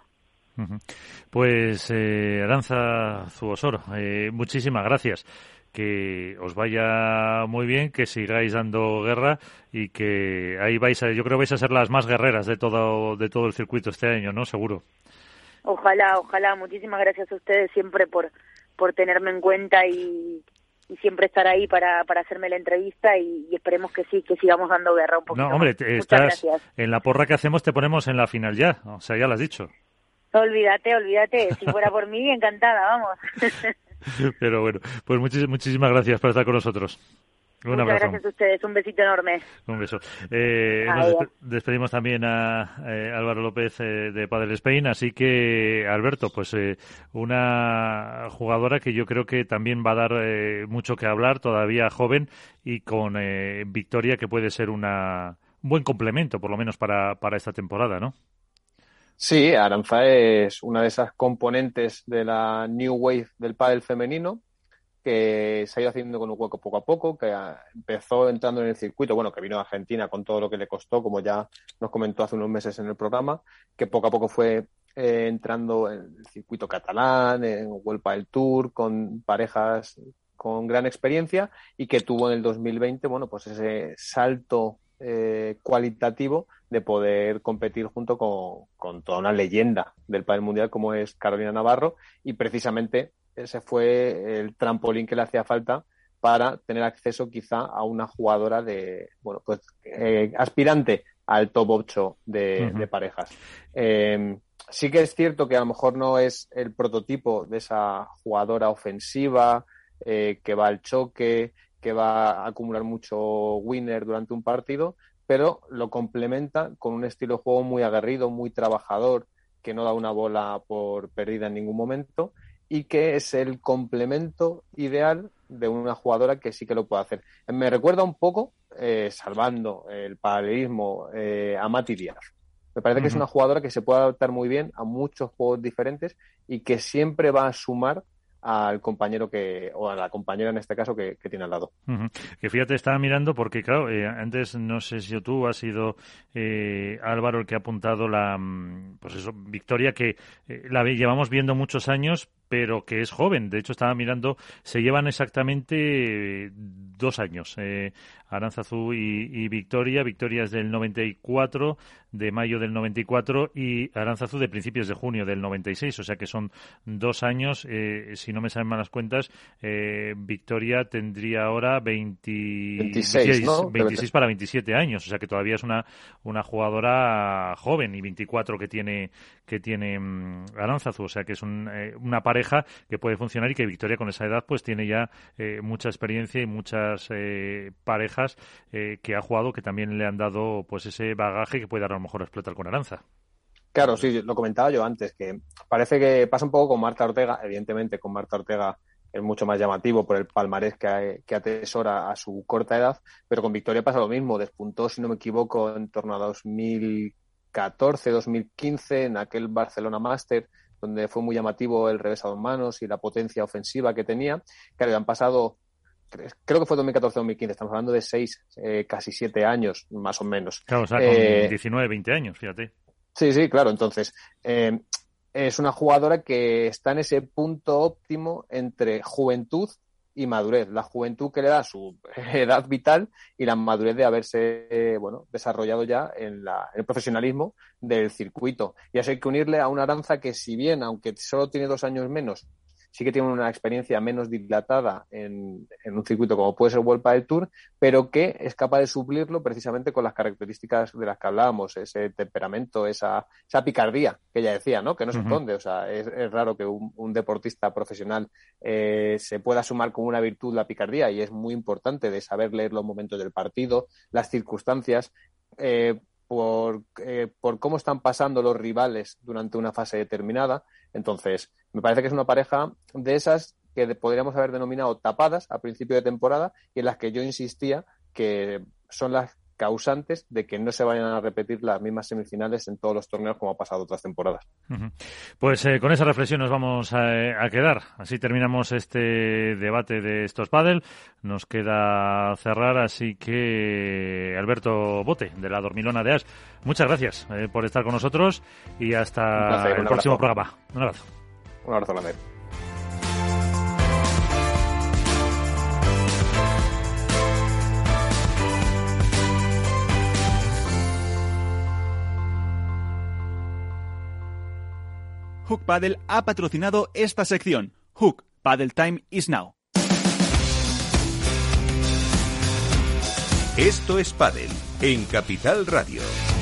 Pues eh, Arantxa Zuosoro, eh, muchísimas gracias. Que os vaya muy bien, que sigáis dando guerra y que ahí vais a, yo creo que vais a ser las más guerreras de todo de todo el circuito este año, ¿no? Seguro. Ojalá, ojalá. Muchísimas gracias a ustedes siempre por por tenerme en cuenta y, y siempre estar ahí para, para hacerme la entrevista y, y esperemos que sí, que sigamos dando guerra un poquito. No, hombre, te, estás en la porra que hacemos, te ponemos en la final ya, o sea, ya lo has dicho. Olvídate, olvídate, si fuera por mí, encantada, vamos. Pero bueno, pues muchis, muchísimas gracias por estar con nosotros. Un Muchas abrazo. gracias a ustedes, un besito enorme. Un beso. Eh, nos despe- despedimos también a eh, Álvaro López eh, de Padel Spain, así que Alberto, pues eh, una jugadora que yo creo que también va a dar eh, mucho que hablar, todavía joven y con eh, victoria que puede ser una, un buen complemento, por lo menos para, para esta temporada, ¿no? Sí, Arantxa es una de esas componentes de la New Wave del pádel femenino, que se ha ido haciendo con un hueco poco a poco, que empezó entrando en el circuito, bueno, que vino a Argentina con todo lo que le costó, como ya nos comentó hace unos meses en el programa, que poco a poco fue eh, entrando en el circuito catalán, en World Padel Tour, con parejas con gran experiencia, y que tuvo en el dos mil veinte, bueno, pues ese salto eh, cualitativo de poder competir junto con, con toda una leyenda del pádel mundial como es Carolina Navarro, y precisamente ese fue el trampolín que le hacía falta para tener acceso quizá a una jugadora de, bueno, pues eh, aspirante al top ocho de, uh-huh. de parejas. Eh, sí que es cierto que a lo mejor no es el prototipo de esa jugadora ofensiva eh, que va al choque, que va a acumular mucho winner durante un partido, pero lo complementa con un estilo de juego muy aguerrido, muy trabajador, que no da una bola por perdida en ningún momento, y que es el complemento ideal de una jugadora que sí que lo puede hacer. Me recuerda un poco, eh, salvando el paralelismo, eh, a Mati Díaz. Me parece uh-huh. que es una jugadora que se puede adaptar muy bien a muchos juegos diferentes y que siempre va a sumar al compañero que, o a la compañera en este caso que, que tiene al lado. Uh-huh. Que fíjate, estaba mirando porque, claro, eh, antes no sé si tú has sido eh, Álvaro el que ha apuntado la, pues eso, victoria que eh, la llevamos viendo muchos años, pero que es joven. De hecho, estaba mirando, se llevan exactamente dos años, eh, Aránzazu y, y Victoria. Victoria es del noventa y cuatro, de mayo del noventa y cuatro, y Aránzazu de principios de junio del noventa y seis, o sea que son dos años. Eh, si no me salen mal las cuentas, eh, Victoria tendría ahora veinte, veintiséis, veintiséis, ¿no? veintiséis para veintisiete años, o sea que todavía es una, una jugadora joven, y veinticuatro que tiene que tiene um, Aránzazu, o sea que es un, eh, una pareja que puede funcionar, y que Victoria con esa edad pues tiene ya eh, mucha experiencia y muchas eh, parejas eh, que ha jugado, que también le han dado pues ese bagaje que puede dar a lo mejor a explotar con Aránza. Claro, sí, lo comentaba yo antes, que parece que pasa un poco con Marta Ortega. Evidentemente con Marta Ortega es mucho más llamativo por el palmarés que, que atesora a su corta edad, pero con Victoria pasa lo mismo. Despuntó, si no me equivoco, en torno a dos mil catorce, dos mil quince, en aquel Barcelona Master, donde fue muy llamativo el revés a dos manos y la potencia ofensiva que tenía. Claro, han pasado, creo que fue dos mil catorce dos mil quince, estamos hablando de seis, eh, casi siete años, más o menos. Claro, o sea, con eh, diecinueve, veinte años, fíjate. Sí, sí, claro. Entonces, eh, es una jugadora que está en ese punto óptimo entre juventud y madurez. La juventud que le da su edad vital y la madurez de haberse eh, bueno, desarrollado ya en, la, en el profesionalismo del circuito. Y eso hay que unirle a una Aránza que, si bien, aunque solo tiene dos años menos, sí que tiene una experiencia menos dilatada en, en un circuito como puede ser World Padel Tour, pero que es capaz de suplirlo precisamente con las características de las que hablábamos, ese temperamento, esa, esa picardía que ella decía, ¿no? Que no se esconde. Uh-huh. O sea, es, es raro que un, un deportista profesional eh, se pueda sumar como una virtud la picardía, y es muy importante de saber leer los momentos del partido, las circunstancias, eh, por, eh, por cómo están pasando los rivales durante una fase determinada. Entonces, me parece que es una pareja de esas que podríamos haber denominado tapadas a principio de temporada, y en las que yo insistía que son las causantes de que no se vayan a repetir las mismas semifinales en todos los torneos como ha pasado otras temporadas. Uh-huh. Pues eh, con esa reflexión nos vamos a, a quedar. Así terminamos este debate de Estos Padel. Nos queda cerrar, así que Alberto Bote, de la Dormilona de As, muchas gracias eh, por estar con nosotros, y hasta placer, el próximo programa. Un abrazo. Un abrazo grande. Hook Padel ha patrocinado esta sección. Hook Padel Time is now. Esto es Padel en Capital Radio.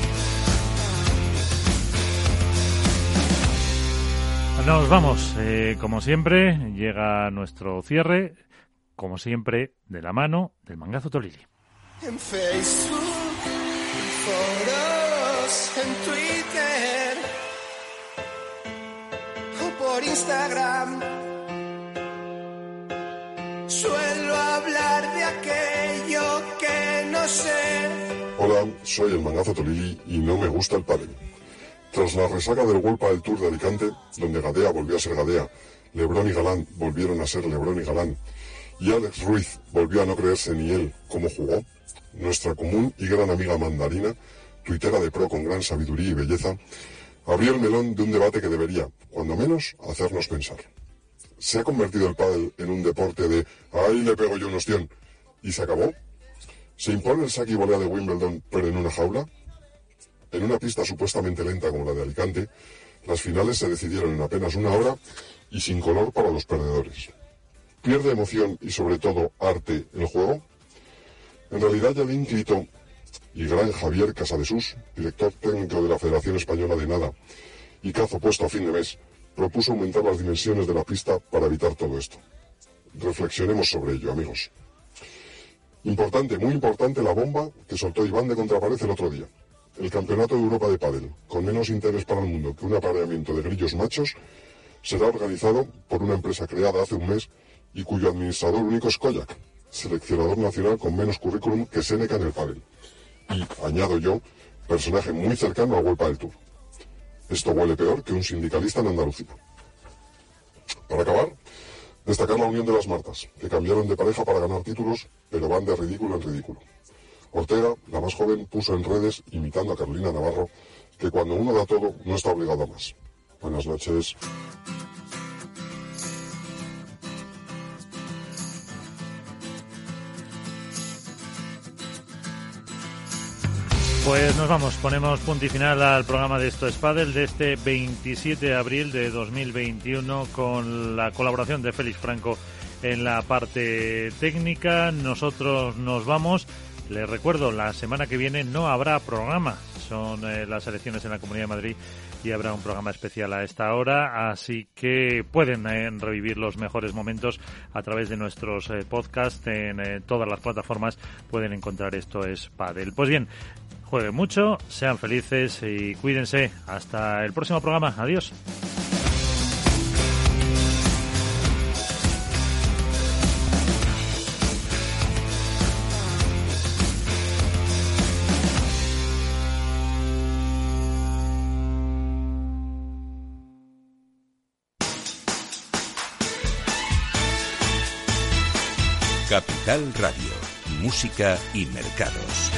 Nos vamos. Eh, como siempre, llega nuestro cierre, como siempre, de la mano del Mangazo Tolili. En Facebook, en foros, en Twitter, por Instagram, suelo hablar de aquello que no sé. Hola, soy el Mangazo Tolili y no me gusta el pádel. Tras la resaca del World Padel Tour de Alicante, donde Gadea volvió a ser Gadea, Lebrón y Galán volvieron a ser Lebrón y Galán, y Alex Ruiz volvió a no creerse ni él cómo jugó, nuestra común y gran amiga Mandarina, tuitera de pro con gran sabiduría y belleza, abrió el melón de un debate que debería, cuando menos, hacernos pensar. ¿Se ha convertido el pádel en un deporte de ahí le pego yo un ostión y se acabó? ¿Se impone el saque y volea de Wimbledon, pero en una jaula? En una pista supuestamente lenta como la de Alicante, las finales se decidieron en apenas una hora y sin color para los perdedores. ¿Pierde emoción y sobre todo arte el juego? En realidad, Yalín Clito y gran Javier Casadesús, director técnico de la Federación Española de Nada, y cazo puesto a fin de mes, propuso aumentar las dimensiones de la pista para evitar todo esto. Reflexionemos sobre ello, amigos. Importante, muy importante la bomba que soltó Iván de Contrapared el otro día. El Campeonato de Europa de Pádel, con menos interés para el mundo que un apareamiento de grillos machos, será organizado por una empresa creada hace un mes y cuyo administrador único es Koyak, seleccionador nacional con menos currículum que Seneca en el pádel. Y, añado yo, personaje muy cercano al World Padel Tour. Esto huele peor que un sindicalista en Andalucía. Para acabar, Destacar la unión de las Martas, que cambiaron de pareja para ganar títulos, pero van de ridículo en ridículo. Ortega, la más joven, puso en redes, imitando a Carolina Navarro, que cuando uno da todo, no está obligado a más. Buenas noches. Pues nos vamos, ponemos punto y final al programa de Esto es Pádel de este veintisiete de abril de dos mil veintiuno con la colaboración de Félix Franco en la parte técnica. Nosotros nos vamos. Les recuerdo, la semana que viene no habrá programa. Son eh, las elecciones en la Comunidad de Madrid y habrá un programa especial a esta hora, así que pueden eh, revivir los mejores momentos a través de nuestros eh, podcasts en eh, todas las plataformas. Pueden encontrar Esto es Pádel. Pues bien, jueguen mucho, sean felices y cuídense. Hasta el próximo programa. Adiós. Capital Radio, música y mercados.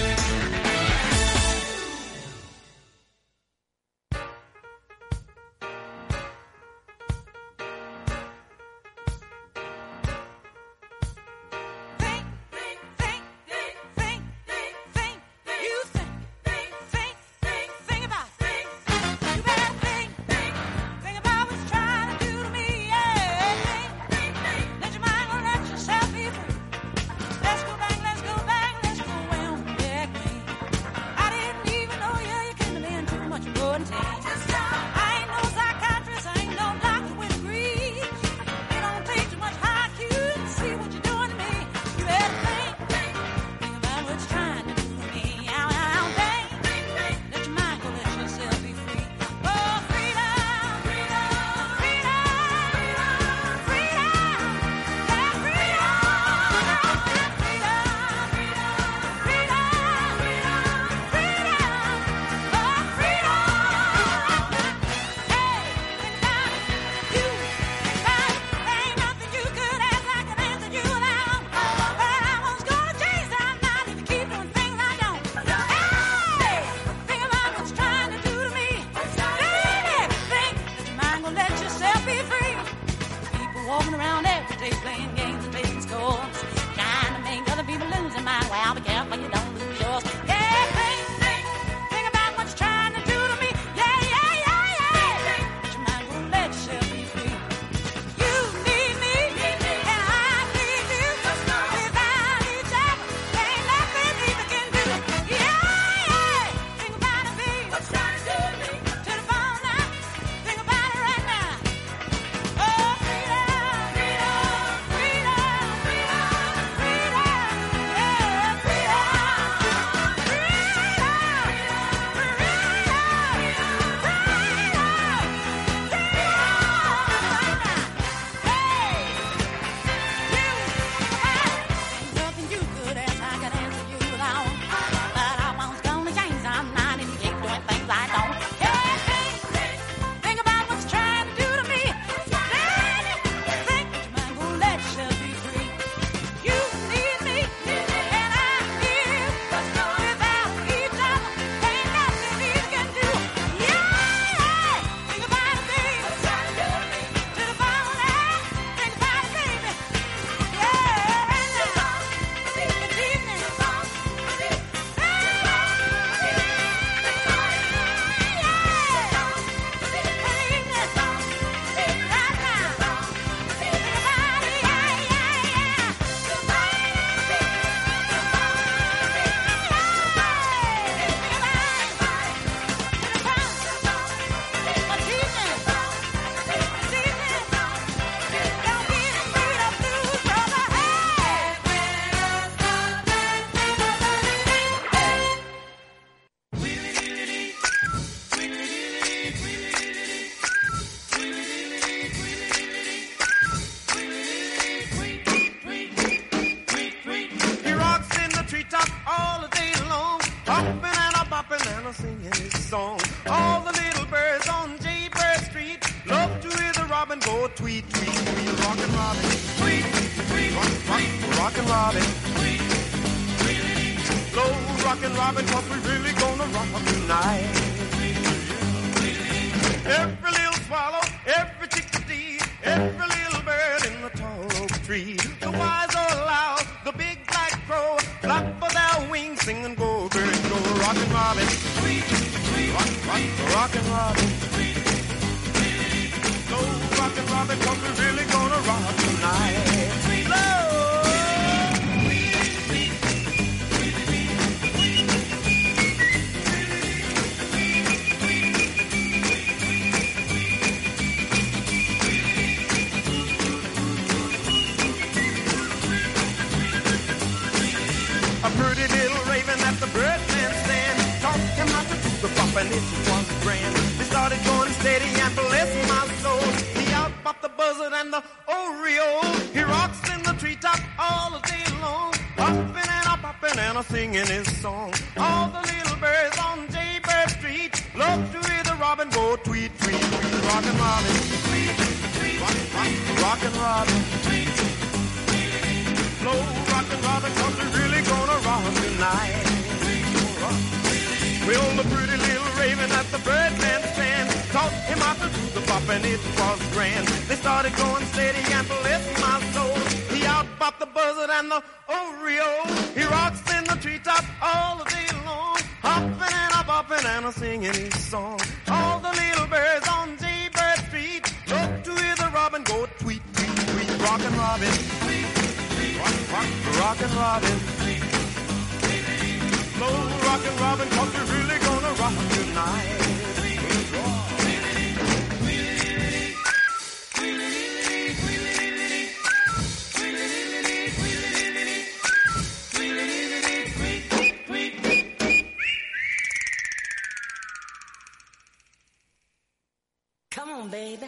robin go tweet, tweet, tweet, rockin' robin, tweet, tweet, rock, rock, rockin' robin, tweet, tweet, slow rockin' robin, 'cause we really gonna rock tonight. Every little swallow, every chickadee, every little bird in the tall oak tree, the wise or loud, the big black crow, flap of their wings, sing and go, bird, go, rockin' robin, tweet, tweet, rock, rock, rockin' robin, tweet, tweet, slow rockin' robin, 'cause we're really gonna rock tonight. Slow. A pretty little raven at the birdman stand taught him how to do the bump, and it was grand. They started going steady and bless my soul. He outbopped the buzzard and the oriole. He rocks in the treetop all the day long, hopping and a popping and a singing his song. All the little birds on Jaybird Street love to hear the robin go tweet, tweet, tweet, rockin' robin, tweet, tweet, rock, rock, rockin' robin, tweet, tweet, slow rockin' robin, 'cause we're really gonna rock tonight. Well, the pretty little raven at the birdman stand taught him how to do the bop, and it was grand. They started going steady and bless my soul. He outbopped the buzzard and the oriole. He rocks in the treetop all the day long, hopping and a bopping and a singing his song. All the little birds on Jaybird Street love to hear the robin go tweet, tweet, tweet, rockin' robin, tweet, tweet, rock, rock, rockin' robin, tweet, slow rockin' robin, 'cause we're really gonna rock tonight. Come on, baby.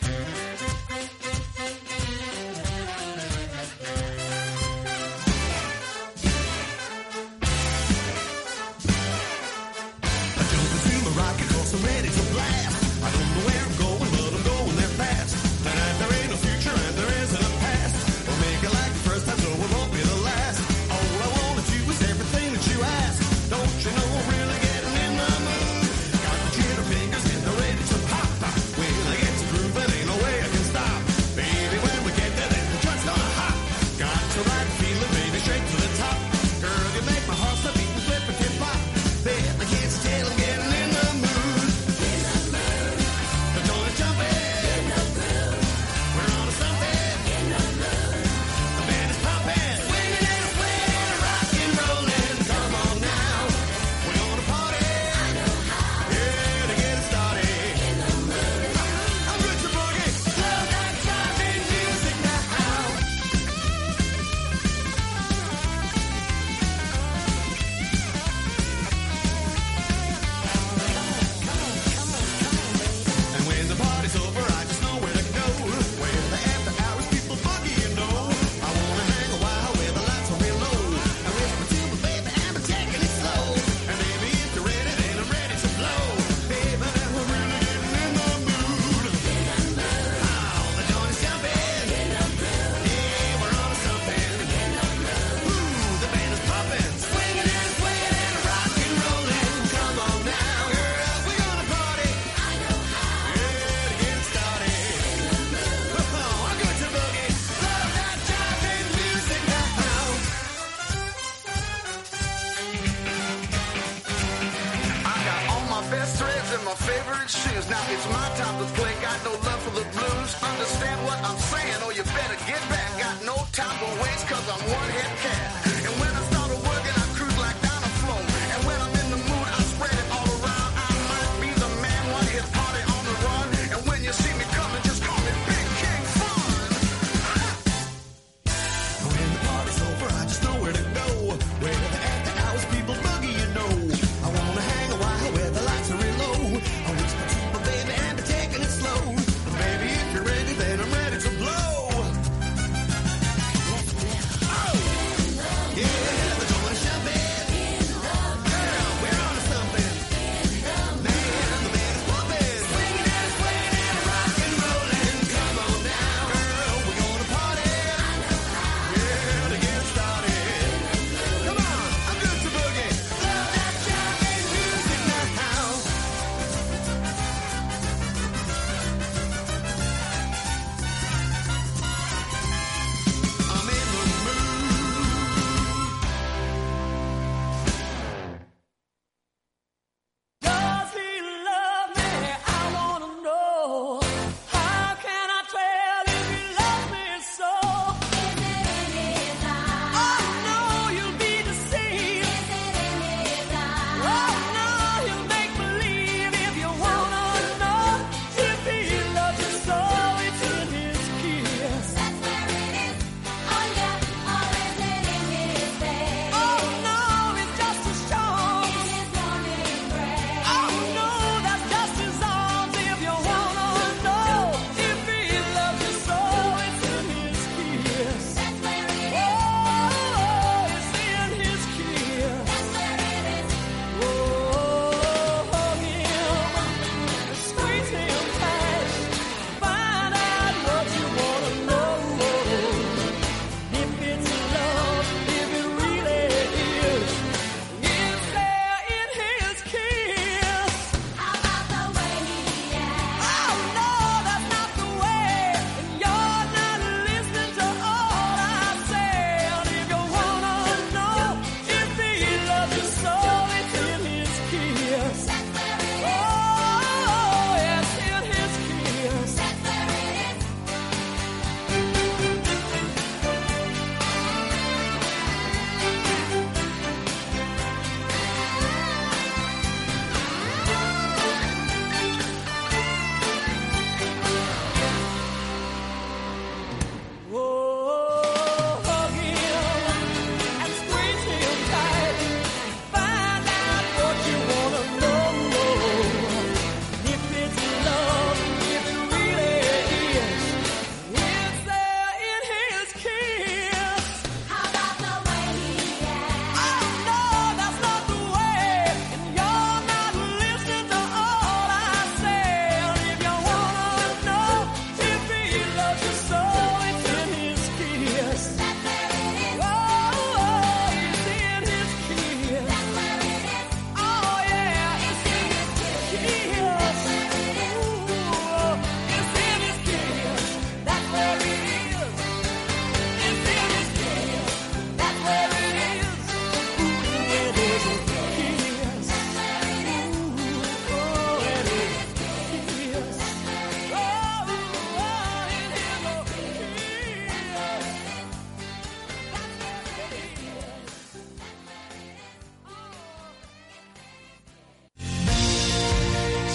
I'm ready to blast. I don't know where I'm going, but I'm going there fast. Tonight there ain't no future and there isn't a past. We'll make it like the first time, so it won't be the last. All I wanna do is everything that you ask. Don't you know I'm really getting in the mood? Got the jitter fingers and they're ready to pop. When I get to grooving, ain't no way I can stop. Baby, when we get there, then we're just gonna hop. Got to ride the feeling, baby, straight to the top. Girl, you make my heart stop beating, flip and tip pop. Then I can't tell I'm getting in the mood. Shoes. Now it's my time to play, got no love for the blues. Understand what I'm saying, or you better get back. Got no time to waste, cause I'm one hit cat. And when I start working, I cruise like down a flow. And when I'm in the mood, I spread it all around. I might be the man, one hit party on the run. And when you see me coming, just call me Big King Fun. When the party's over, I just know where to go. Where the after hours people boogie, you know. I wanna hang a while where the lights are real low. I whisper to my baby and be taking it slow. Baby, if you're ready, then I'm ready to blow. Oh, yeah.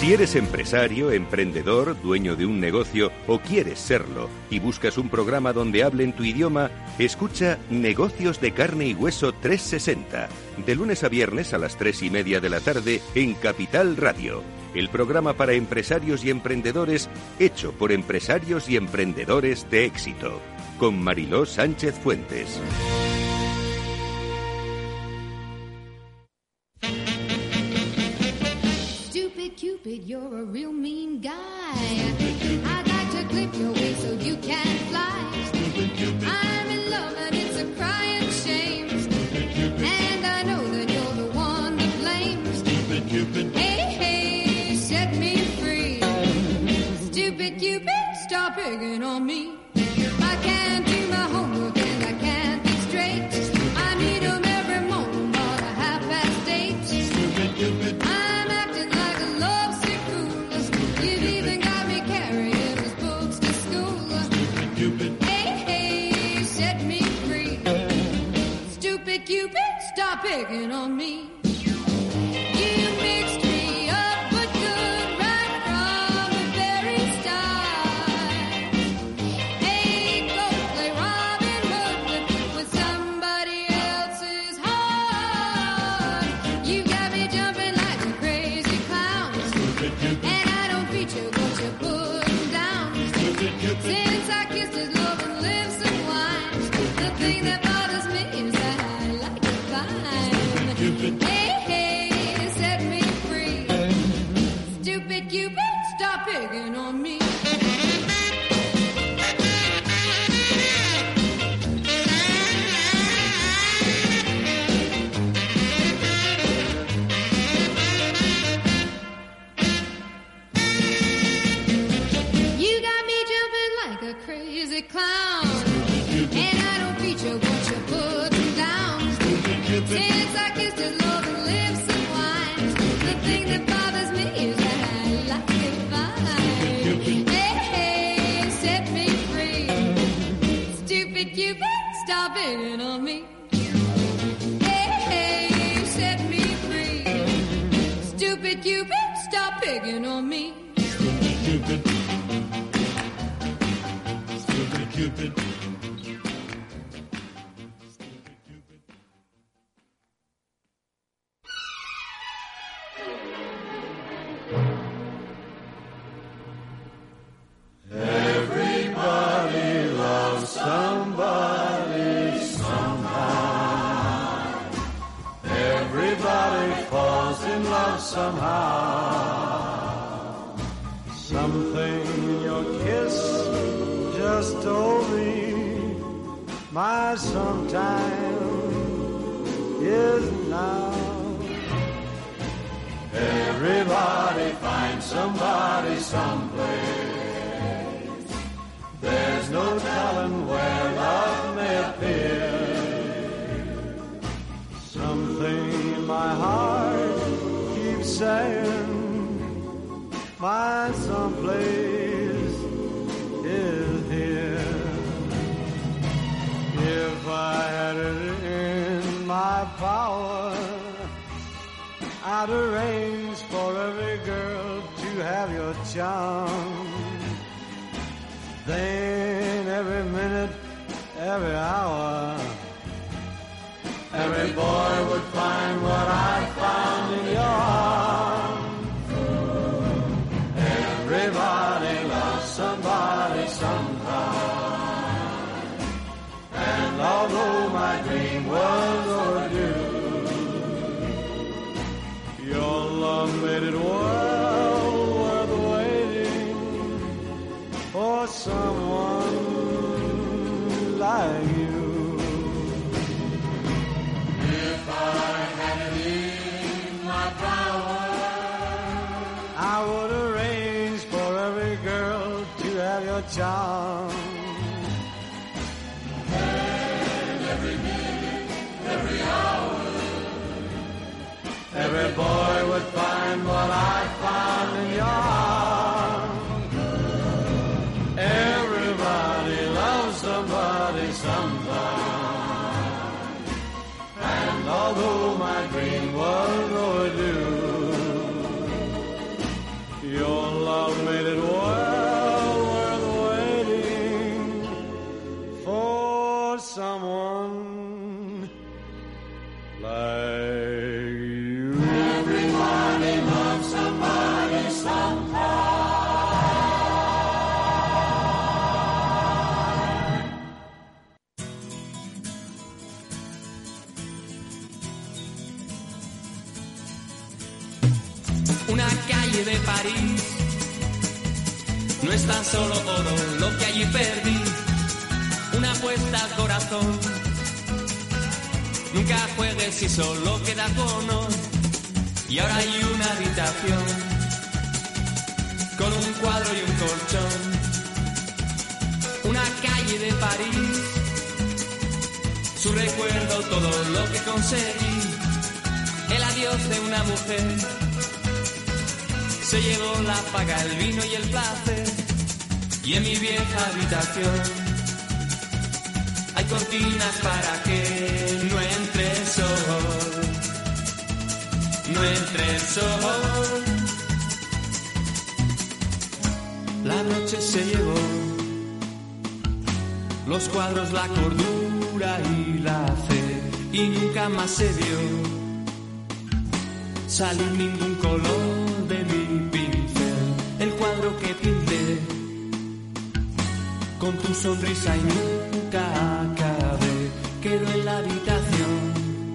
Si eres empresario, emprendedor, dueño de un negocio o quieres serlo y buscas un programa donde hablen tu idioma, escucha Negocios de Carne y Hueso trescientos sesenta, de lunes a viernes a las tres y media de la tarde en Capital Radio, el programa para empresarios y emprendedores hecho por empresarios y emprendedores de éxito, con Mariló Sánchez Fuentes. Cupid, you're a real mean guy. I'd like to clip your wings so you can't fly. Stupid Cupid, I'm in love and it's a crying shame. Stupid Cupid, and I know that you're the one to blame. Stupid Cupid, hey, hey, set me free. Stupid Cupid, stop picking on me. I can't do my homework and I can't think straight. I need 'em every morning about a half past eight. Stupid Cupid, I'm acting like a lovesick fool. You've even got me carrying those books to school. Stupid Cupid, hey, hey, set me free. Stupid Cupid, stop picking on me. You mixed me up but good right from the very start. Hey, go play Robin Hood with somebody else's heart. You got me jumping like a crazy clown. Stupid Cupid, and I don't feature what you're putting down. Stupid Cupid, since I kissed his love and lips and wine, the thing that bothers me is that I like it fine. Cupid, hey, hey, set me free. Stupid Cupid, stop picking on me. You got me jumping like a crazy clown, and I don't feature what you're putting down. Since I kissed his love and lips and wine, the thing that bothers me is that I like it fine. Hey, hey, set me free. Stupid Cupid, stop picking on me. Hey, hey, set me free. Stupid Cupid, stop picking on me. Stupid Cupid, stupid Cupid. Everybody loves somebody somehow. Everybody falls in love somehow. Something in your kiss just told me my sometime is now. Everybody finds somebody someplace. There's no telling where love may appear. Something in my heart keeps saying my someplace is here. If I had it in my power, I'd arrange for every girl to have your charm. Then every minute, every hour, every boy would find what I found in your arms. Everybody loves somebody sometime. And although my dream was overdue, your love made it well worth waiting for someone like you. If I had it in my power, I would arrange for every girl to have your charm. And every minute, every hour, every boy would find what I found in your arms. Everybody loves somebody sometime. And although my dream was overdue, calle de París no es tan solo oro lo que allí perdí, una apuesta al corazón. Nunca juegues si solo queda cono. Y ahora hay una habitación con un cuadro y un colchón, una calle de París, su recuerdo, todo lo que conseguí, el adiós de una mujer, se llevó la paga, el vino y el placer, y en mi vieja habitación hay cortinas para que no entre el sol, no entre el sol. La noche se llevó los cuadros, la cordura y la fe, y nunca más se vio salir ningún color de mi pincel. El cuadro que pinté con tu sonrisa y nunca acabé quedó en la habitación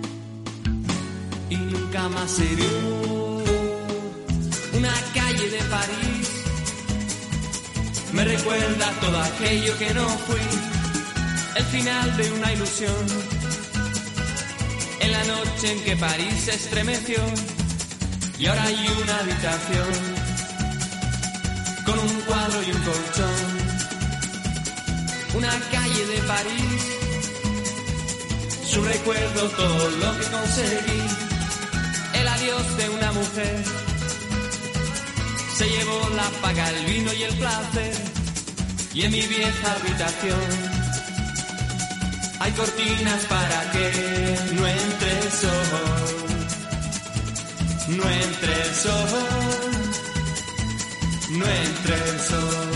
y nunca más se vio. Una calle de París me recuerda todo aquello que no fui, el final de una ilusión, en la noche en que París se estremeció, y ahora hay una habitación con un cuadro y un colchón, una calle de París, su recuerdo, todo lo que conseguí, el adiós de una mujer, se llevó la paga, el vino y el placer, y en mi vieja habitación hay cortinas para que no entre el sol, no entre el sol, no entre el sol.